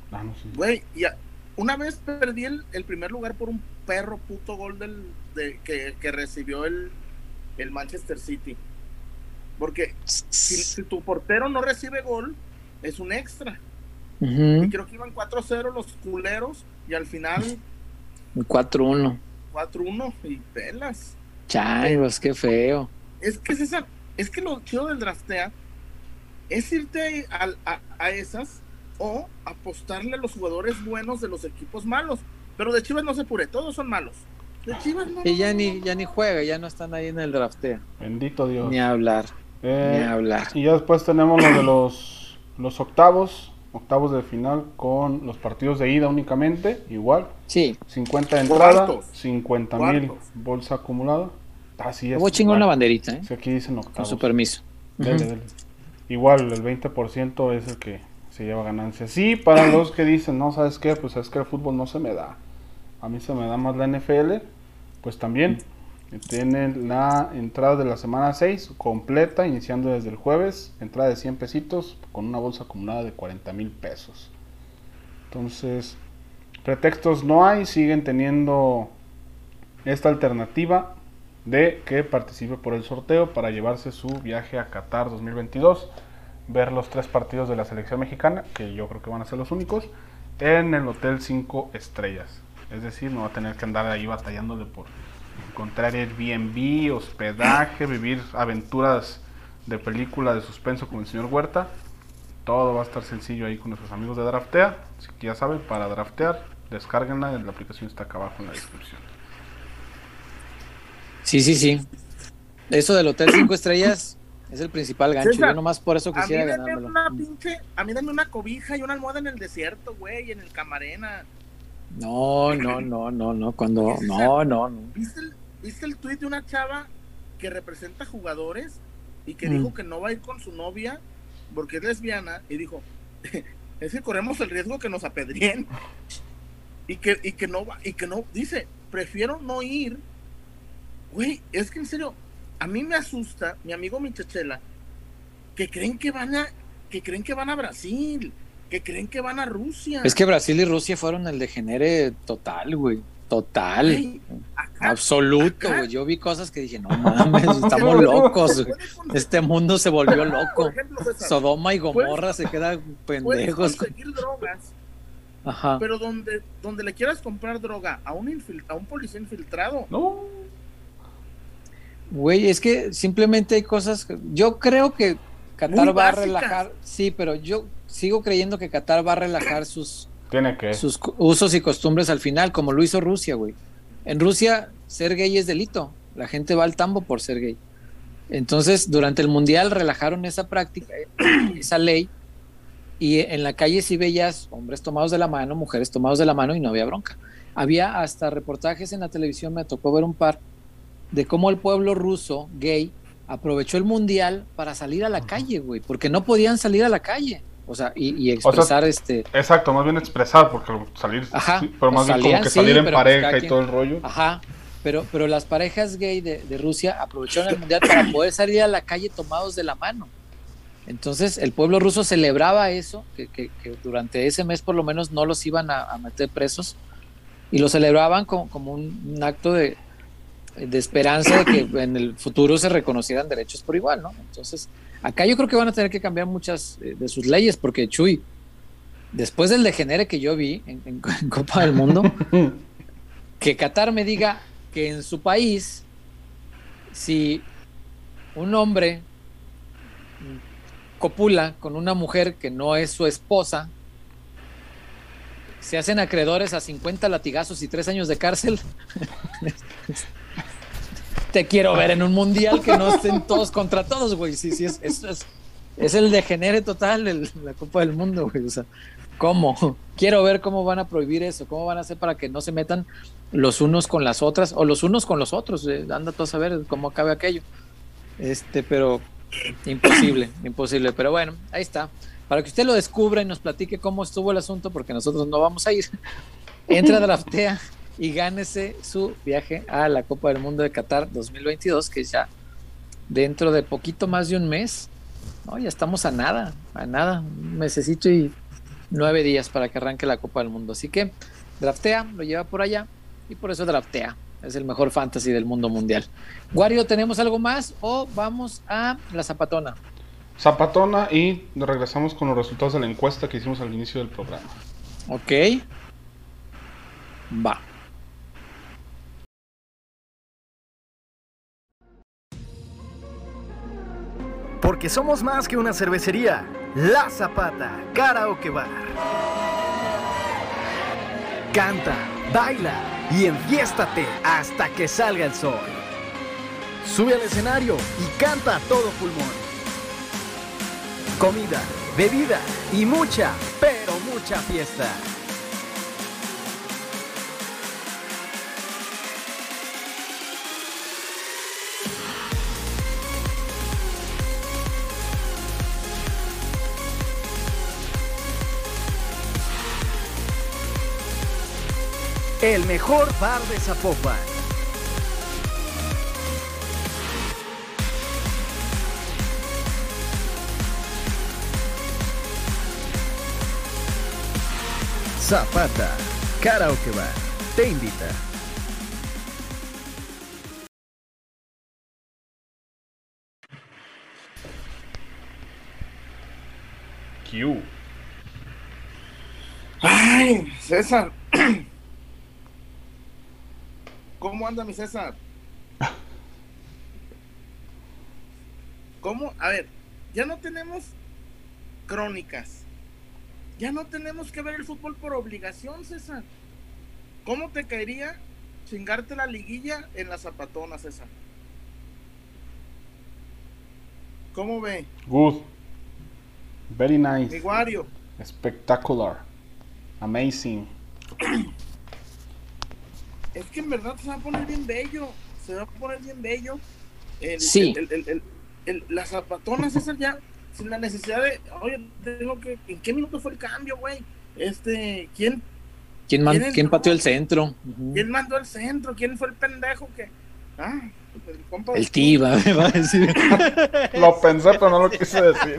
Ah, no sé. Güey, y a- una vez perdí el, el primer lugar por un perro puto gol del, de, que, que recibió el, el Manchester City. Porque si, si tu portero no recibe gol, es un extra. Ujú. Y creo que iban cuatro cero los culeros y al final cuatro uno. cuatro uno y pelas. Changos, qué feo. Es que es esa, es que lo chido del draftea es irte a, a, a esas o apostarle a los jugadores buenos de los equipos malos. Pero de Chivas no se apure, todos son malos. De Chivas no. Y ya no, ni, no, ya no. ni juega, ya no están ahí en el draftea. Bendito Dios. Ni hablar, Eh, ni hablar. y ya después tenemos lo de los, los octavos, octavos de final con los partidos de ida únicamente, igual, Sí, cincuenta de entrada, Cuartos. cincuenta mil Cuartos. bolsa acumulada. Así es. voy a chingar igual. una banderita, ¿eh? Sí, aquí dicen Con octavos. su permiso. Dele, Ujú. dele. Igual, el veinte por ciento es el que se lleva ganancia. Sí, para los que dicen, no, ¿sabes qué? Pues es que el fútbol no se me da. A mí se me da más la N F L. Pues también tienen la entrada de la semana seis completa, iniciando desde el jueves. Entrada de cien pesitos con una bolsa acumulada de cuarenta mil pesos. Entonces, pretextos no hay. Siguen teniendo esta alternativa de que participe por el sorteo para llevarse su viaje a Qatar dos mil veintidós, ver los tres partidos de la selección mexicana, que yo creo que van a ser los únicos, en el Hotel cinco estrellas. Es decir, no va a tener que andar ahí batallándole por encontrar Airbnb, hospedaje, vivir aventuras de película de suspenso con el señor Huerta. Todo va a estar sencillo ahí con nuestros amigos de Draftea. Así que ya saben, para draftear, descárguenla, la aplicación está acá abajo en la descripción. Sí, sí, sí. Eso del Hotel cinco estrellas es el principal gancho. César, Yo nomás por eso A mí quisiera dame ganármelo. una pinche, a mí dame una cobija y una almohada en el desierto, güey, en el Camarena. No, no, no, no, no. Cuando. No, no, no. ¿Viste el, ¿Viste el tuit de una chava que representa jugadores y que Mm. dijo que no va a ir con su novia porque es lesbiana? Y dijo, es que corremos el riesgo que nos apedrien. Y que, y que no va, y que no, dice, prefiero no ir. Güey, es que en serio, a mí me asusta, mi amigo Michachela, que creen que van a, que creen que van a Brasil, que creen que van a Rusia. Es que Brasil y Rusia fueron el degenere total, güey. Total. Güey, acá- Absoluto, acá- güey. Yo vi cosas que dije, no mames, estamos locos, se güey. puede conseguir- Este mundo se volvió loco. Por ejemplo, César, Sodoma y Gomorra se quedan puedes pendejos. conseguir drogas, Ajá. pero donde, donde le quieras comprar droga a un, infil- a un policía infiltrado. No, Güey, es que simplemente hay cosas. que- Yo creo que Qatar Muy va a básicas. relajar. Sí, pero yo sigo creyendo que Qatar va a relajar sus, tiene que. sus cu- usos y costumbres al final, como lo hizo Rusia, güey. En Rusia, ser gay es delito. La gente va al tambo por ser gay. Entonces, durante el mundial relajaron esa práctica, eh, esa ley, y en la calle sí veías hombres tomados de la mano, mujeres tomados de la mano y no había bronca. Había hasta reportajes en la televisión, me tocó ver un par, de cómo el pueblo ruso gay aprovechó el mundial para salir a la calle, güey, porque no podían salir a la calle. O sea, y, y expresar este. Exacto, más bien expresar, porque salir, Ajá, sí, pero más pues bien como salían, que sí, salir en pero pues pareja cada y quien- todo el rollo. Ajá, pero, pero las parejas gay de, de Rusia aprovecharon el mundial para poder salir a la calle tomados de la mano. Entonces el pueblo ruso celebraba eso, que, que- que durante ese mes por lo menos no los iban a, a meter presos, y lo celebraban como, como un, un acto de, de esperanza de que en el futuro se reconocieran derechos por igual, ¿no? Entonces acá yo creo que van a tener que cambiar muchas eh, de sus leyes, porque Chuy, después del degenere que yo vi en, en- en Copa del Mundo, que Qatar me diga que en su país, si un hombre copula con una mujer que no es su esposa, se hacen acreedores a cincuenta latigazos y tres años de cárcel. Te quiero ver en un mundial que no estén todos contra todos, güey. Sí, sí, es, es, es, es el degenere total de la Copa del Mundo, güey. O sea, ¿cómo? Quiero ver cómo van a prohibir eso, cómo van a hacer para que no se metan los unos con las otras o los unos con los otros. Eh, anda todo a saber cómo acabe aquello. Este, pero imposible, imposible. Pero bueno, ahí está. Para que usted lo descubra y nos platique cómo estuvo el asunto, porque nosotros no vamos a ir. Entra a Draftea y gánese su viaje a la Copa del Mundo de Qatar dos mil veintidós, que ya dentro de poquito más de un mes, ¿no? Ya estamos a nada, a nada, un mesecito y Nueve días para que arranque la Copa del Mundo. Así que draftea, lo lleva por allá y por eso draftea. Es el mejor fantasy del mundo mundial. Wario, ¿tenemos algo más o vamos a la zapatona? Zapatona y regresamos con los resultados de la encuesta que hicimos al inicio del programa. Ok. Va. Porque somos más que una cervecería. La Zapata Karaoke Bar. Canta, baila y enfiéstate hasta que salga el sol. Sube al escenario y canta a todo pulmón. Comida, bebida y mucha, pero mucha fiesta. El mejor bar de Zapopan. Zapata Karaoke Bar te invita. Q. Ay, César. ¿Cómo anda mi César? ¿Cómo? A ver, ya no tenemos crónicas. Ya no tenemos que ver el fútbol por obligación, César. ¿Cómo te caería chingarte la liguilla en la zapatona, César? ¿Cómo ve? Good. Very nice. Mi Wario. Spectacular. Amazing. Es que en verdad se va a poner bien bello. Se va a poner bien bello. El, Sí. El, el, el, el, las zapatonas esas ya, sin la necesidad de, oye, tengo que, ¿en qué minuto fue el cambio, güey? Este, ¿quién? ¿Quién, man, ¿Quién ¿quién entró? pateó el centro? Uh-huh. ¿Quién mandó el centro? ¿Quién fue el pendejo que? Ah, el compa. El Tiva, me va a decir. Lo pensé, pero no lo quise decir.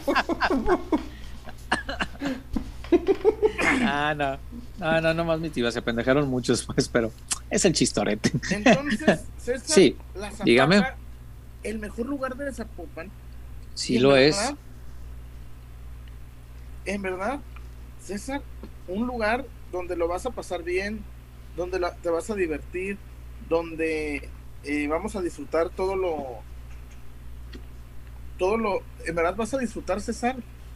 Ah, no. No, no, no más mi Tiva, se pendejaron muchos, pues, pero es el chistorete. Entonces, César, Sí, la Zapata, dígame. el mejor lugar de Zapopan. Sí Y en lo verdad, es. En verdad, César, un lugar donde lo vas a pasar bien, donde la- te vas a divertir, donde eh, vamos a disfrutar todo lo, todo lo, en verdad vas a disfrutar, César.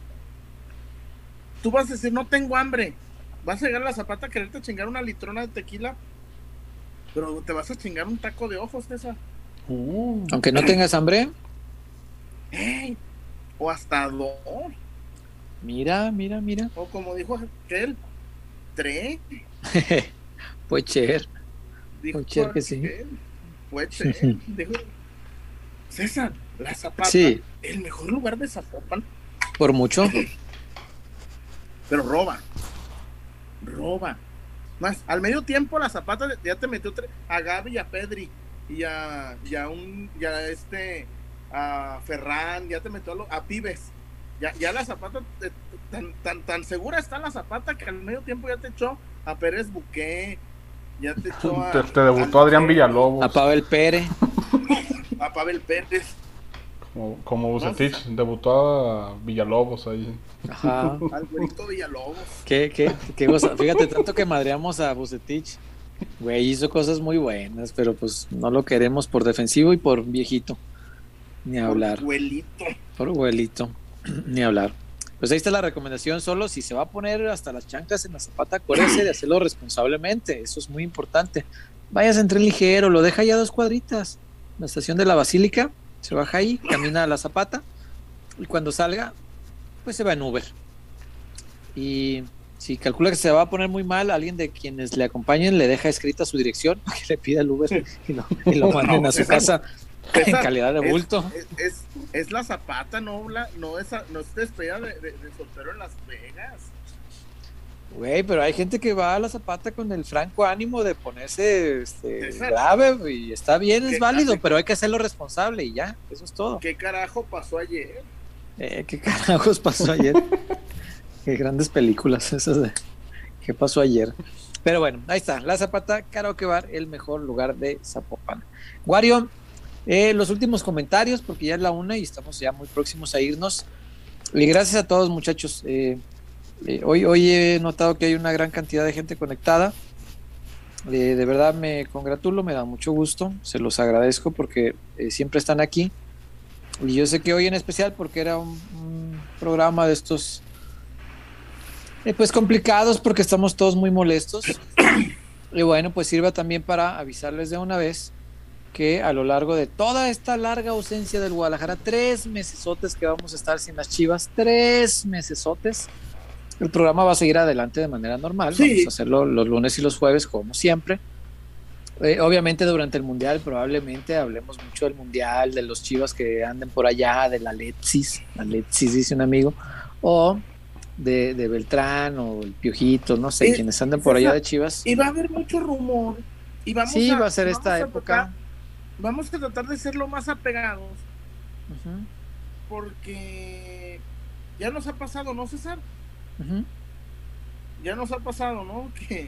Tú vas a decir, no tengo hambre. Vas a llegar a la Zapata a quererte chingar una litrona de tequila, pero te vas a chingar un taco de ojos, César. Uh. Aunque no tengas hambre, ¡Ey! O hasta dos. mira, mira, mira. O como dijo aquel, tres. Puede ser. Dijo Puede ser que sí. aquel, puede ser. Dijo, César, la Zapata, Sí. el mejor lugar de Zapopan, Por mucho. pero roba. Roba. Más, al medio tiempo la Zapata ya te metió tre- a Gaby y a Pedri y a, y a un y a este a Ferran, ya te metió a, lo- a Pibes. Ya, ya la Zapata eh, tan, tan, tan segura está la Zapata que al medio tiempo ya te echó a Pérez Buqué, ya te echó a, Te, te debutó a- Adrián Villalobos. A Pavel Pérez. a Pavel Pérez, Como, como Bucetich, debutó a Villalobos ahí. Ajá. al güerito Villalobos. ¿Qué, qué, qué cosa? Fíjate, tanto que madreamos a Bucetich. Güey, hizo cosas muy buenas, pero pues no lo queremos por defensivo y por viejito. Ni hablar. Abuelito. Por abuelito. Ni hablar. Pues ahí está la recomendación. Solo si se va a poner hasta las chanclas en la Zapata, acuérdese de hacerlo responsablemente. Eso es muy importante. Vayas en tren ligero, lo deja ya a dos cuadritas. La estación de la Basílica, se baja ahí, camina a la Zapata y cuando salga, pues se va en Uber. Y si calcula que se va a poner muy mal, alguien de quienes le acompañen le deja escrita su dirección para que le pida el Uber y lo, y lo manden No, a su César, casa en César, calidad de es- bulto. Es, es, es la Zapata, no, la, no, es, no es despedida de, de, de soltero en Las Vegas. Güey, pero hay gente que va a la Zapata con el franco ánimo de ponerse este, César. grave y está bien, es ¿Qué válido, clase? pero hay que hacerlo responsable y ya, eso es todo. ¿Qué carajo pasó ayer? Eh, ¿Qué carajos pasó ayer? Qué grandes películas esas de qué pasó ayer. Pero bueno, ahí está, La Zapata Karaoke Bar, el mejor lugar de Zapopan. Wario, eh, los últimos comentarios, porque ya es la una y estamos ya muy próximos a irnos. Y gracias a todos, muchachos. Eh, eh, hoy, hoy he notado que hay una gran cantidad de gente conectada. Eh, de verdad me congratulo, me da mucho gusto, se los agradezco porque eh, siempre están aquí. Y yo sé que hoy en especial, porque era un, un programa de estos eh, pues complicados, porque estamos todos muy molestos. Y bueno, pues sirva también para avisarles de una vez que a lo largo de toda esta larga ausencia del Guadalajara, tres mesesotes que vamos a estar sin las Chivas, tres mesesotes, el programa va a seguir adelante de manera normal. Sí. Vamos a hacerlo los lunes y los jueves como siempre. Eh, obviamente durante el Mundial probablemente hablemos mucho del Mundial, de los Chivas que anden por allá, de la Letsis, la Letsis dice un amigo, o de, de Beltrán o el Piojito, no sé, eh, quienes anden por allá de Chivas. Y va a haber mucho rumor. Y vamos sí, a, va a ser esta época. Tratar, vamos a tratar de ser lo más apegados. Uh-huh. Porque ya nos ha pasado, ¿no, César? Uh-huh. Ya nos ha pasado, ¿no? Que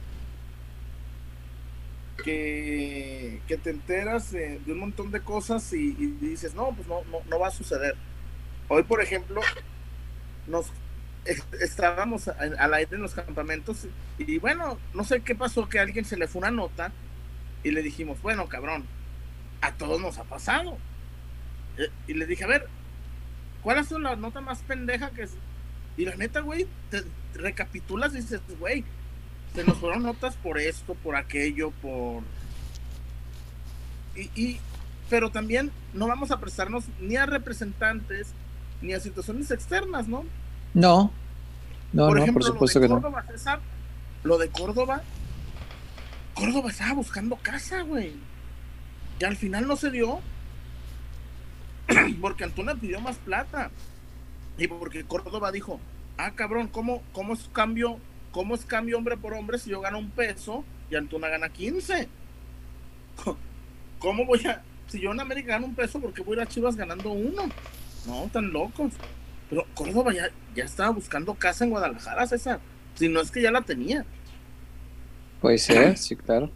Que, que te enteras de, de un montón de cosas y, y dices, no, pues no, no, no va a suceder. Hoy, por ejemplo, nos estábamos al aire en los campamentos y, y bueno, no sé qué pasó, que a alguien se le fue una nota y le dijimos, bueno, cabrón, a todos nos ha pasado. Y, y le dije, a ver, ¿cuál ha sido la nota más pendeja que es? Y la neta, güey, te, te recapitulas y dices, güey, se nos fueron notas por esto, por aquello, por... Y, y, pero también no vamos a prestarnos ni a representantes, ni a situaciones externas, ¿no? No, no, por no, ejemplo, por supuesto lo de que Córdoba, no. César, lo de Córdoba, Córdoba estaba buscando casa, güey. Y al final no se dio, porque Antuna pidió más plata. Y porque Córdoba dijo, ah, cabrón, ¿cómo, cómo es cambio... ¿Cómo es cambio hombre por hombre si yo gano un peso y Antuna gana quince? ¿Cómo voy a... Si yo en América gano un peso, ¿por qué voy a ir a Chivas ganando uno? No, tan locos. Pero Córdoba ya, ya estaba buscando casa en Guadalajara, César. Si no es que ya la tenía. Puede ser, sí, claro.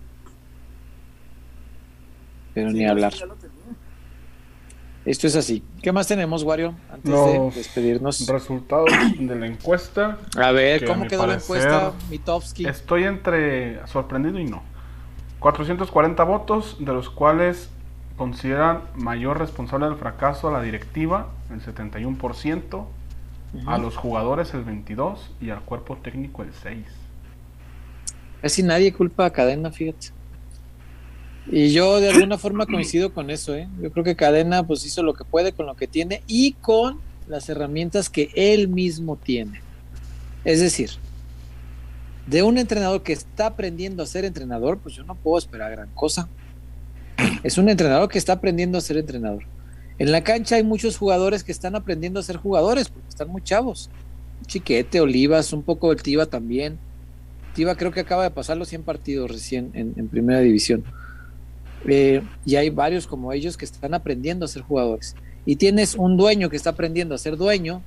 Pero sí, ni hablar. Esto es así. ¿Qué más tenemos, Wario? Antes Los de despedirnos. Resultados de la encuesta. A ver, ¿cómo quedó la encuesta, Mitofsky? Estoy entre sorprendido y no. cuatrocientos cuarenta votos, de los cuales consideran mayor responsable del fracaso a la directiva, el setenta y uno por ciento, uh-huh. A los jugadores el veintidós por ciento y al cuerpo técnico el seis por ciento. Casi nadie culpa a Cadena, fíjate. Y yo de alguna forma coincido con eso, ¿eh? Yo creo que Cadena pues hizo lo que puede con lo que tiene y con las herramientas que él mismo tiene. Es decir, de un entrenador que está aprendiendo a ser entrenador, pues yo no puedo esperar gran cosa. Es un entrenador que está aprendiendo a ser entrenador. En la cancha hay muchos jugadores que están aprendiendo a ser jugadores, porque están muy chavos. Chiquete, Olivas, un poco el Tiva también. Tiva creo que acaba de pasar los cien partidos recién en, en primera división. Eh, y hay varios como ellos que están aprendiendo a ser jugadores y tienes un dueño que está aprendiendo a ser dueño.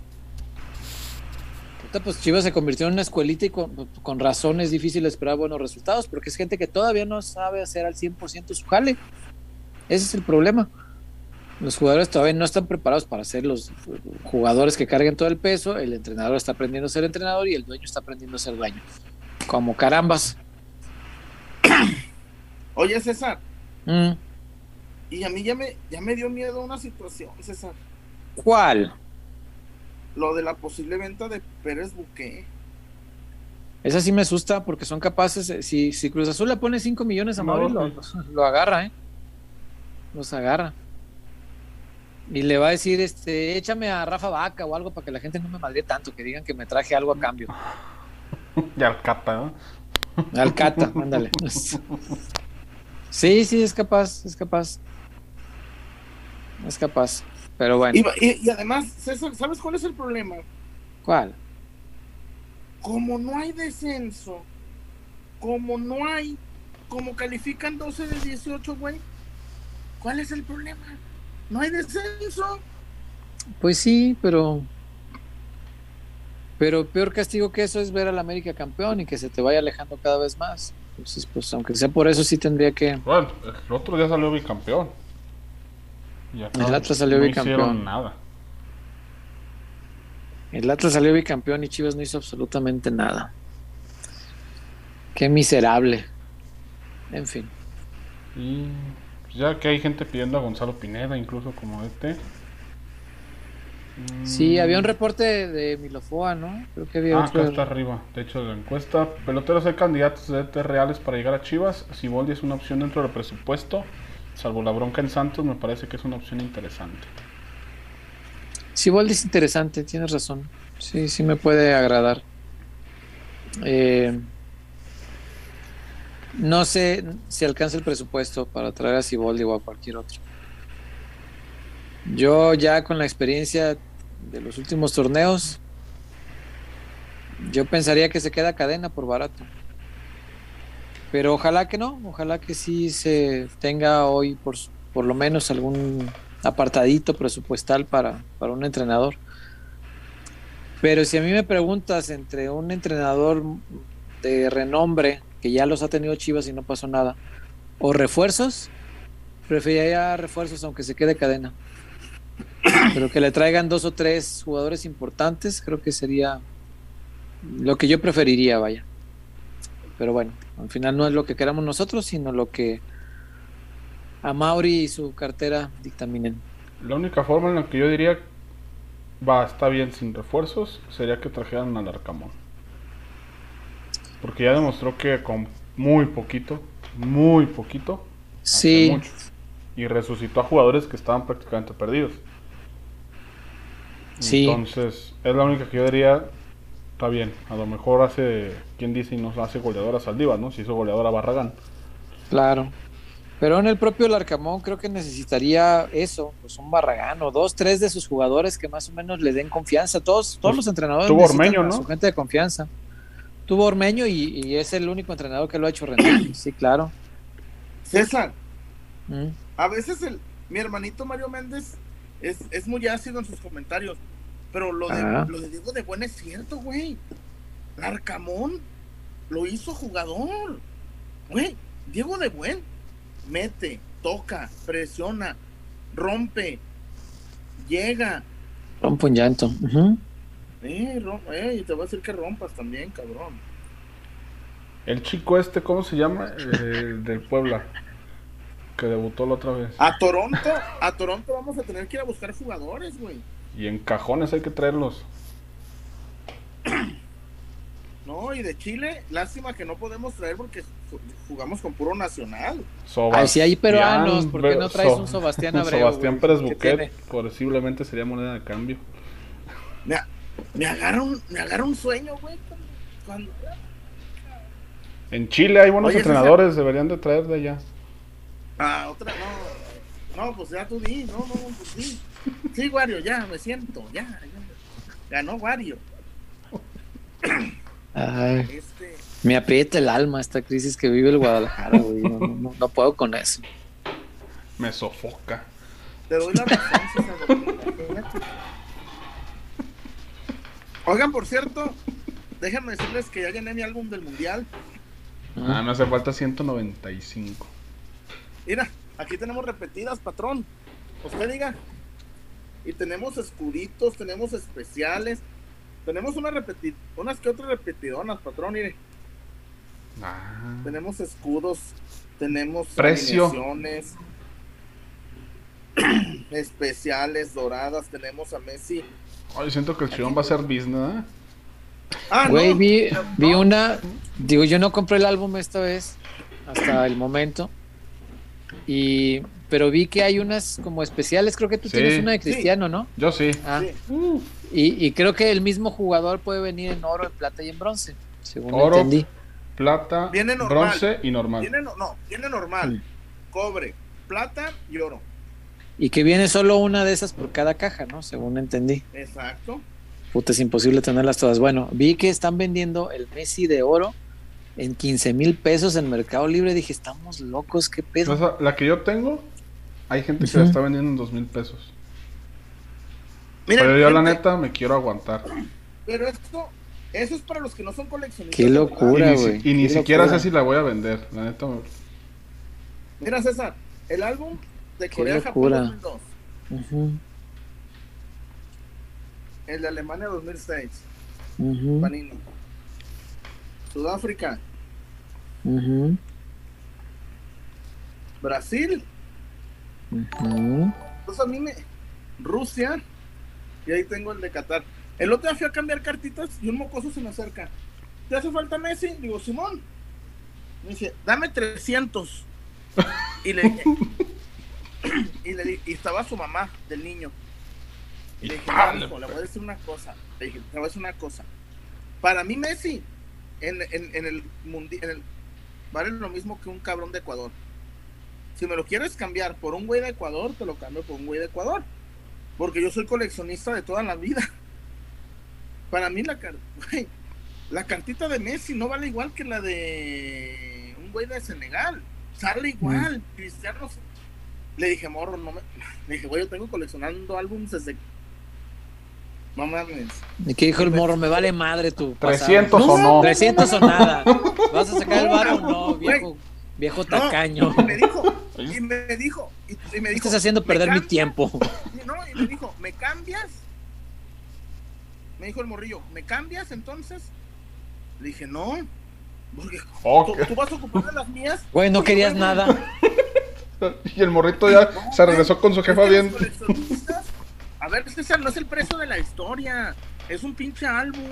Pues Chivas se convirtió en una escuelita y con, con razón es difícil esperar buenos resultados porque es gente que todavía no sabe hacer al cien por ciento su jale. Ese es el problema. Los jugadores todavía no están preparados para ser los jugadores que carguen todo el peso. El entrenador está aprendiendo a ser entrenador y el dueño está aprendiendo a ser dueño, como carambas. Oye, César, Mm. y a mí ya me, ya me dio miedo una situación, César. ¿Cuál? Lo de la posible venta de Pérez Buqué. Esa sí me asusta porque son capaces, si, si Cruz Azul le pone cinco millones a Mauri, no, lo, lo agarra, ¿eh? Los agarra. Y le va a decir, este, échame a Rafa Vaca o algo para que la gente no me madre tanto, que digan que me traje algo a cambio. Y al Cata, ¿no? Al Cata, ándale. Sí, sí, es capaz, es capaz. Es capaz, pero bueno. Y, y, y además, César, ¿sabes cuál es el problema? ¿Cuál? Como no hay descenso, como no hay, como califican doce de dieciocho, güey, ¿cuál es el problema? No hay descenso. Pues sí, pero Pero peor castigo que eso es ver al América campeón y que se te vaya alejando cada vez más. Entonces, pues aunque sea por eso, sí tendría que... Bueno, el otro día salió bicampeón. Y acá El Atlas salió no bicampeón. hicieron nada. El Atlas salió bicampeón y Chivas no hizo absolutamente nada. Qué miserable. En fin. Y ya que hay gente pidiendo a Gonzalo Pineda, incluso como este. Sí, Mm, había un reporte de, de Milofoa, ¿no? Creo que había Ah, otro. acá está arriba. De hecho, la encuesta. Peloteros hay candidatos de E T reales para llegar a Chivas. Siboldi es una opción dentro del presupuesto. Salvo la bronca en Santos, me parece que es una opción interesante. Siboldi es interesante, tienes razón. Sí, sí me puede agradar. Eh, no sé si alcanza el presupuesto para traer a Siboldi o a cualquier otro. Yo ya con la experiencia de los últimos torneos, yo pensaría que se queda Cadena por barato. Pero ojalá que no, ojalá que sí se tenga hoy por, por lo menos algún apartadito presupuestal para, para un entrenador. Pero si a mí me preguntas entre un entrenador de renombre, que ya los ha tenido Chivas y no pasó nada, o refuerzos, preferiría refuerzos aunque se quede Cadena. Pero que le traigan dos o tres jugadores importantes, creo que sería lo que yo preferiría, vaya. Pero bueno, al final no es lo que queramos nosotros, sino lo que a Mauri y su cartera dictaminen. La única forma en la que yo diría va, está bien sin refuerzos, sería que trajeran al Arcamón. Porque ya demostró que con muy poquito, muy poquito, Sí, hace mucho. Y resucitó a jugadores que estaban prácticamente perdidos. Sí. Entonces, es la única que yo diría, está bien. A lo mejor hace, ¿quién dice? Y nos hace goleador a Saldívar, ¿no? Si hizo goleador a Barragán. claro. Pero en el propio Larcamón creo que necesitaría eso, pues un Barragán o dos, tres de sus jugadores que más o menos le den confianza. Todos, todos Pues, los entrenadores tuvo necesitan Ormeño, a ¿no? su gente de confianza. Tuvo Ormeño y, y es el único entrenador que lo ha hecho rendir. Sí, claro. César, Mm. a veces el, mi hermanito Mario Méndez es, es muy ácido en sus comentarios, pero lo de, Ah. lo de Diego de Buen es cierto, güey. Larcamón lo hizo jugador. Güey, Diego de Buen mete, toca, presiona, rompe, llega. Rompo un llanto. Ujú. Eh, rom- eh, y te voy a decir que rompas también, cabrón. El chico este, ¿cómo se llama? Eh, del Puebla. Que debutó la otra vez. A Toronto, a Toronto vamos a tener que ir a buscar jugadores, güey. Y en cajones hay que traerlos. No, y de Chile, lástima que no podemos traer porque ju- jugamos con puro nacional. Ay, si hay peruanos, ¿por qué Be- no traes So- un Sebastián Abreu? Sebastián güey? Pérez ¿Qué Buquet, tiene? posiblemente sería moneda de cambio. Me, a- me agarra un, me agarra un sueño, güey. Cuando, cuando- En Chile hay buenos Oye, entrenadores, deberían de traer de allá. Ah, otra, no. No, pues ya tú di, no, no, pues sí. Sí, Wario, ya, me siento, ya, ya. Ganó Wario. Ay, Este, me aprieta el alma esta crisis que vive el Guadalajara, güey. No, no- no puedo con eso. Me sofoca. te doy la razón, César, imagínate. Oigan, por cierto, déjenme decirles que ya llené mi álbum del mundial. Ah, me hace falta ciento noventa y cinco. Mira, aquí tenemos repetidas, patrón. Usted diga. Y tenemos escuditos, tenemos especiales. Tenemos una repeti unas que otras repetidonas, patrón, mire. Ah, Tenemos escudos, tenemos Precio. alineaciones especiales, doradas, tenemos a Messi. ay, siento que el chivón va a ser business, ¿eh? Ah, Güey, no, vi, no, vi una. Digo, yo no compré el álbum esta vez, hasta el momento. Y. Pero vi que hay unas como especiales. Creo que tú Sí. tienes una de Cristiano, ¿no? Yo sí. Ah, sí. y, y creo que el mismo jugador puede venir en oro, en plata y en bronce, según Oro, entendí. plata, Viene normal. bronce y normal. Tiene, no, no, tiene normal, Mm. cobre, plata y oro. Y que viene solo una de esas por cada caja, ¿no? Según entendí. Exacto. Puta, es imposible tenerlas todas. Bueno, vi que están vendiendo el Messi de oro en quince mil pesos en Mercado Libre. Dije, estamos locos, qué pedo. Esa- la que yo tengo, hay gente que Ujú. la está vendiendo en dos mil pesos. Miren, Pero yo la gente, neta me quiero aguantar. Pero esto, eso es para los que no son coleccionistas. Qué de locura, verdad. Y ni, güey. si- y ni Qué siquiera locura. sé si la voy a vender, la neta. me- Mira, César, el álbum de Qué Corea-Japón locura. dos mil dos, Ujú, el de Alemania dos mil seis, ujú, Panini, Sudáfrica, ujú, Brasil, ujú. pues a mí me... Rusia, y ahí tengo el de Qatar. El otro día fui a cambiar cartitas y un mocoso se me acerca. ¿Te hace falta Messi? Digo, Simón. Me dice, dame trescientos. Y le dije, y le dije, y estaba su mamá del niño. Y le dije, no, hijo, le voy a decir una cosa. Le dije, le voy a decir una cosa. Para mí Messi, en, en, en el mundial, en el, vale lo mismo que un cabrón de Ecuador. Si me lo quieres cambiar por un güey de Ecuador, te lo cambio por un güey de Ecuador. Porque yo soy coleccionista de toda la vida. Para mí la, car- güey, la cartita de Messi no vale igual que la de un güey de Senegal. Sale igual. Mm. Cristiano. Le dije, morro, no me... Le dije, güey, yo tengo coleccionando álbumes desde... No mames. ¿Y qué dijo el morro? Me vale madre tu trescientos pasado. O no. trescientos o nada. ¿Vas a sacar el bar o no, viejo, viejo tacaño? No, y me dijo, y me dijo, y, y me dijo, estás haciendo perder mi tiempo. Y no, y me dijo, ¿me cambias? Me dijo el morrillo, ¿me cambias entonces? Le dije, no, porque okay. ¿tú, tú vas a ocupar de las mías. Güey, no querías nada. Y el morrito ya no, se regresó con su jefa bien. A ver, César, no es el precio de la historia, es un pinche álbum.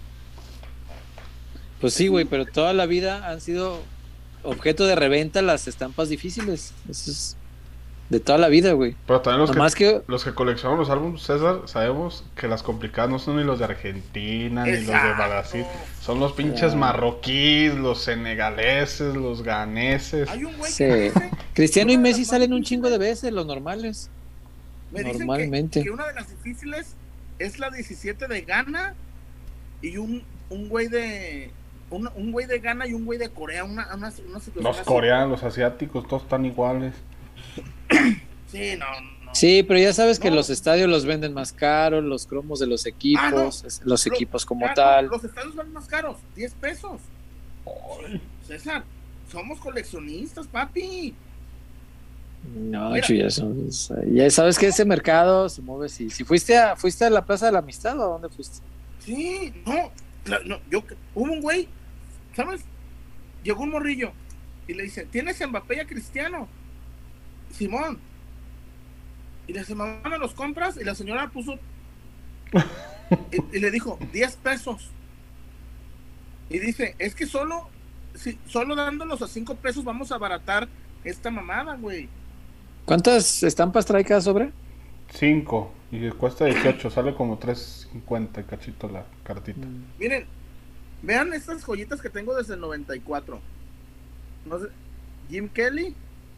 Pues sí, güey, pero toda la vida han sido objeto de reventa las estampas difíciles. Eso es de toda la vida, güey. Pero también los Nomás que, que los que coleccionamos los álbumes, César, sabemos que las complicadas no son ni los de Argentina, Exacto. ni los de Brasil. Son los pinches yeah. marroquíes, los senegaleses, los ganeses. Hay un güey sí. que dice, Cristiano y Messi salen un chingo de veces, los normales. Me Normalmente. Dicen que, que una de las difíciles es la diecisiete de Ghana y un, un güey de... Un, un güey de Ghana y un güey de Corea, una, una, una situación Los así. coreanos, los asiáticos, todos están iguales. Sí, no, no. Sí, pero ya sabes que no. los estadios los venden más caros, los cromos de los equipos, ah, no. los equipos como claro, tal. Los estadios valen más caros, diez pesos. Ay. César, somos coleccionistas, papi. No, ya, ya sabes que ese mercado se mueve. Si, si fuiste a fuiste a la Plaza de la Amistad, ¿o a dónde fuiste? Sí, no, no yo hubo un güey, ¿sabes? Llegó un morrillo y le dice, ¿tienes Mbappé y a Cristiano? Simón. Y le dice, mamá, ¿me los compras? Y la señora puso y, y le dijo, diez pesos. Y dice, es que solo si, solo dándolos a cinco pesos vamos a abaratar esta mamada, güey. ¿Cuántas estampas trae cada sobre? cinco y cuesta dieciocho, sale como tres cincuenta cachito la cartita. Mm. Miren, vean estas joyitas que tengo desde el noventa y cuatro. No sé, Jim Kelly.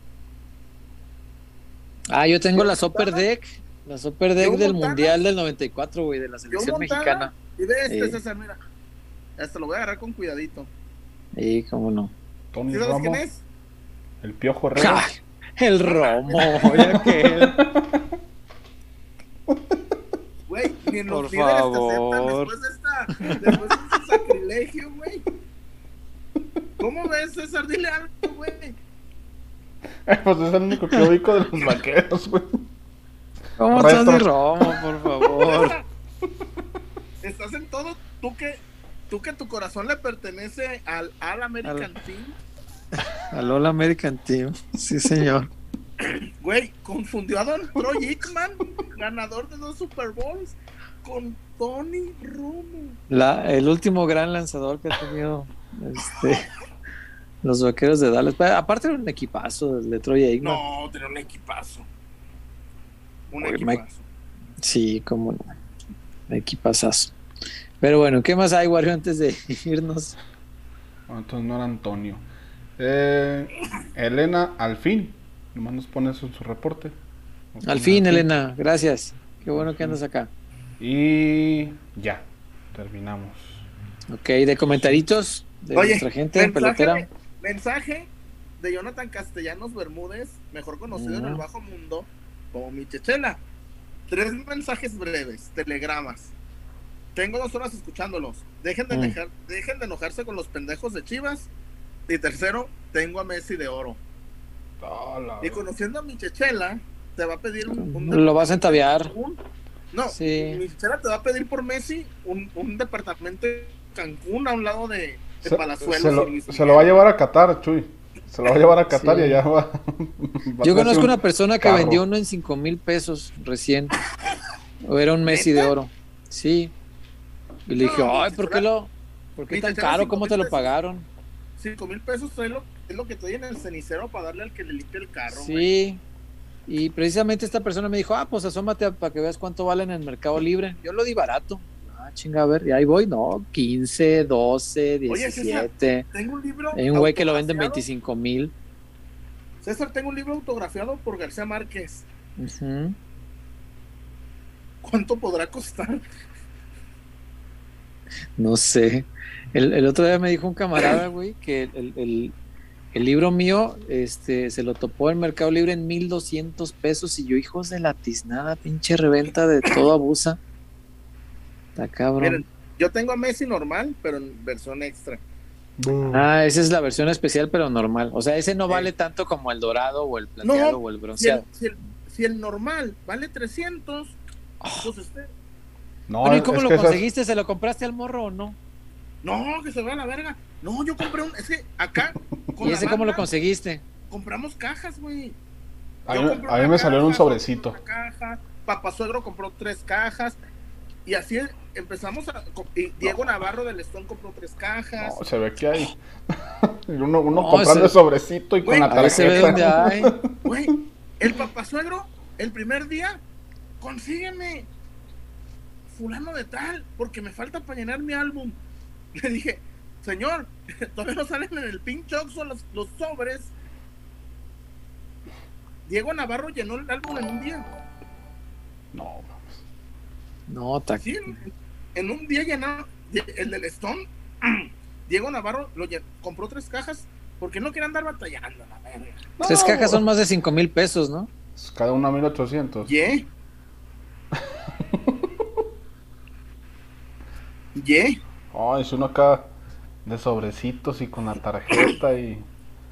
Ah, yo tengo la Super Deck, la Super Deck del Montana, Mundial del noventa y cuatro, güey, de la selección Montana, mexicana. Y ve este, sí. César, mira. Hasta lo voy a agarrar con cuidadito. Sí, cómo no. Tony ¿sabes Romo, quién es? El Piojo Herrera. El Romo, ya que güey, ni en los líderes te aceptan después de esta, después de este sacrilegio, güey. ¿Cómo ves, César? Dile algo, güey. Pues es el único que ubico de los vaqueros, güey. ¿Cómo estás de Romo, por favor? Estás en todo, tú que, tú que tu corazón le pertenece al All American al... Team. Al All American Team, sí señor. Güey, confundió a Don Troy Aikman, ganador de dos Super Bowls, con Tony Romo. La, el último gran lanzador que ha tenido este, los Vaqueros de Dallas. Aparte era un equipazo el de Troy Aikman. No, tenía un equipazo. Un Oye, equipazo. Me... Sí, como no. Equipazazo. Pero bueno, ¿qué más hay, Wario, antes de irnos? Bueno, entonces no era Antonio. Eh, Elena, al fin, nomás nos pone eso en su reporte. Al fin, Elena, gracias. Qué bueno que andas acá. Y ya, terminamos. Ok, de comentaritos de Oye, nuestra gente mensaje, pelotera. Mensaje de Jonathan Castellanos Bermúdez, mejor conocido uh-huh. en el bajo mundo como mi Chechela. Tres mensajes breves, telegramas. tengo dos horas escuchándolos. Dejen de, Mm. dejar, dejen de enojarse con los pendejos de Chivas. Y tercero, tengo a Messi de oro. Ah, la- Y conociendo a mi Chechela, te va a pedir un... un Lo vas a entaviar. un- No, Sí. mi Chechela te va a pedir por Messi un, un departamento en Cancún a un lado de, de Se, Palazuelos. se lo, y Luis se Miguel. lo va a llevar a Qatar, Chuy. Se lo va a llevar a Qatar Sí. y allá va. va a Yo traerse conozco un una persona que carro. vendió uno en cinco mil pesos recién. O era un Messi de ¿Neta? oro. Sí. Y le No, dije, mi ay, ¿por qué Chechela- lo, por qué mi tan Chechela caro? cinco ¿Cómo mil te lo pesos. pagaron? Cinco mil pesos es lo, es lo que te doy en el cenicero para darle al que le limpie el carro. güey. Sí. Y precisamente esta persona me dijo, ah, pues asómate a- para que veas cuánto vale en el Mercado Libre. Yo lo di barato. Ah, chinga, a ver, y ahí voy, no, quince, doce, Oye, César, diecisiete. tengo un libro. Hay un güey que lo vende en autografiado. veinticinco mil. César, tengo un libro autografiado por García Márquez. Ujú. ¿Cuánto podrá costar? No sé. El, el otro día me dijo un camarada, güey, que el, el- el libro mío este, se lo topó en Mercado Libre en mil doscientos pesos. Y yo, hijos de la tiznada, pinche reventa de todo abusa. Está cabrón. Miren, yo tengo a Messi normal, pero en versión extra. Ah, esa es la versión especial, pero normal. O sea, ese no Sí. vale tanto como el dorado o el plateado No, o el Si el, bronceado. si el- si el normal vale trescientos, pues este. No, Bueno, ¿y es- cómo es lo que esas- conseguiste? ¿Se lo compraste al morro o no? No, que se vea la verga. No, yo compré un. Es que acá. Con ¿Y la ese cómo lo banda, conseguiste? compramos cajas, güey. A Yo mí, compré a mí una me salió en un caja, sobrecito. una caja, Papá Suegro compró tres cajas. Y así empezamos a. Y Diego Navarro del Stone compró tres cajas. No, se ve que hay. Uno, uno No, comprando ese- el sobrecito y con Güey, la Ahí se ve donde tarjeta. hay. Güey, el Papá Suegro, el primer día, consígueme fulano de tal, porque me falta para llenar mi álbum. Le dije, señor, todavía no salen en el pinche Oxxo los, los sobres. Diego Navarro llenó el álbum en un día. No, mames. No, ta- Sí, en, en un día llenó el del Stone. Diego Navarro lo llen- compró tres cajas porque no quiere andar batallando, la verga. tres No, cajas son más de cinco mil pesos, ¿no? Cada una mil ochocientos. Ye. Ye. Ay, es uno acá de sobrecitos y con la tarjeta y.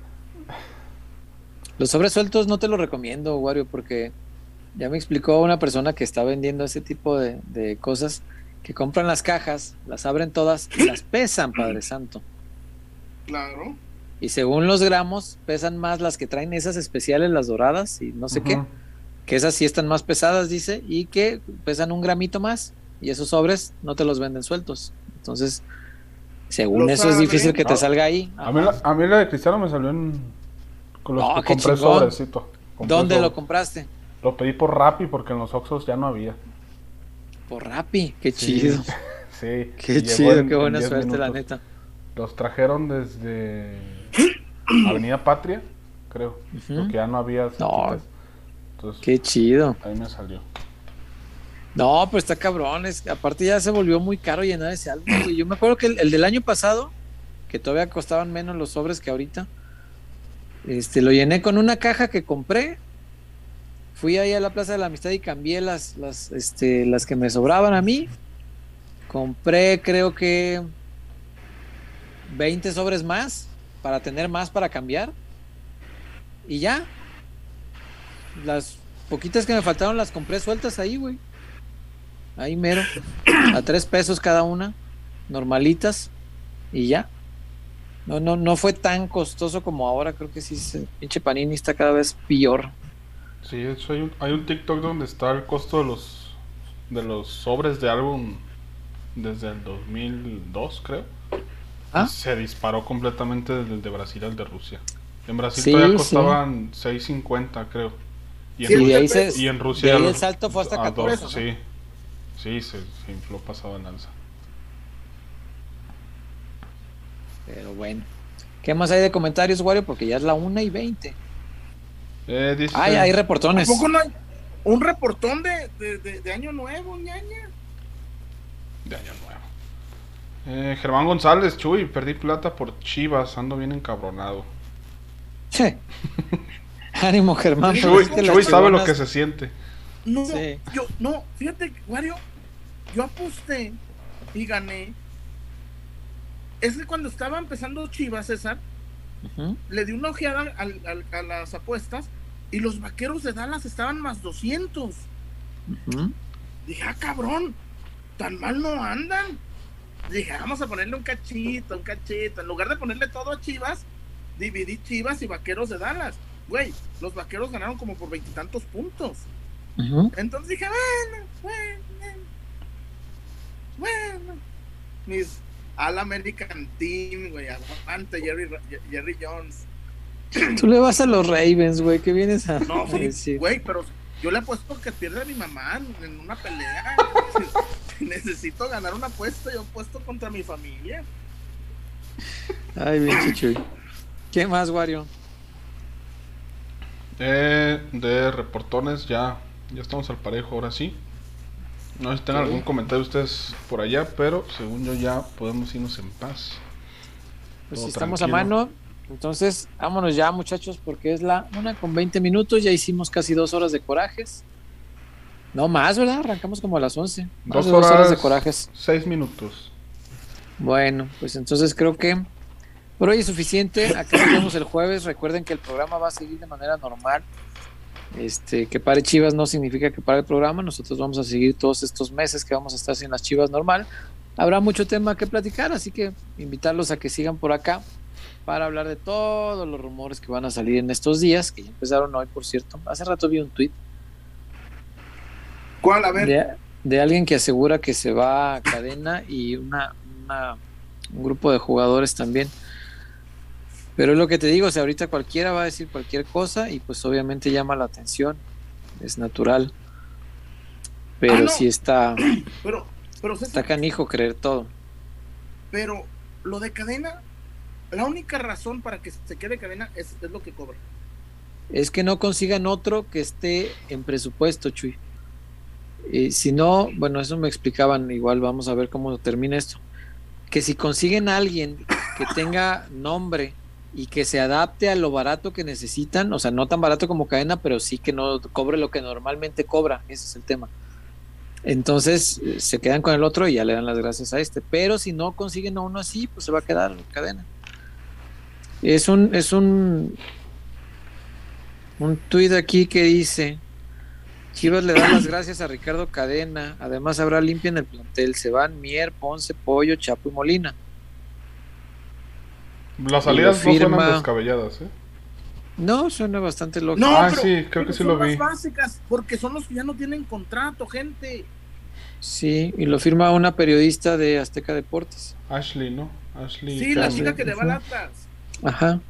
Los sobres sueltos no te lo recomiendo, Wario, porque ya me explicó una persona que está vendiendo ese tipo de, de cosas, que compran las cajas, las abren todas y las pesan, Padre Santo. Claro. Y según los gramos, pesan más las que traen esas especiales, las doradas y no sé qué, Ujú. que esas sí están más pesadas, dice, y que pesan un gramito más, y esos sobres no te los venden sueltos. Entonces, según Los eso es abren. difícil que te Ah, salga ahí. A mí, la, a mí la de Cristiano me salió en. Con los No, que qué compré chingón. sobrecito. Compré ¿Dónde sobre- lo compraste? Lo pedí por Rappi porque en los Oxxos ya no había. Por Rappi, qué Sí. chido. Sí. Qué y llegó chido, en- qué en buena diez suerte, la minutos. neta. Los trajeron desde Avenida Patria, creo. Ujú. Porque ya no había. cerquitas. Entonces, Qué chido. ahí me salió. No, pero está cabrón. Es, aparte ya se volvió muy caro llenar ese álbum, güey. Yo me acuerdo que el, el del año pasado, que todavía costaban menos los sobres que ahorita, este, lo llené con una caja que compré. Fui ahí a la Plaza de la Amistad y cambié las, las, este, las que me sobraban a mí. Compré, creo que veinte sobres más para tener más para cambiar. Y ya. Las poquitas que me faltaron las compré sueltas ahí, güey. Ahí mero. A tres pesos cada una. Normalitas. Y ya. No, no, no fue tan costoso como ahora. Creo que sí, ese pinche Panini está cada vez peor. Sí, de hecho hay un, hay un TikTok donde está el costo de los de los sobres de álbum desde el dos mil dos, creo. ¿Ah? Y se disparó completamente desde el de Brasil al de Rusia. En Brasil Sí, todavía sí. costaban seis cincuenta, creo. Y Sí, en, Y de Rusia, ahí, se, y en de Rusia ahí a el los- salto fue hasta a dos, catorce. ¿no? sí. Sí, se, se infló pasado en alza. Pero bueno. ¿Qué más hay de comentarios, Wario? Porque ya es la una y veinte. Eh, dice, Ay, hay ¿A reportones. poco no hay un reportón de, de, de, de año nuevo, ñaña? de año nuevo. Eh, Germán González, Chuy, perdí plata por Chivas, ando bien encabronado. Che. Ánimo, Germán. pero Chuy, es que las Chuy sabe lo chivonas- que se siente. No, Sí. yo, no, fíjate, Wario, yo aposté y gané. Es que cuando estaba empezando Chivas, César, uh-huh. le di una ojeada al, al, a las apuestas y los Vaqueros de Dallas estaban más doscientos. Uh-huh. Dije, ah, cabrón, tan mal no andan. Dije, vamos a ponerle un cachito, un cachito. En lugar de ponerle todo a Chivas, dividí Chivas y Vaqueros de Dallas. Güey, los Vaqueros ganaron como por veintitantos puntos. Uh-huh. Entonces dije, bueno, bueno, bueno. Mis All American Team, güey, aguante Jerry, Jerry Jones. Tú le vas a los Ravens, güey, ¿qué vienes a No, sí, decir? Güey, pero yo le apuesto que pierde a mi mamá en una pelea. Si necesito ganar una apuesta, yo apuesto contra mi familia. Ay, bien chichuy. ¿Qué más, Wario? Eh, de reportones ya, ya estamos al parejo, ahora sí. No sé si tengan sí. algún comentario ustedes por allá, pero según yo ya podemos irnos en paz. Pues si estamos a mano, entonces vámonos ya, muchachos, porque es la una con veinte minutos, ya hicimos casi dos horas de corajes. No más, ¿verdad? Arrancamos como a las once. Dos horas, dos horas de corajes. Seis minutos. Bueno, pues entonces creo que por hoy es suficiente. Acá nos vemos el jueves. Recuerden que el programa va a seguir de manera normal. Este, que pare Chivas no significa que pare el programa. Nosotros vamos a seguir todos estos meses que vamos a estar sin las Chivas normal. Habrá mucho tema que platicar, así que invitarlos a que sigan por acá para hablar de todos los rumores que van a salir en estos días, que ya empezaron hoy, por cierto. Hace rato vi un tweet. ¿Cuál? A ver. De, de alguien que asegura que se va a Cadena y una, una un grupo de jugadores también. Pero es lo que te digo, o sea, ahorita cualquiera va a decir cualquier cosa y pues obviamente llama la atención, es natural. Pero ah, no. sí está, pero, pero César, está canijo creer todo. Pero lo de Cadena, la única razón para que se quede Cadena es, es lo que cobra. Es que no consigan otro que esté en presupuesto, Chuy. Eh, si no, bueno, eso me explicaban, igual vamos a ver cómo termina esto. Que si consiguen a alguien que tenga nombre y que se adapte a lo barato que necesitan, o sea, no tan barato como Cadena, pero sí que no cobre lo que normalmente cobra, ese es el tema. Entonces eh, se quedan con el otro y ya le dan las gracias a este, pero si no consiguen a uno así, pues se va a quedar en Cadena. Es un es un un tuit aquí que dice: Chivas le da las gracias a Ricardo Cadena, además habrá limpia en el plantel, se van Mier, Ponce, Pollo, Chapo y Molina. Las salidas no firma... suenan descabelladas, ¿eh? No, suena bastante lógico. No, ah, pero, sí, creo que sí lo vi. Son las básicas, porque son los que ya no tienen contrato, gente. Sí, y lo firma una periodista de Azteca Deportes. Ashley, ¿no? Ashley. Sí, la chica que le va a Atlas. Ajá.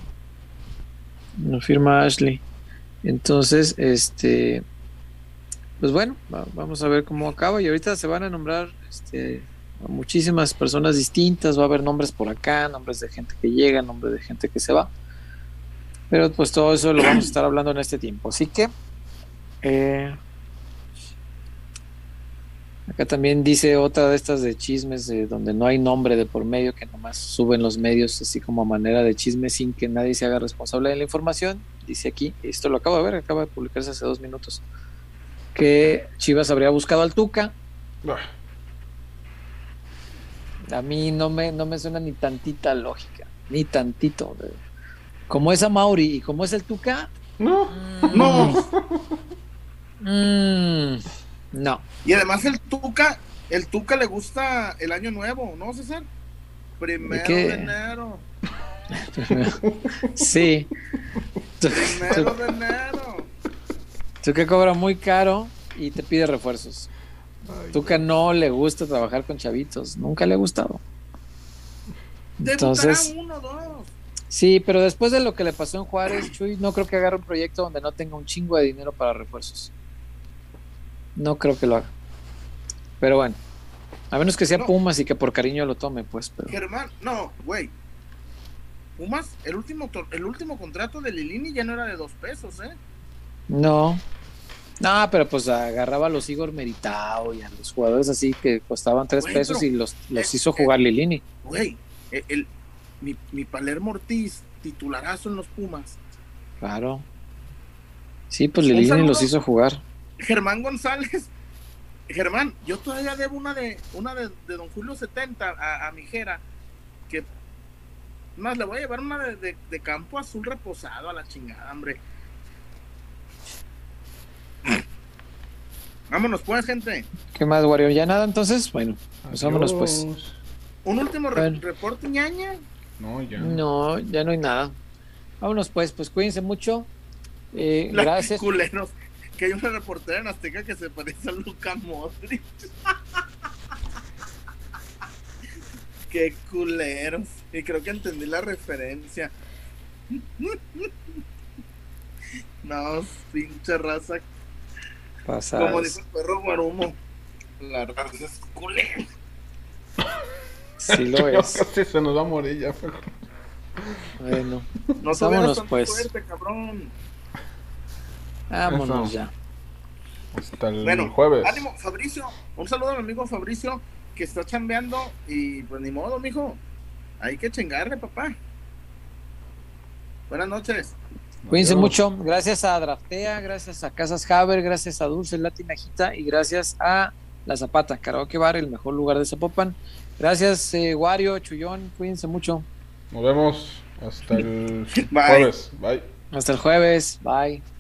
Lo firma Ashley. Entonces, este... pues bueno, va, vamos a ver cómo acaba. Y ahorita se van a nombrar este, a muchísimas personas distintas. Va a haber nombres por acá, nombres de gente que llega, nombres de gente que se va. Pero pues todo eso lo vamos a estar hablando en este tiempo. Así que eh, acá también dice otra de estas de chismes de donde no hay nombre de por medio, que nomás suben los medios así como a manera de chisme sin que nadie se haga responsable de la información. Dice aquí, esto lo acabo de ver, acaba de publicarse hace dos minutos, que Chivas habría buscado al Tuca. A mí no me, no me suena ni tantita lógica, ni tantito. Como es a Mauri y como es el Tuca, no, mm, no, mm, no. Y además el Tuca, el Tuca le gusta el año nuevo, ¿no, César? Primero ¿De, de enero. Sí. Primero de enero. Tuca cobra muy caro y te pide refuerzos. Ay, Tuca no le gusta trabajar con chavitos, nunca le ha gustado. Entonces, uno, dos. Sí, pero después de lo que le pasó en Juárez, Chuy, no creo que agarre un proyecto donde no tenga un chingo de dinero para refuerzos. No creo que lo haga. Pero bueno, a menos que sea no. Pumas y que por cariño lo tome, pues. Pero... Germán, no, güey. Pumas, el último el último contrato de Lilini ya no era de dos pesos, ¿eh? No. No, pero pues agarraba a los Igor Meritao y a los jugadores así que costaban tres wey, pesos y los, los eh, hizo jugar eh, Lilini. Güey, el, el, mi, mi Palermo Ortiz, titularazo en los Pumas. Claro. Sí, pues Lilini los hizo jugar. Germán González, Germán, yo todavía debo una de una de, de Don Julio setenta a, a mi Jera, que más le voy a llevar una de, de, de campo azul reposado a la chingada, hombre. Vámonos pues, gente. ¿Qué más, Wario? ¿Ya nada entonces? Bueno, pues vámonos pues. Adiós. Un último re- Bueno. reporte, ñaña. No, ya. No, ya no hay nada. Vámonos pues, pues cuídense mucho. Eh, La- gracias. Culeros. Que hay una reportera en Azteca que se parece a Luka Modric. Qué culeros. Y creo que entendí la referencia. No, pinche raza. Pasadas. Como dice el perro Guarumo. La raza es culera. Sí lo es. Casi se nos va a morir ya. Bueno, No te vámonos veas tan pues. fuerte, cabrón. Vámonos Eso. ya. Hasta el Bueno, jueves. ánimo, Fabricio. Un saludo a mi amigo Fabricio que está chambeando y pues ni modo, mijo. Hay que chingarle, papá. Buenas noches. Cuídense Adiós. mucho. Gracias a Draftea, gracias a Casas Haber, gracias a Dulce Latinajita y gracias a La Zapata, Karaoke Bar, el mejor lugar de Zapopan. Gracias, eh, Wario, Chullón. Cuídense mucho. Nos vemos hasta el Bye. jueves. Bye. Hasta el jueves. Bye.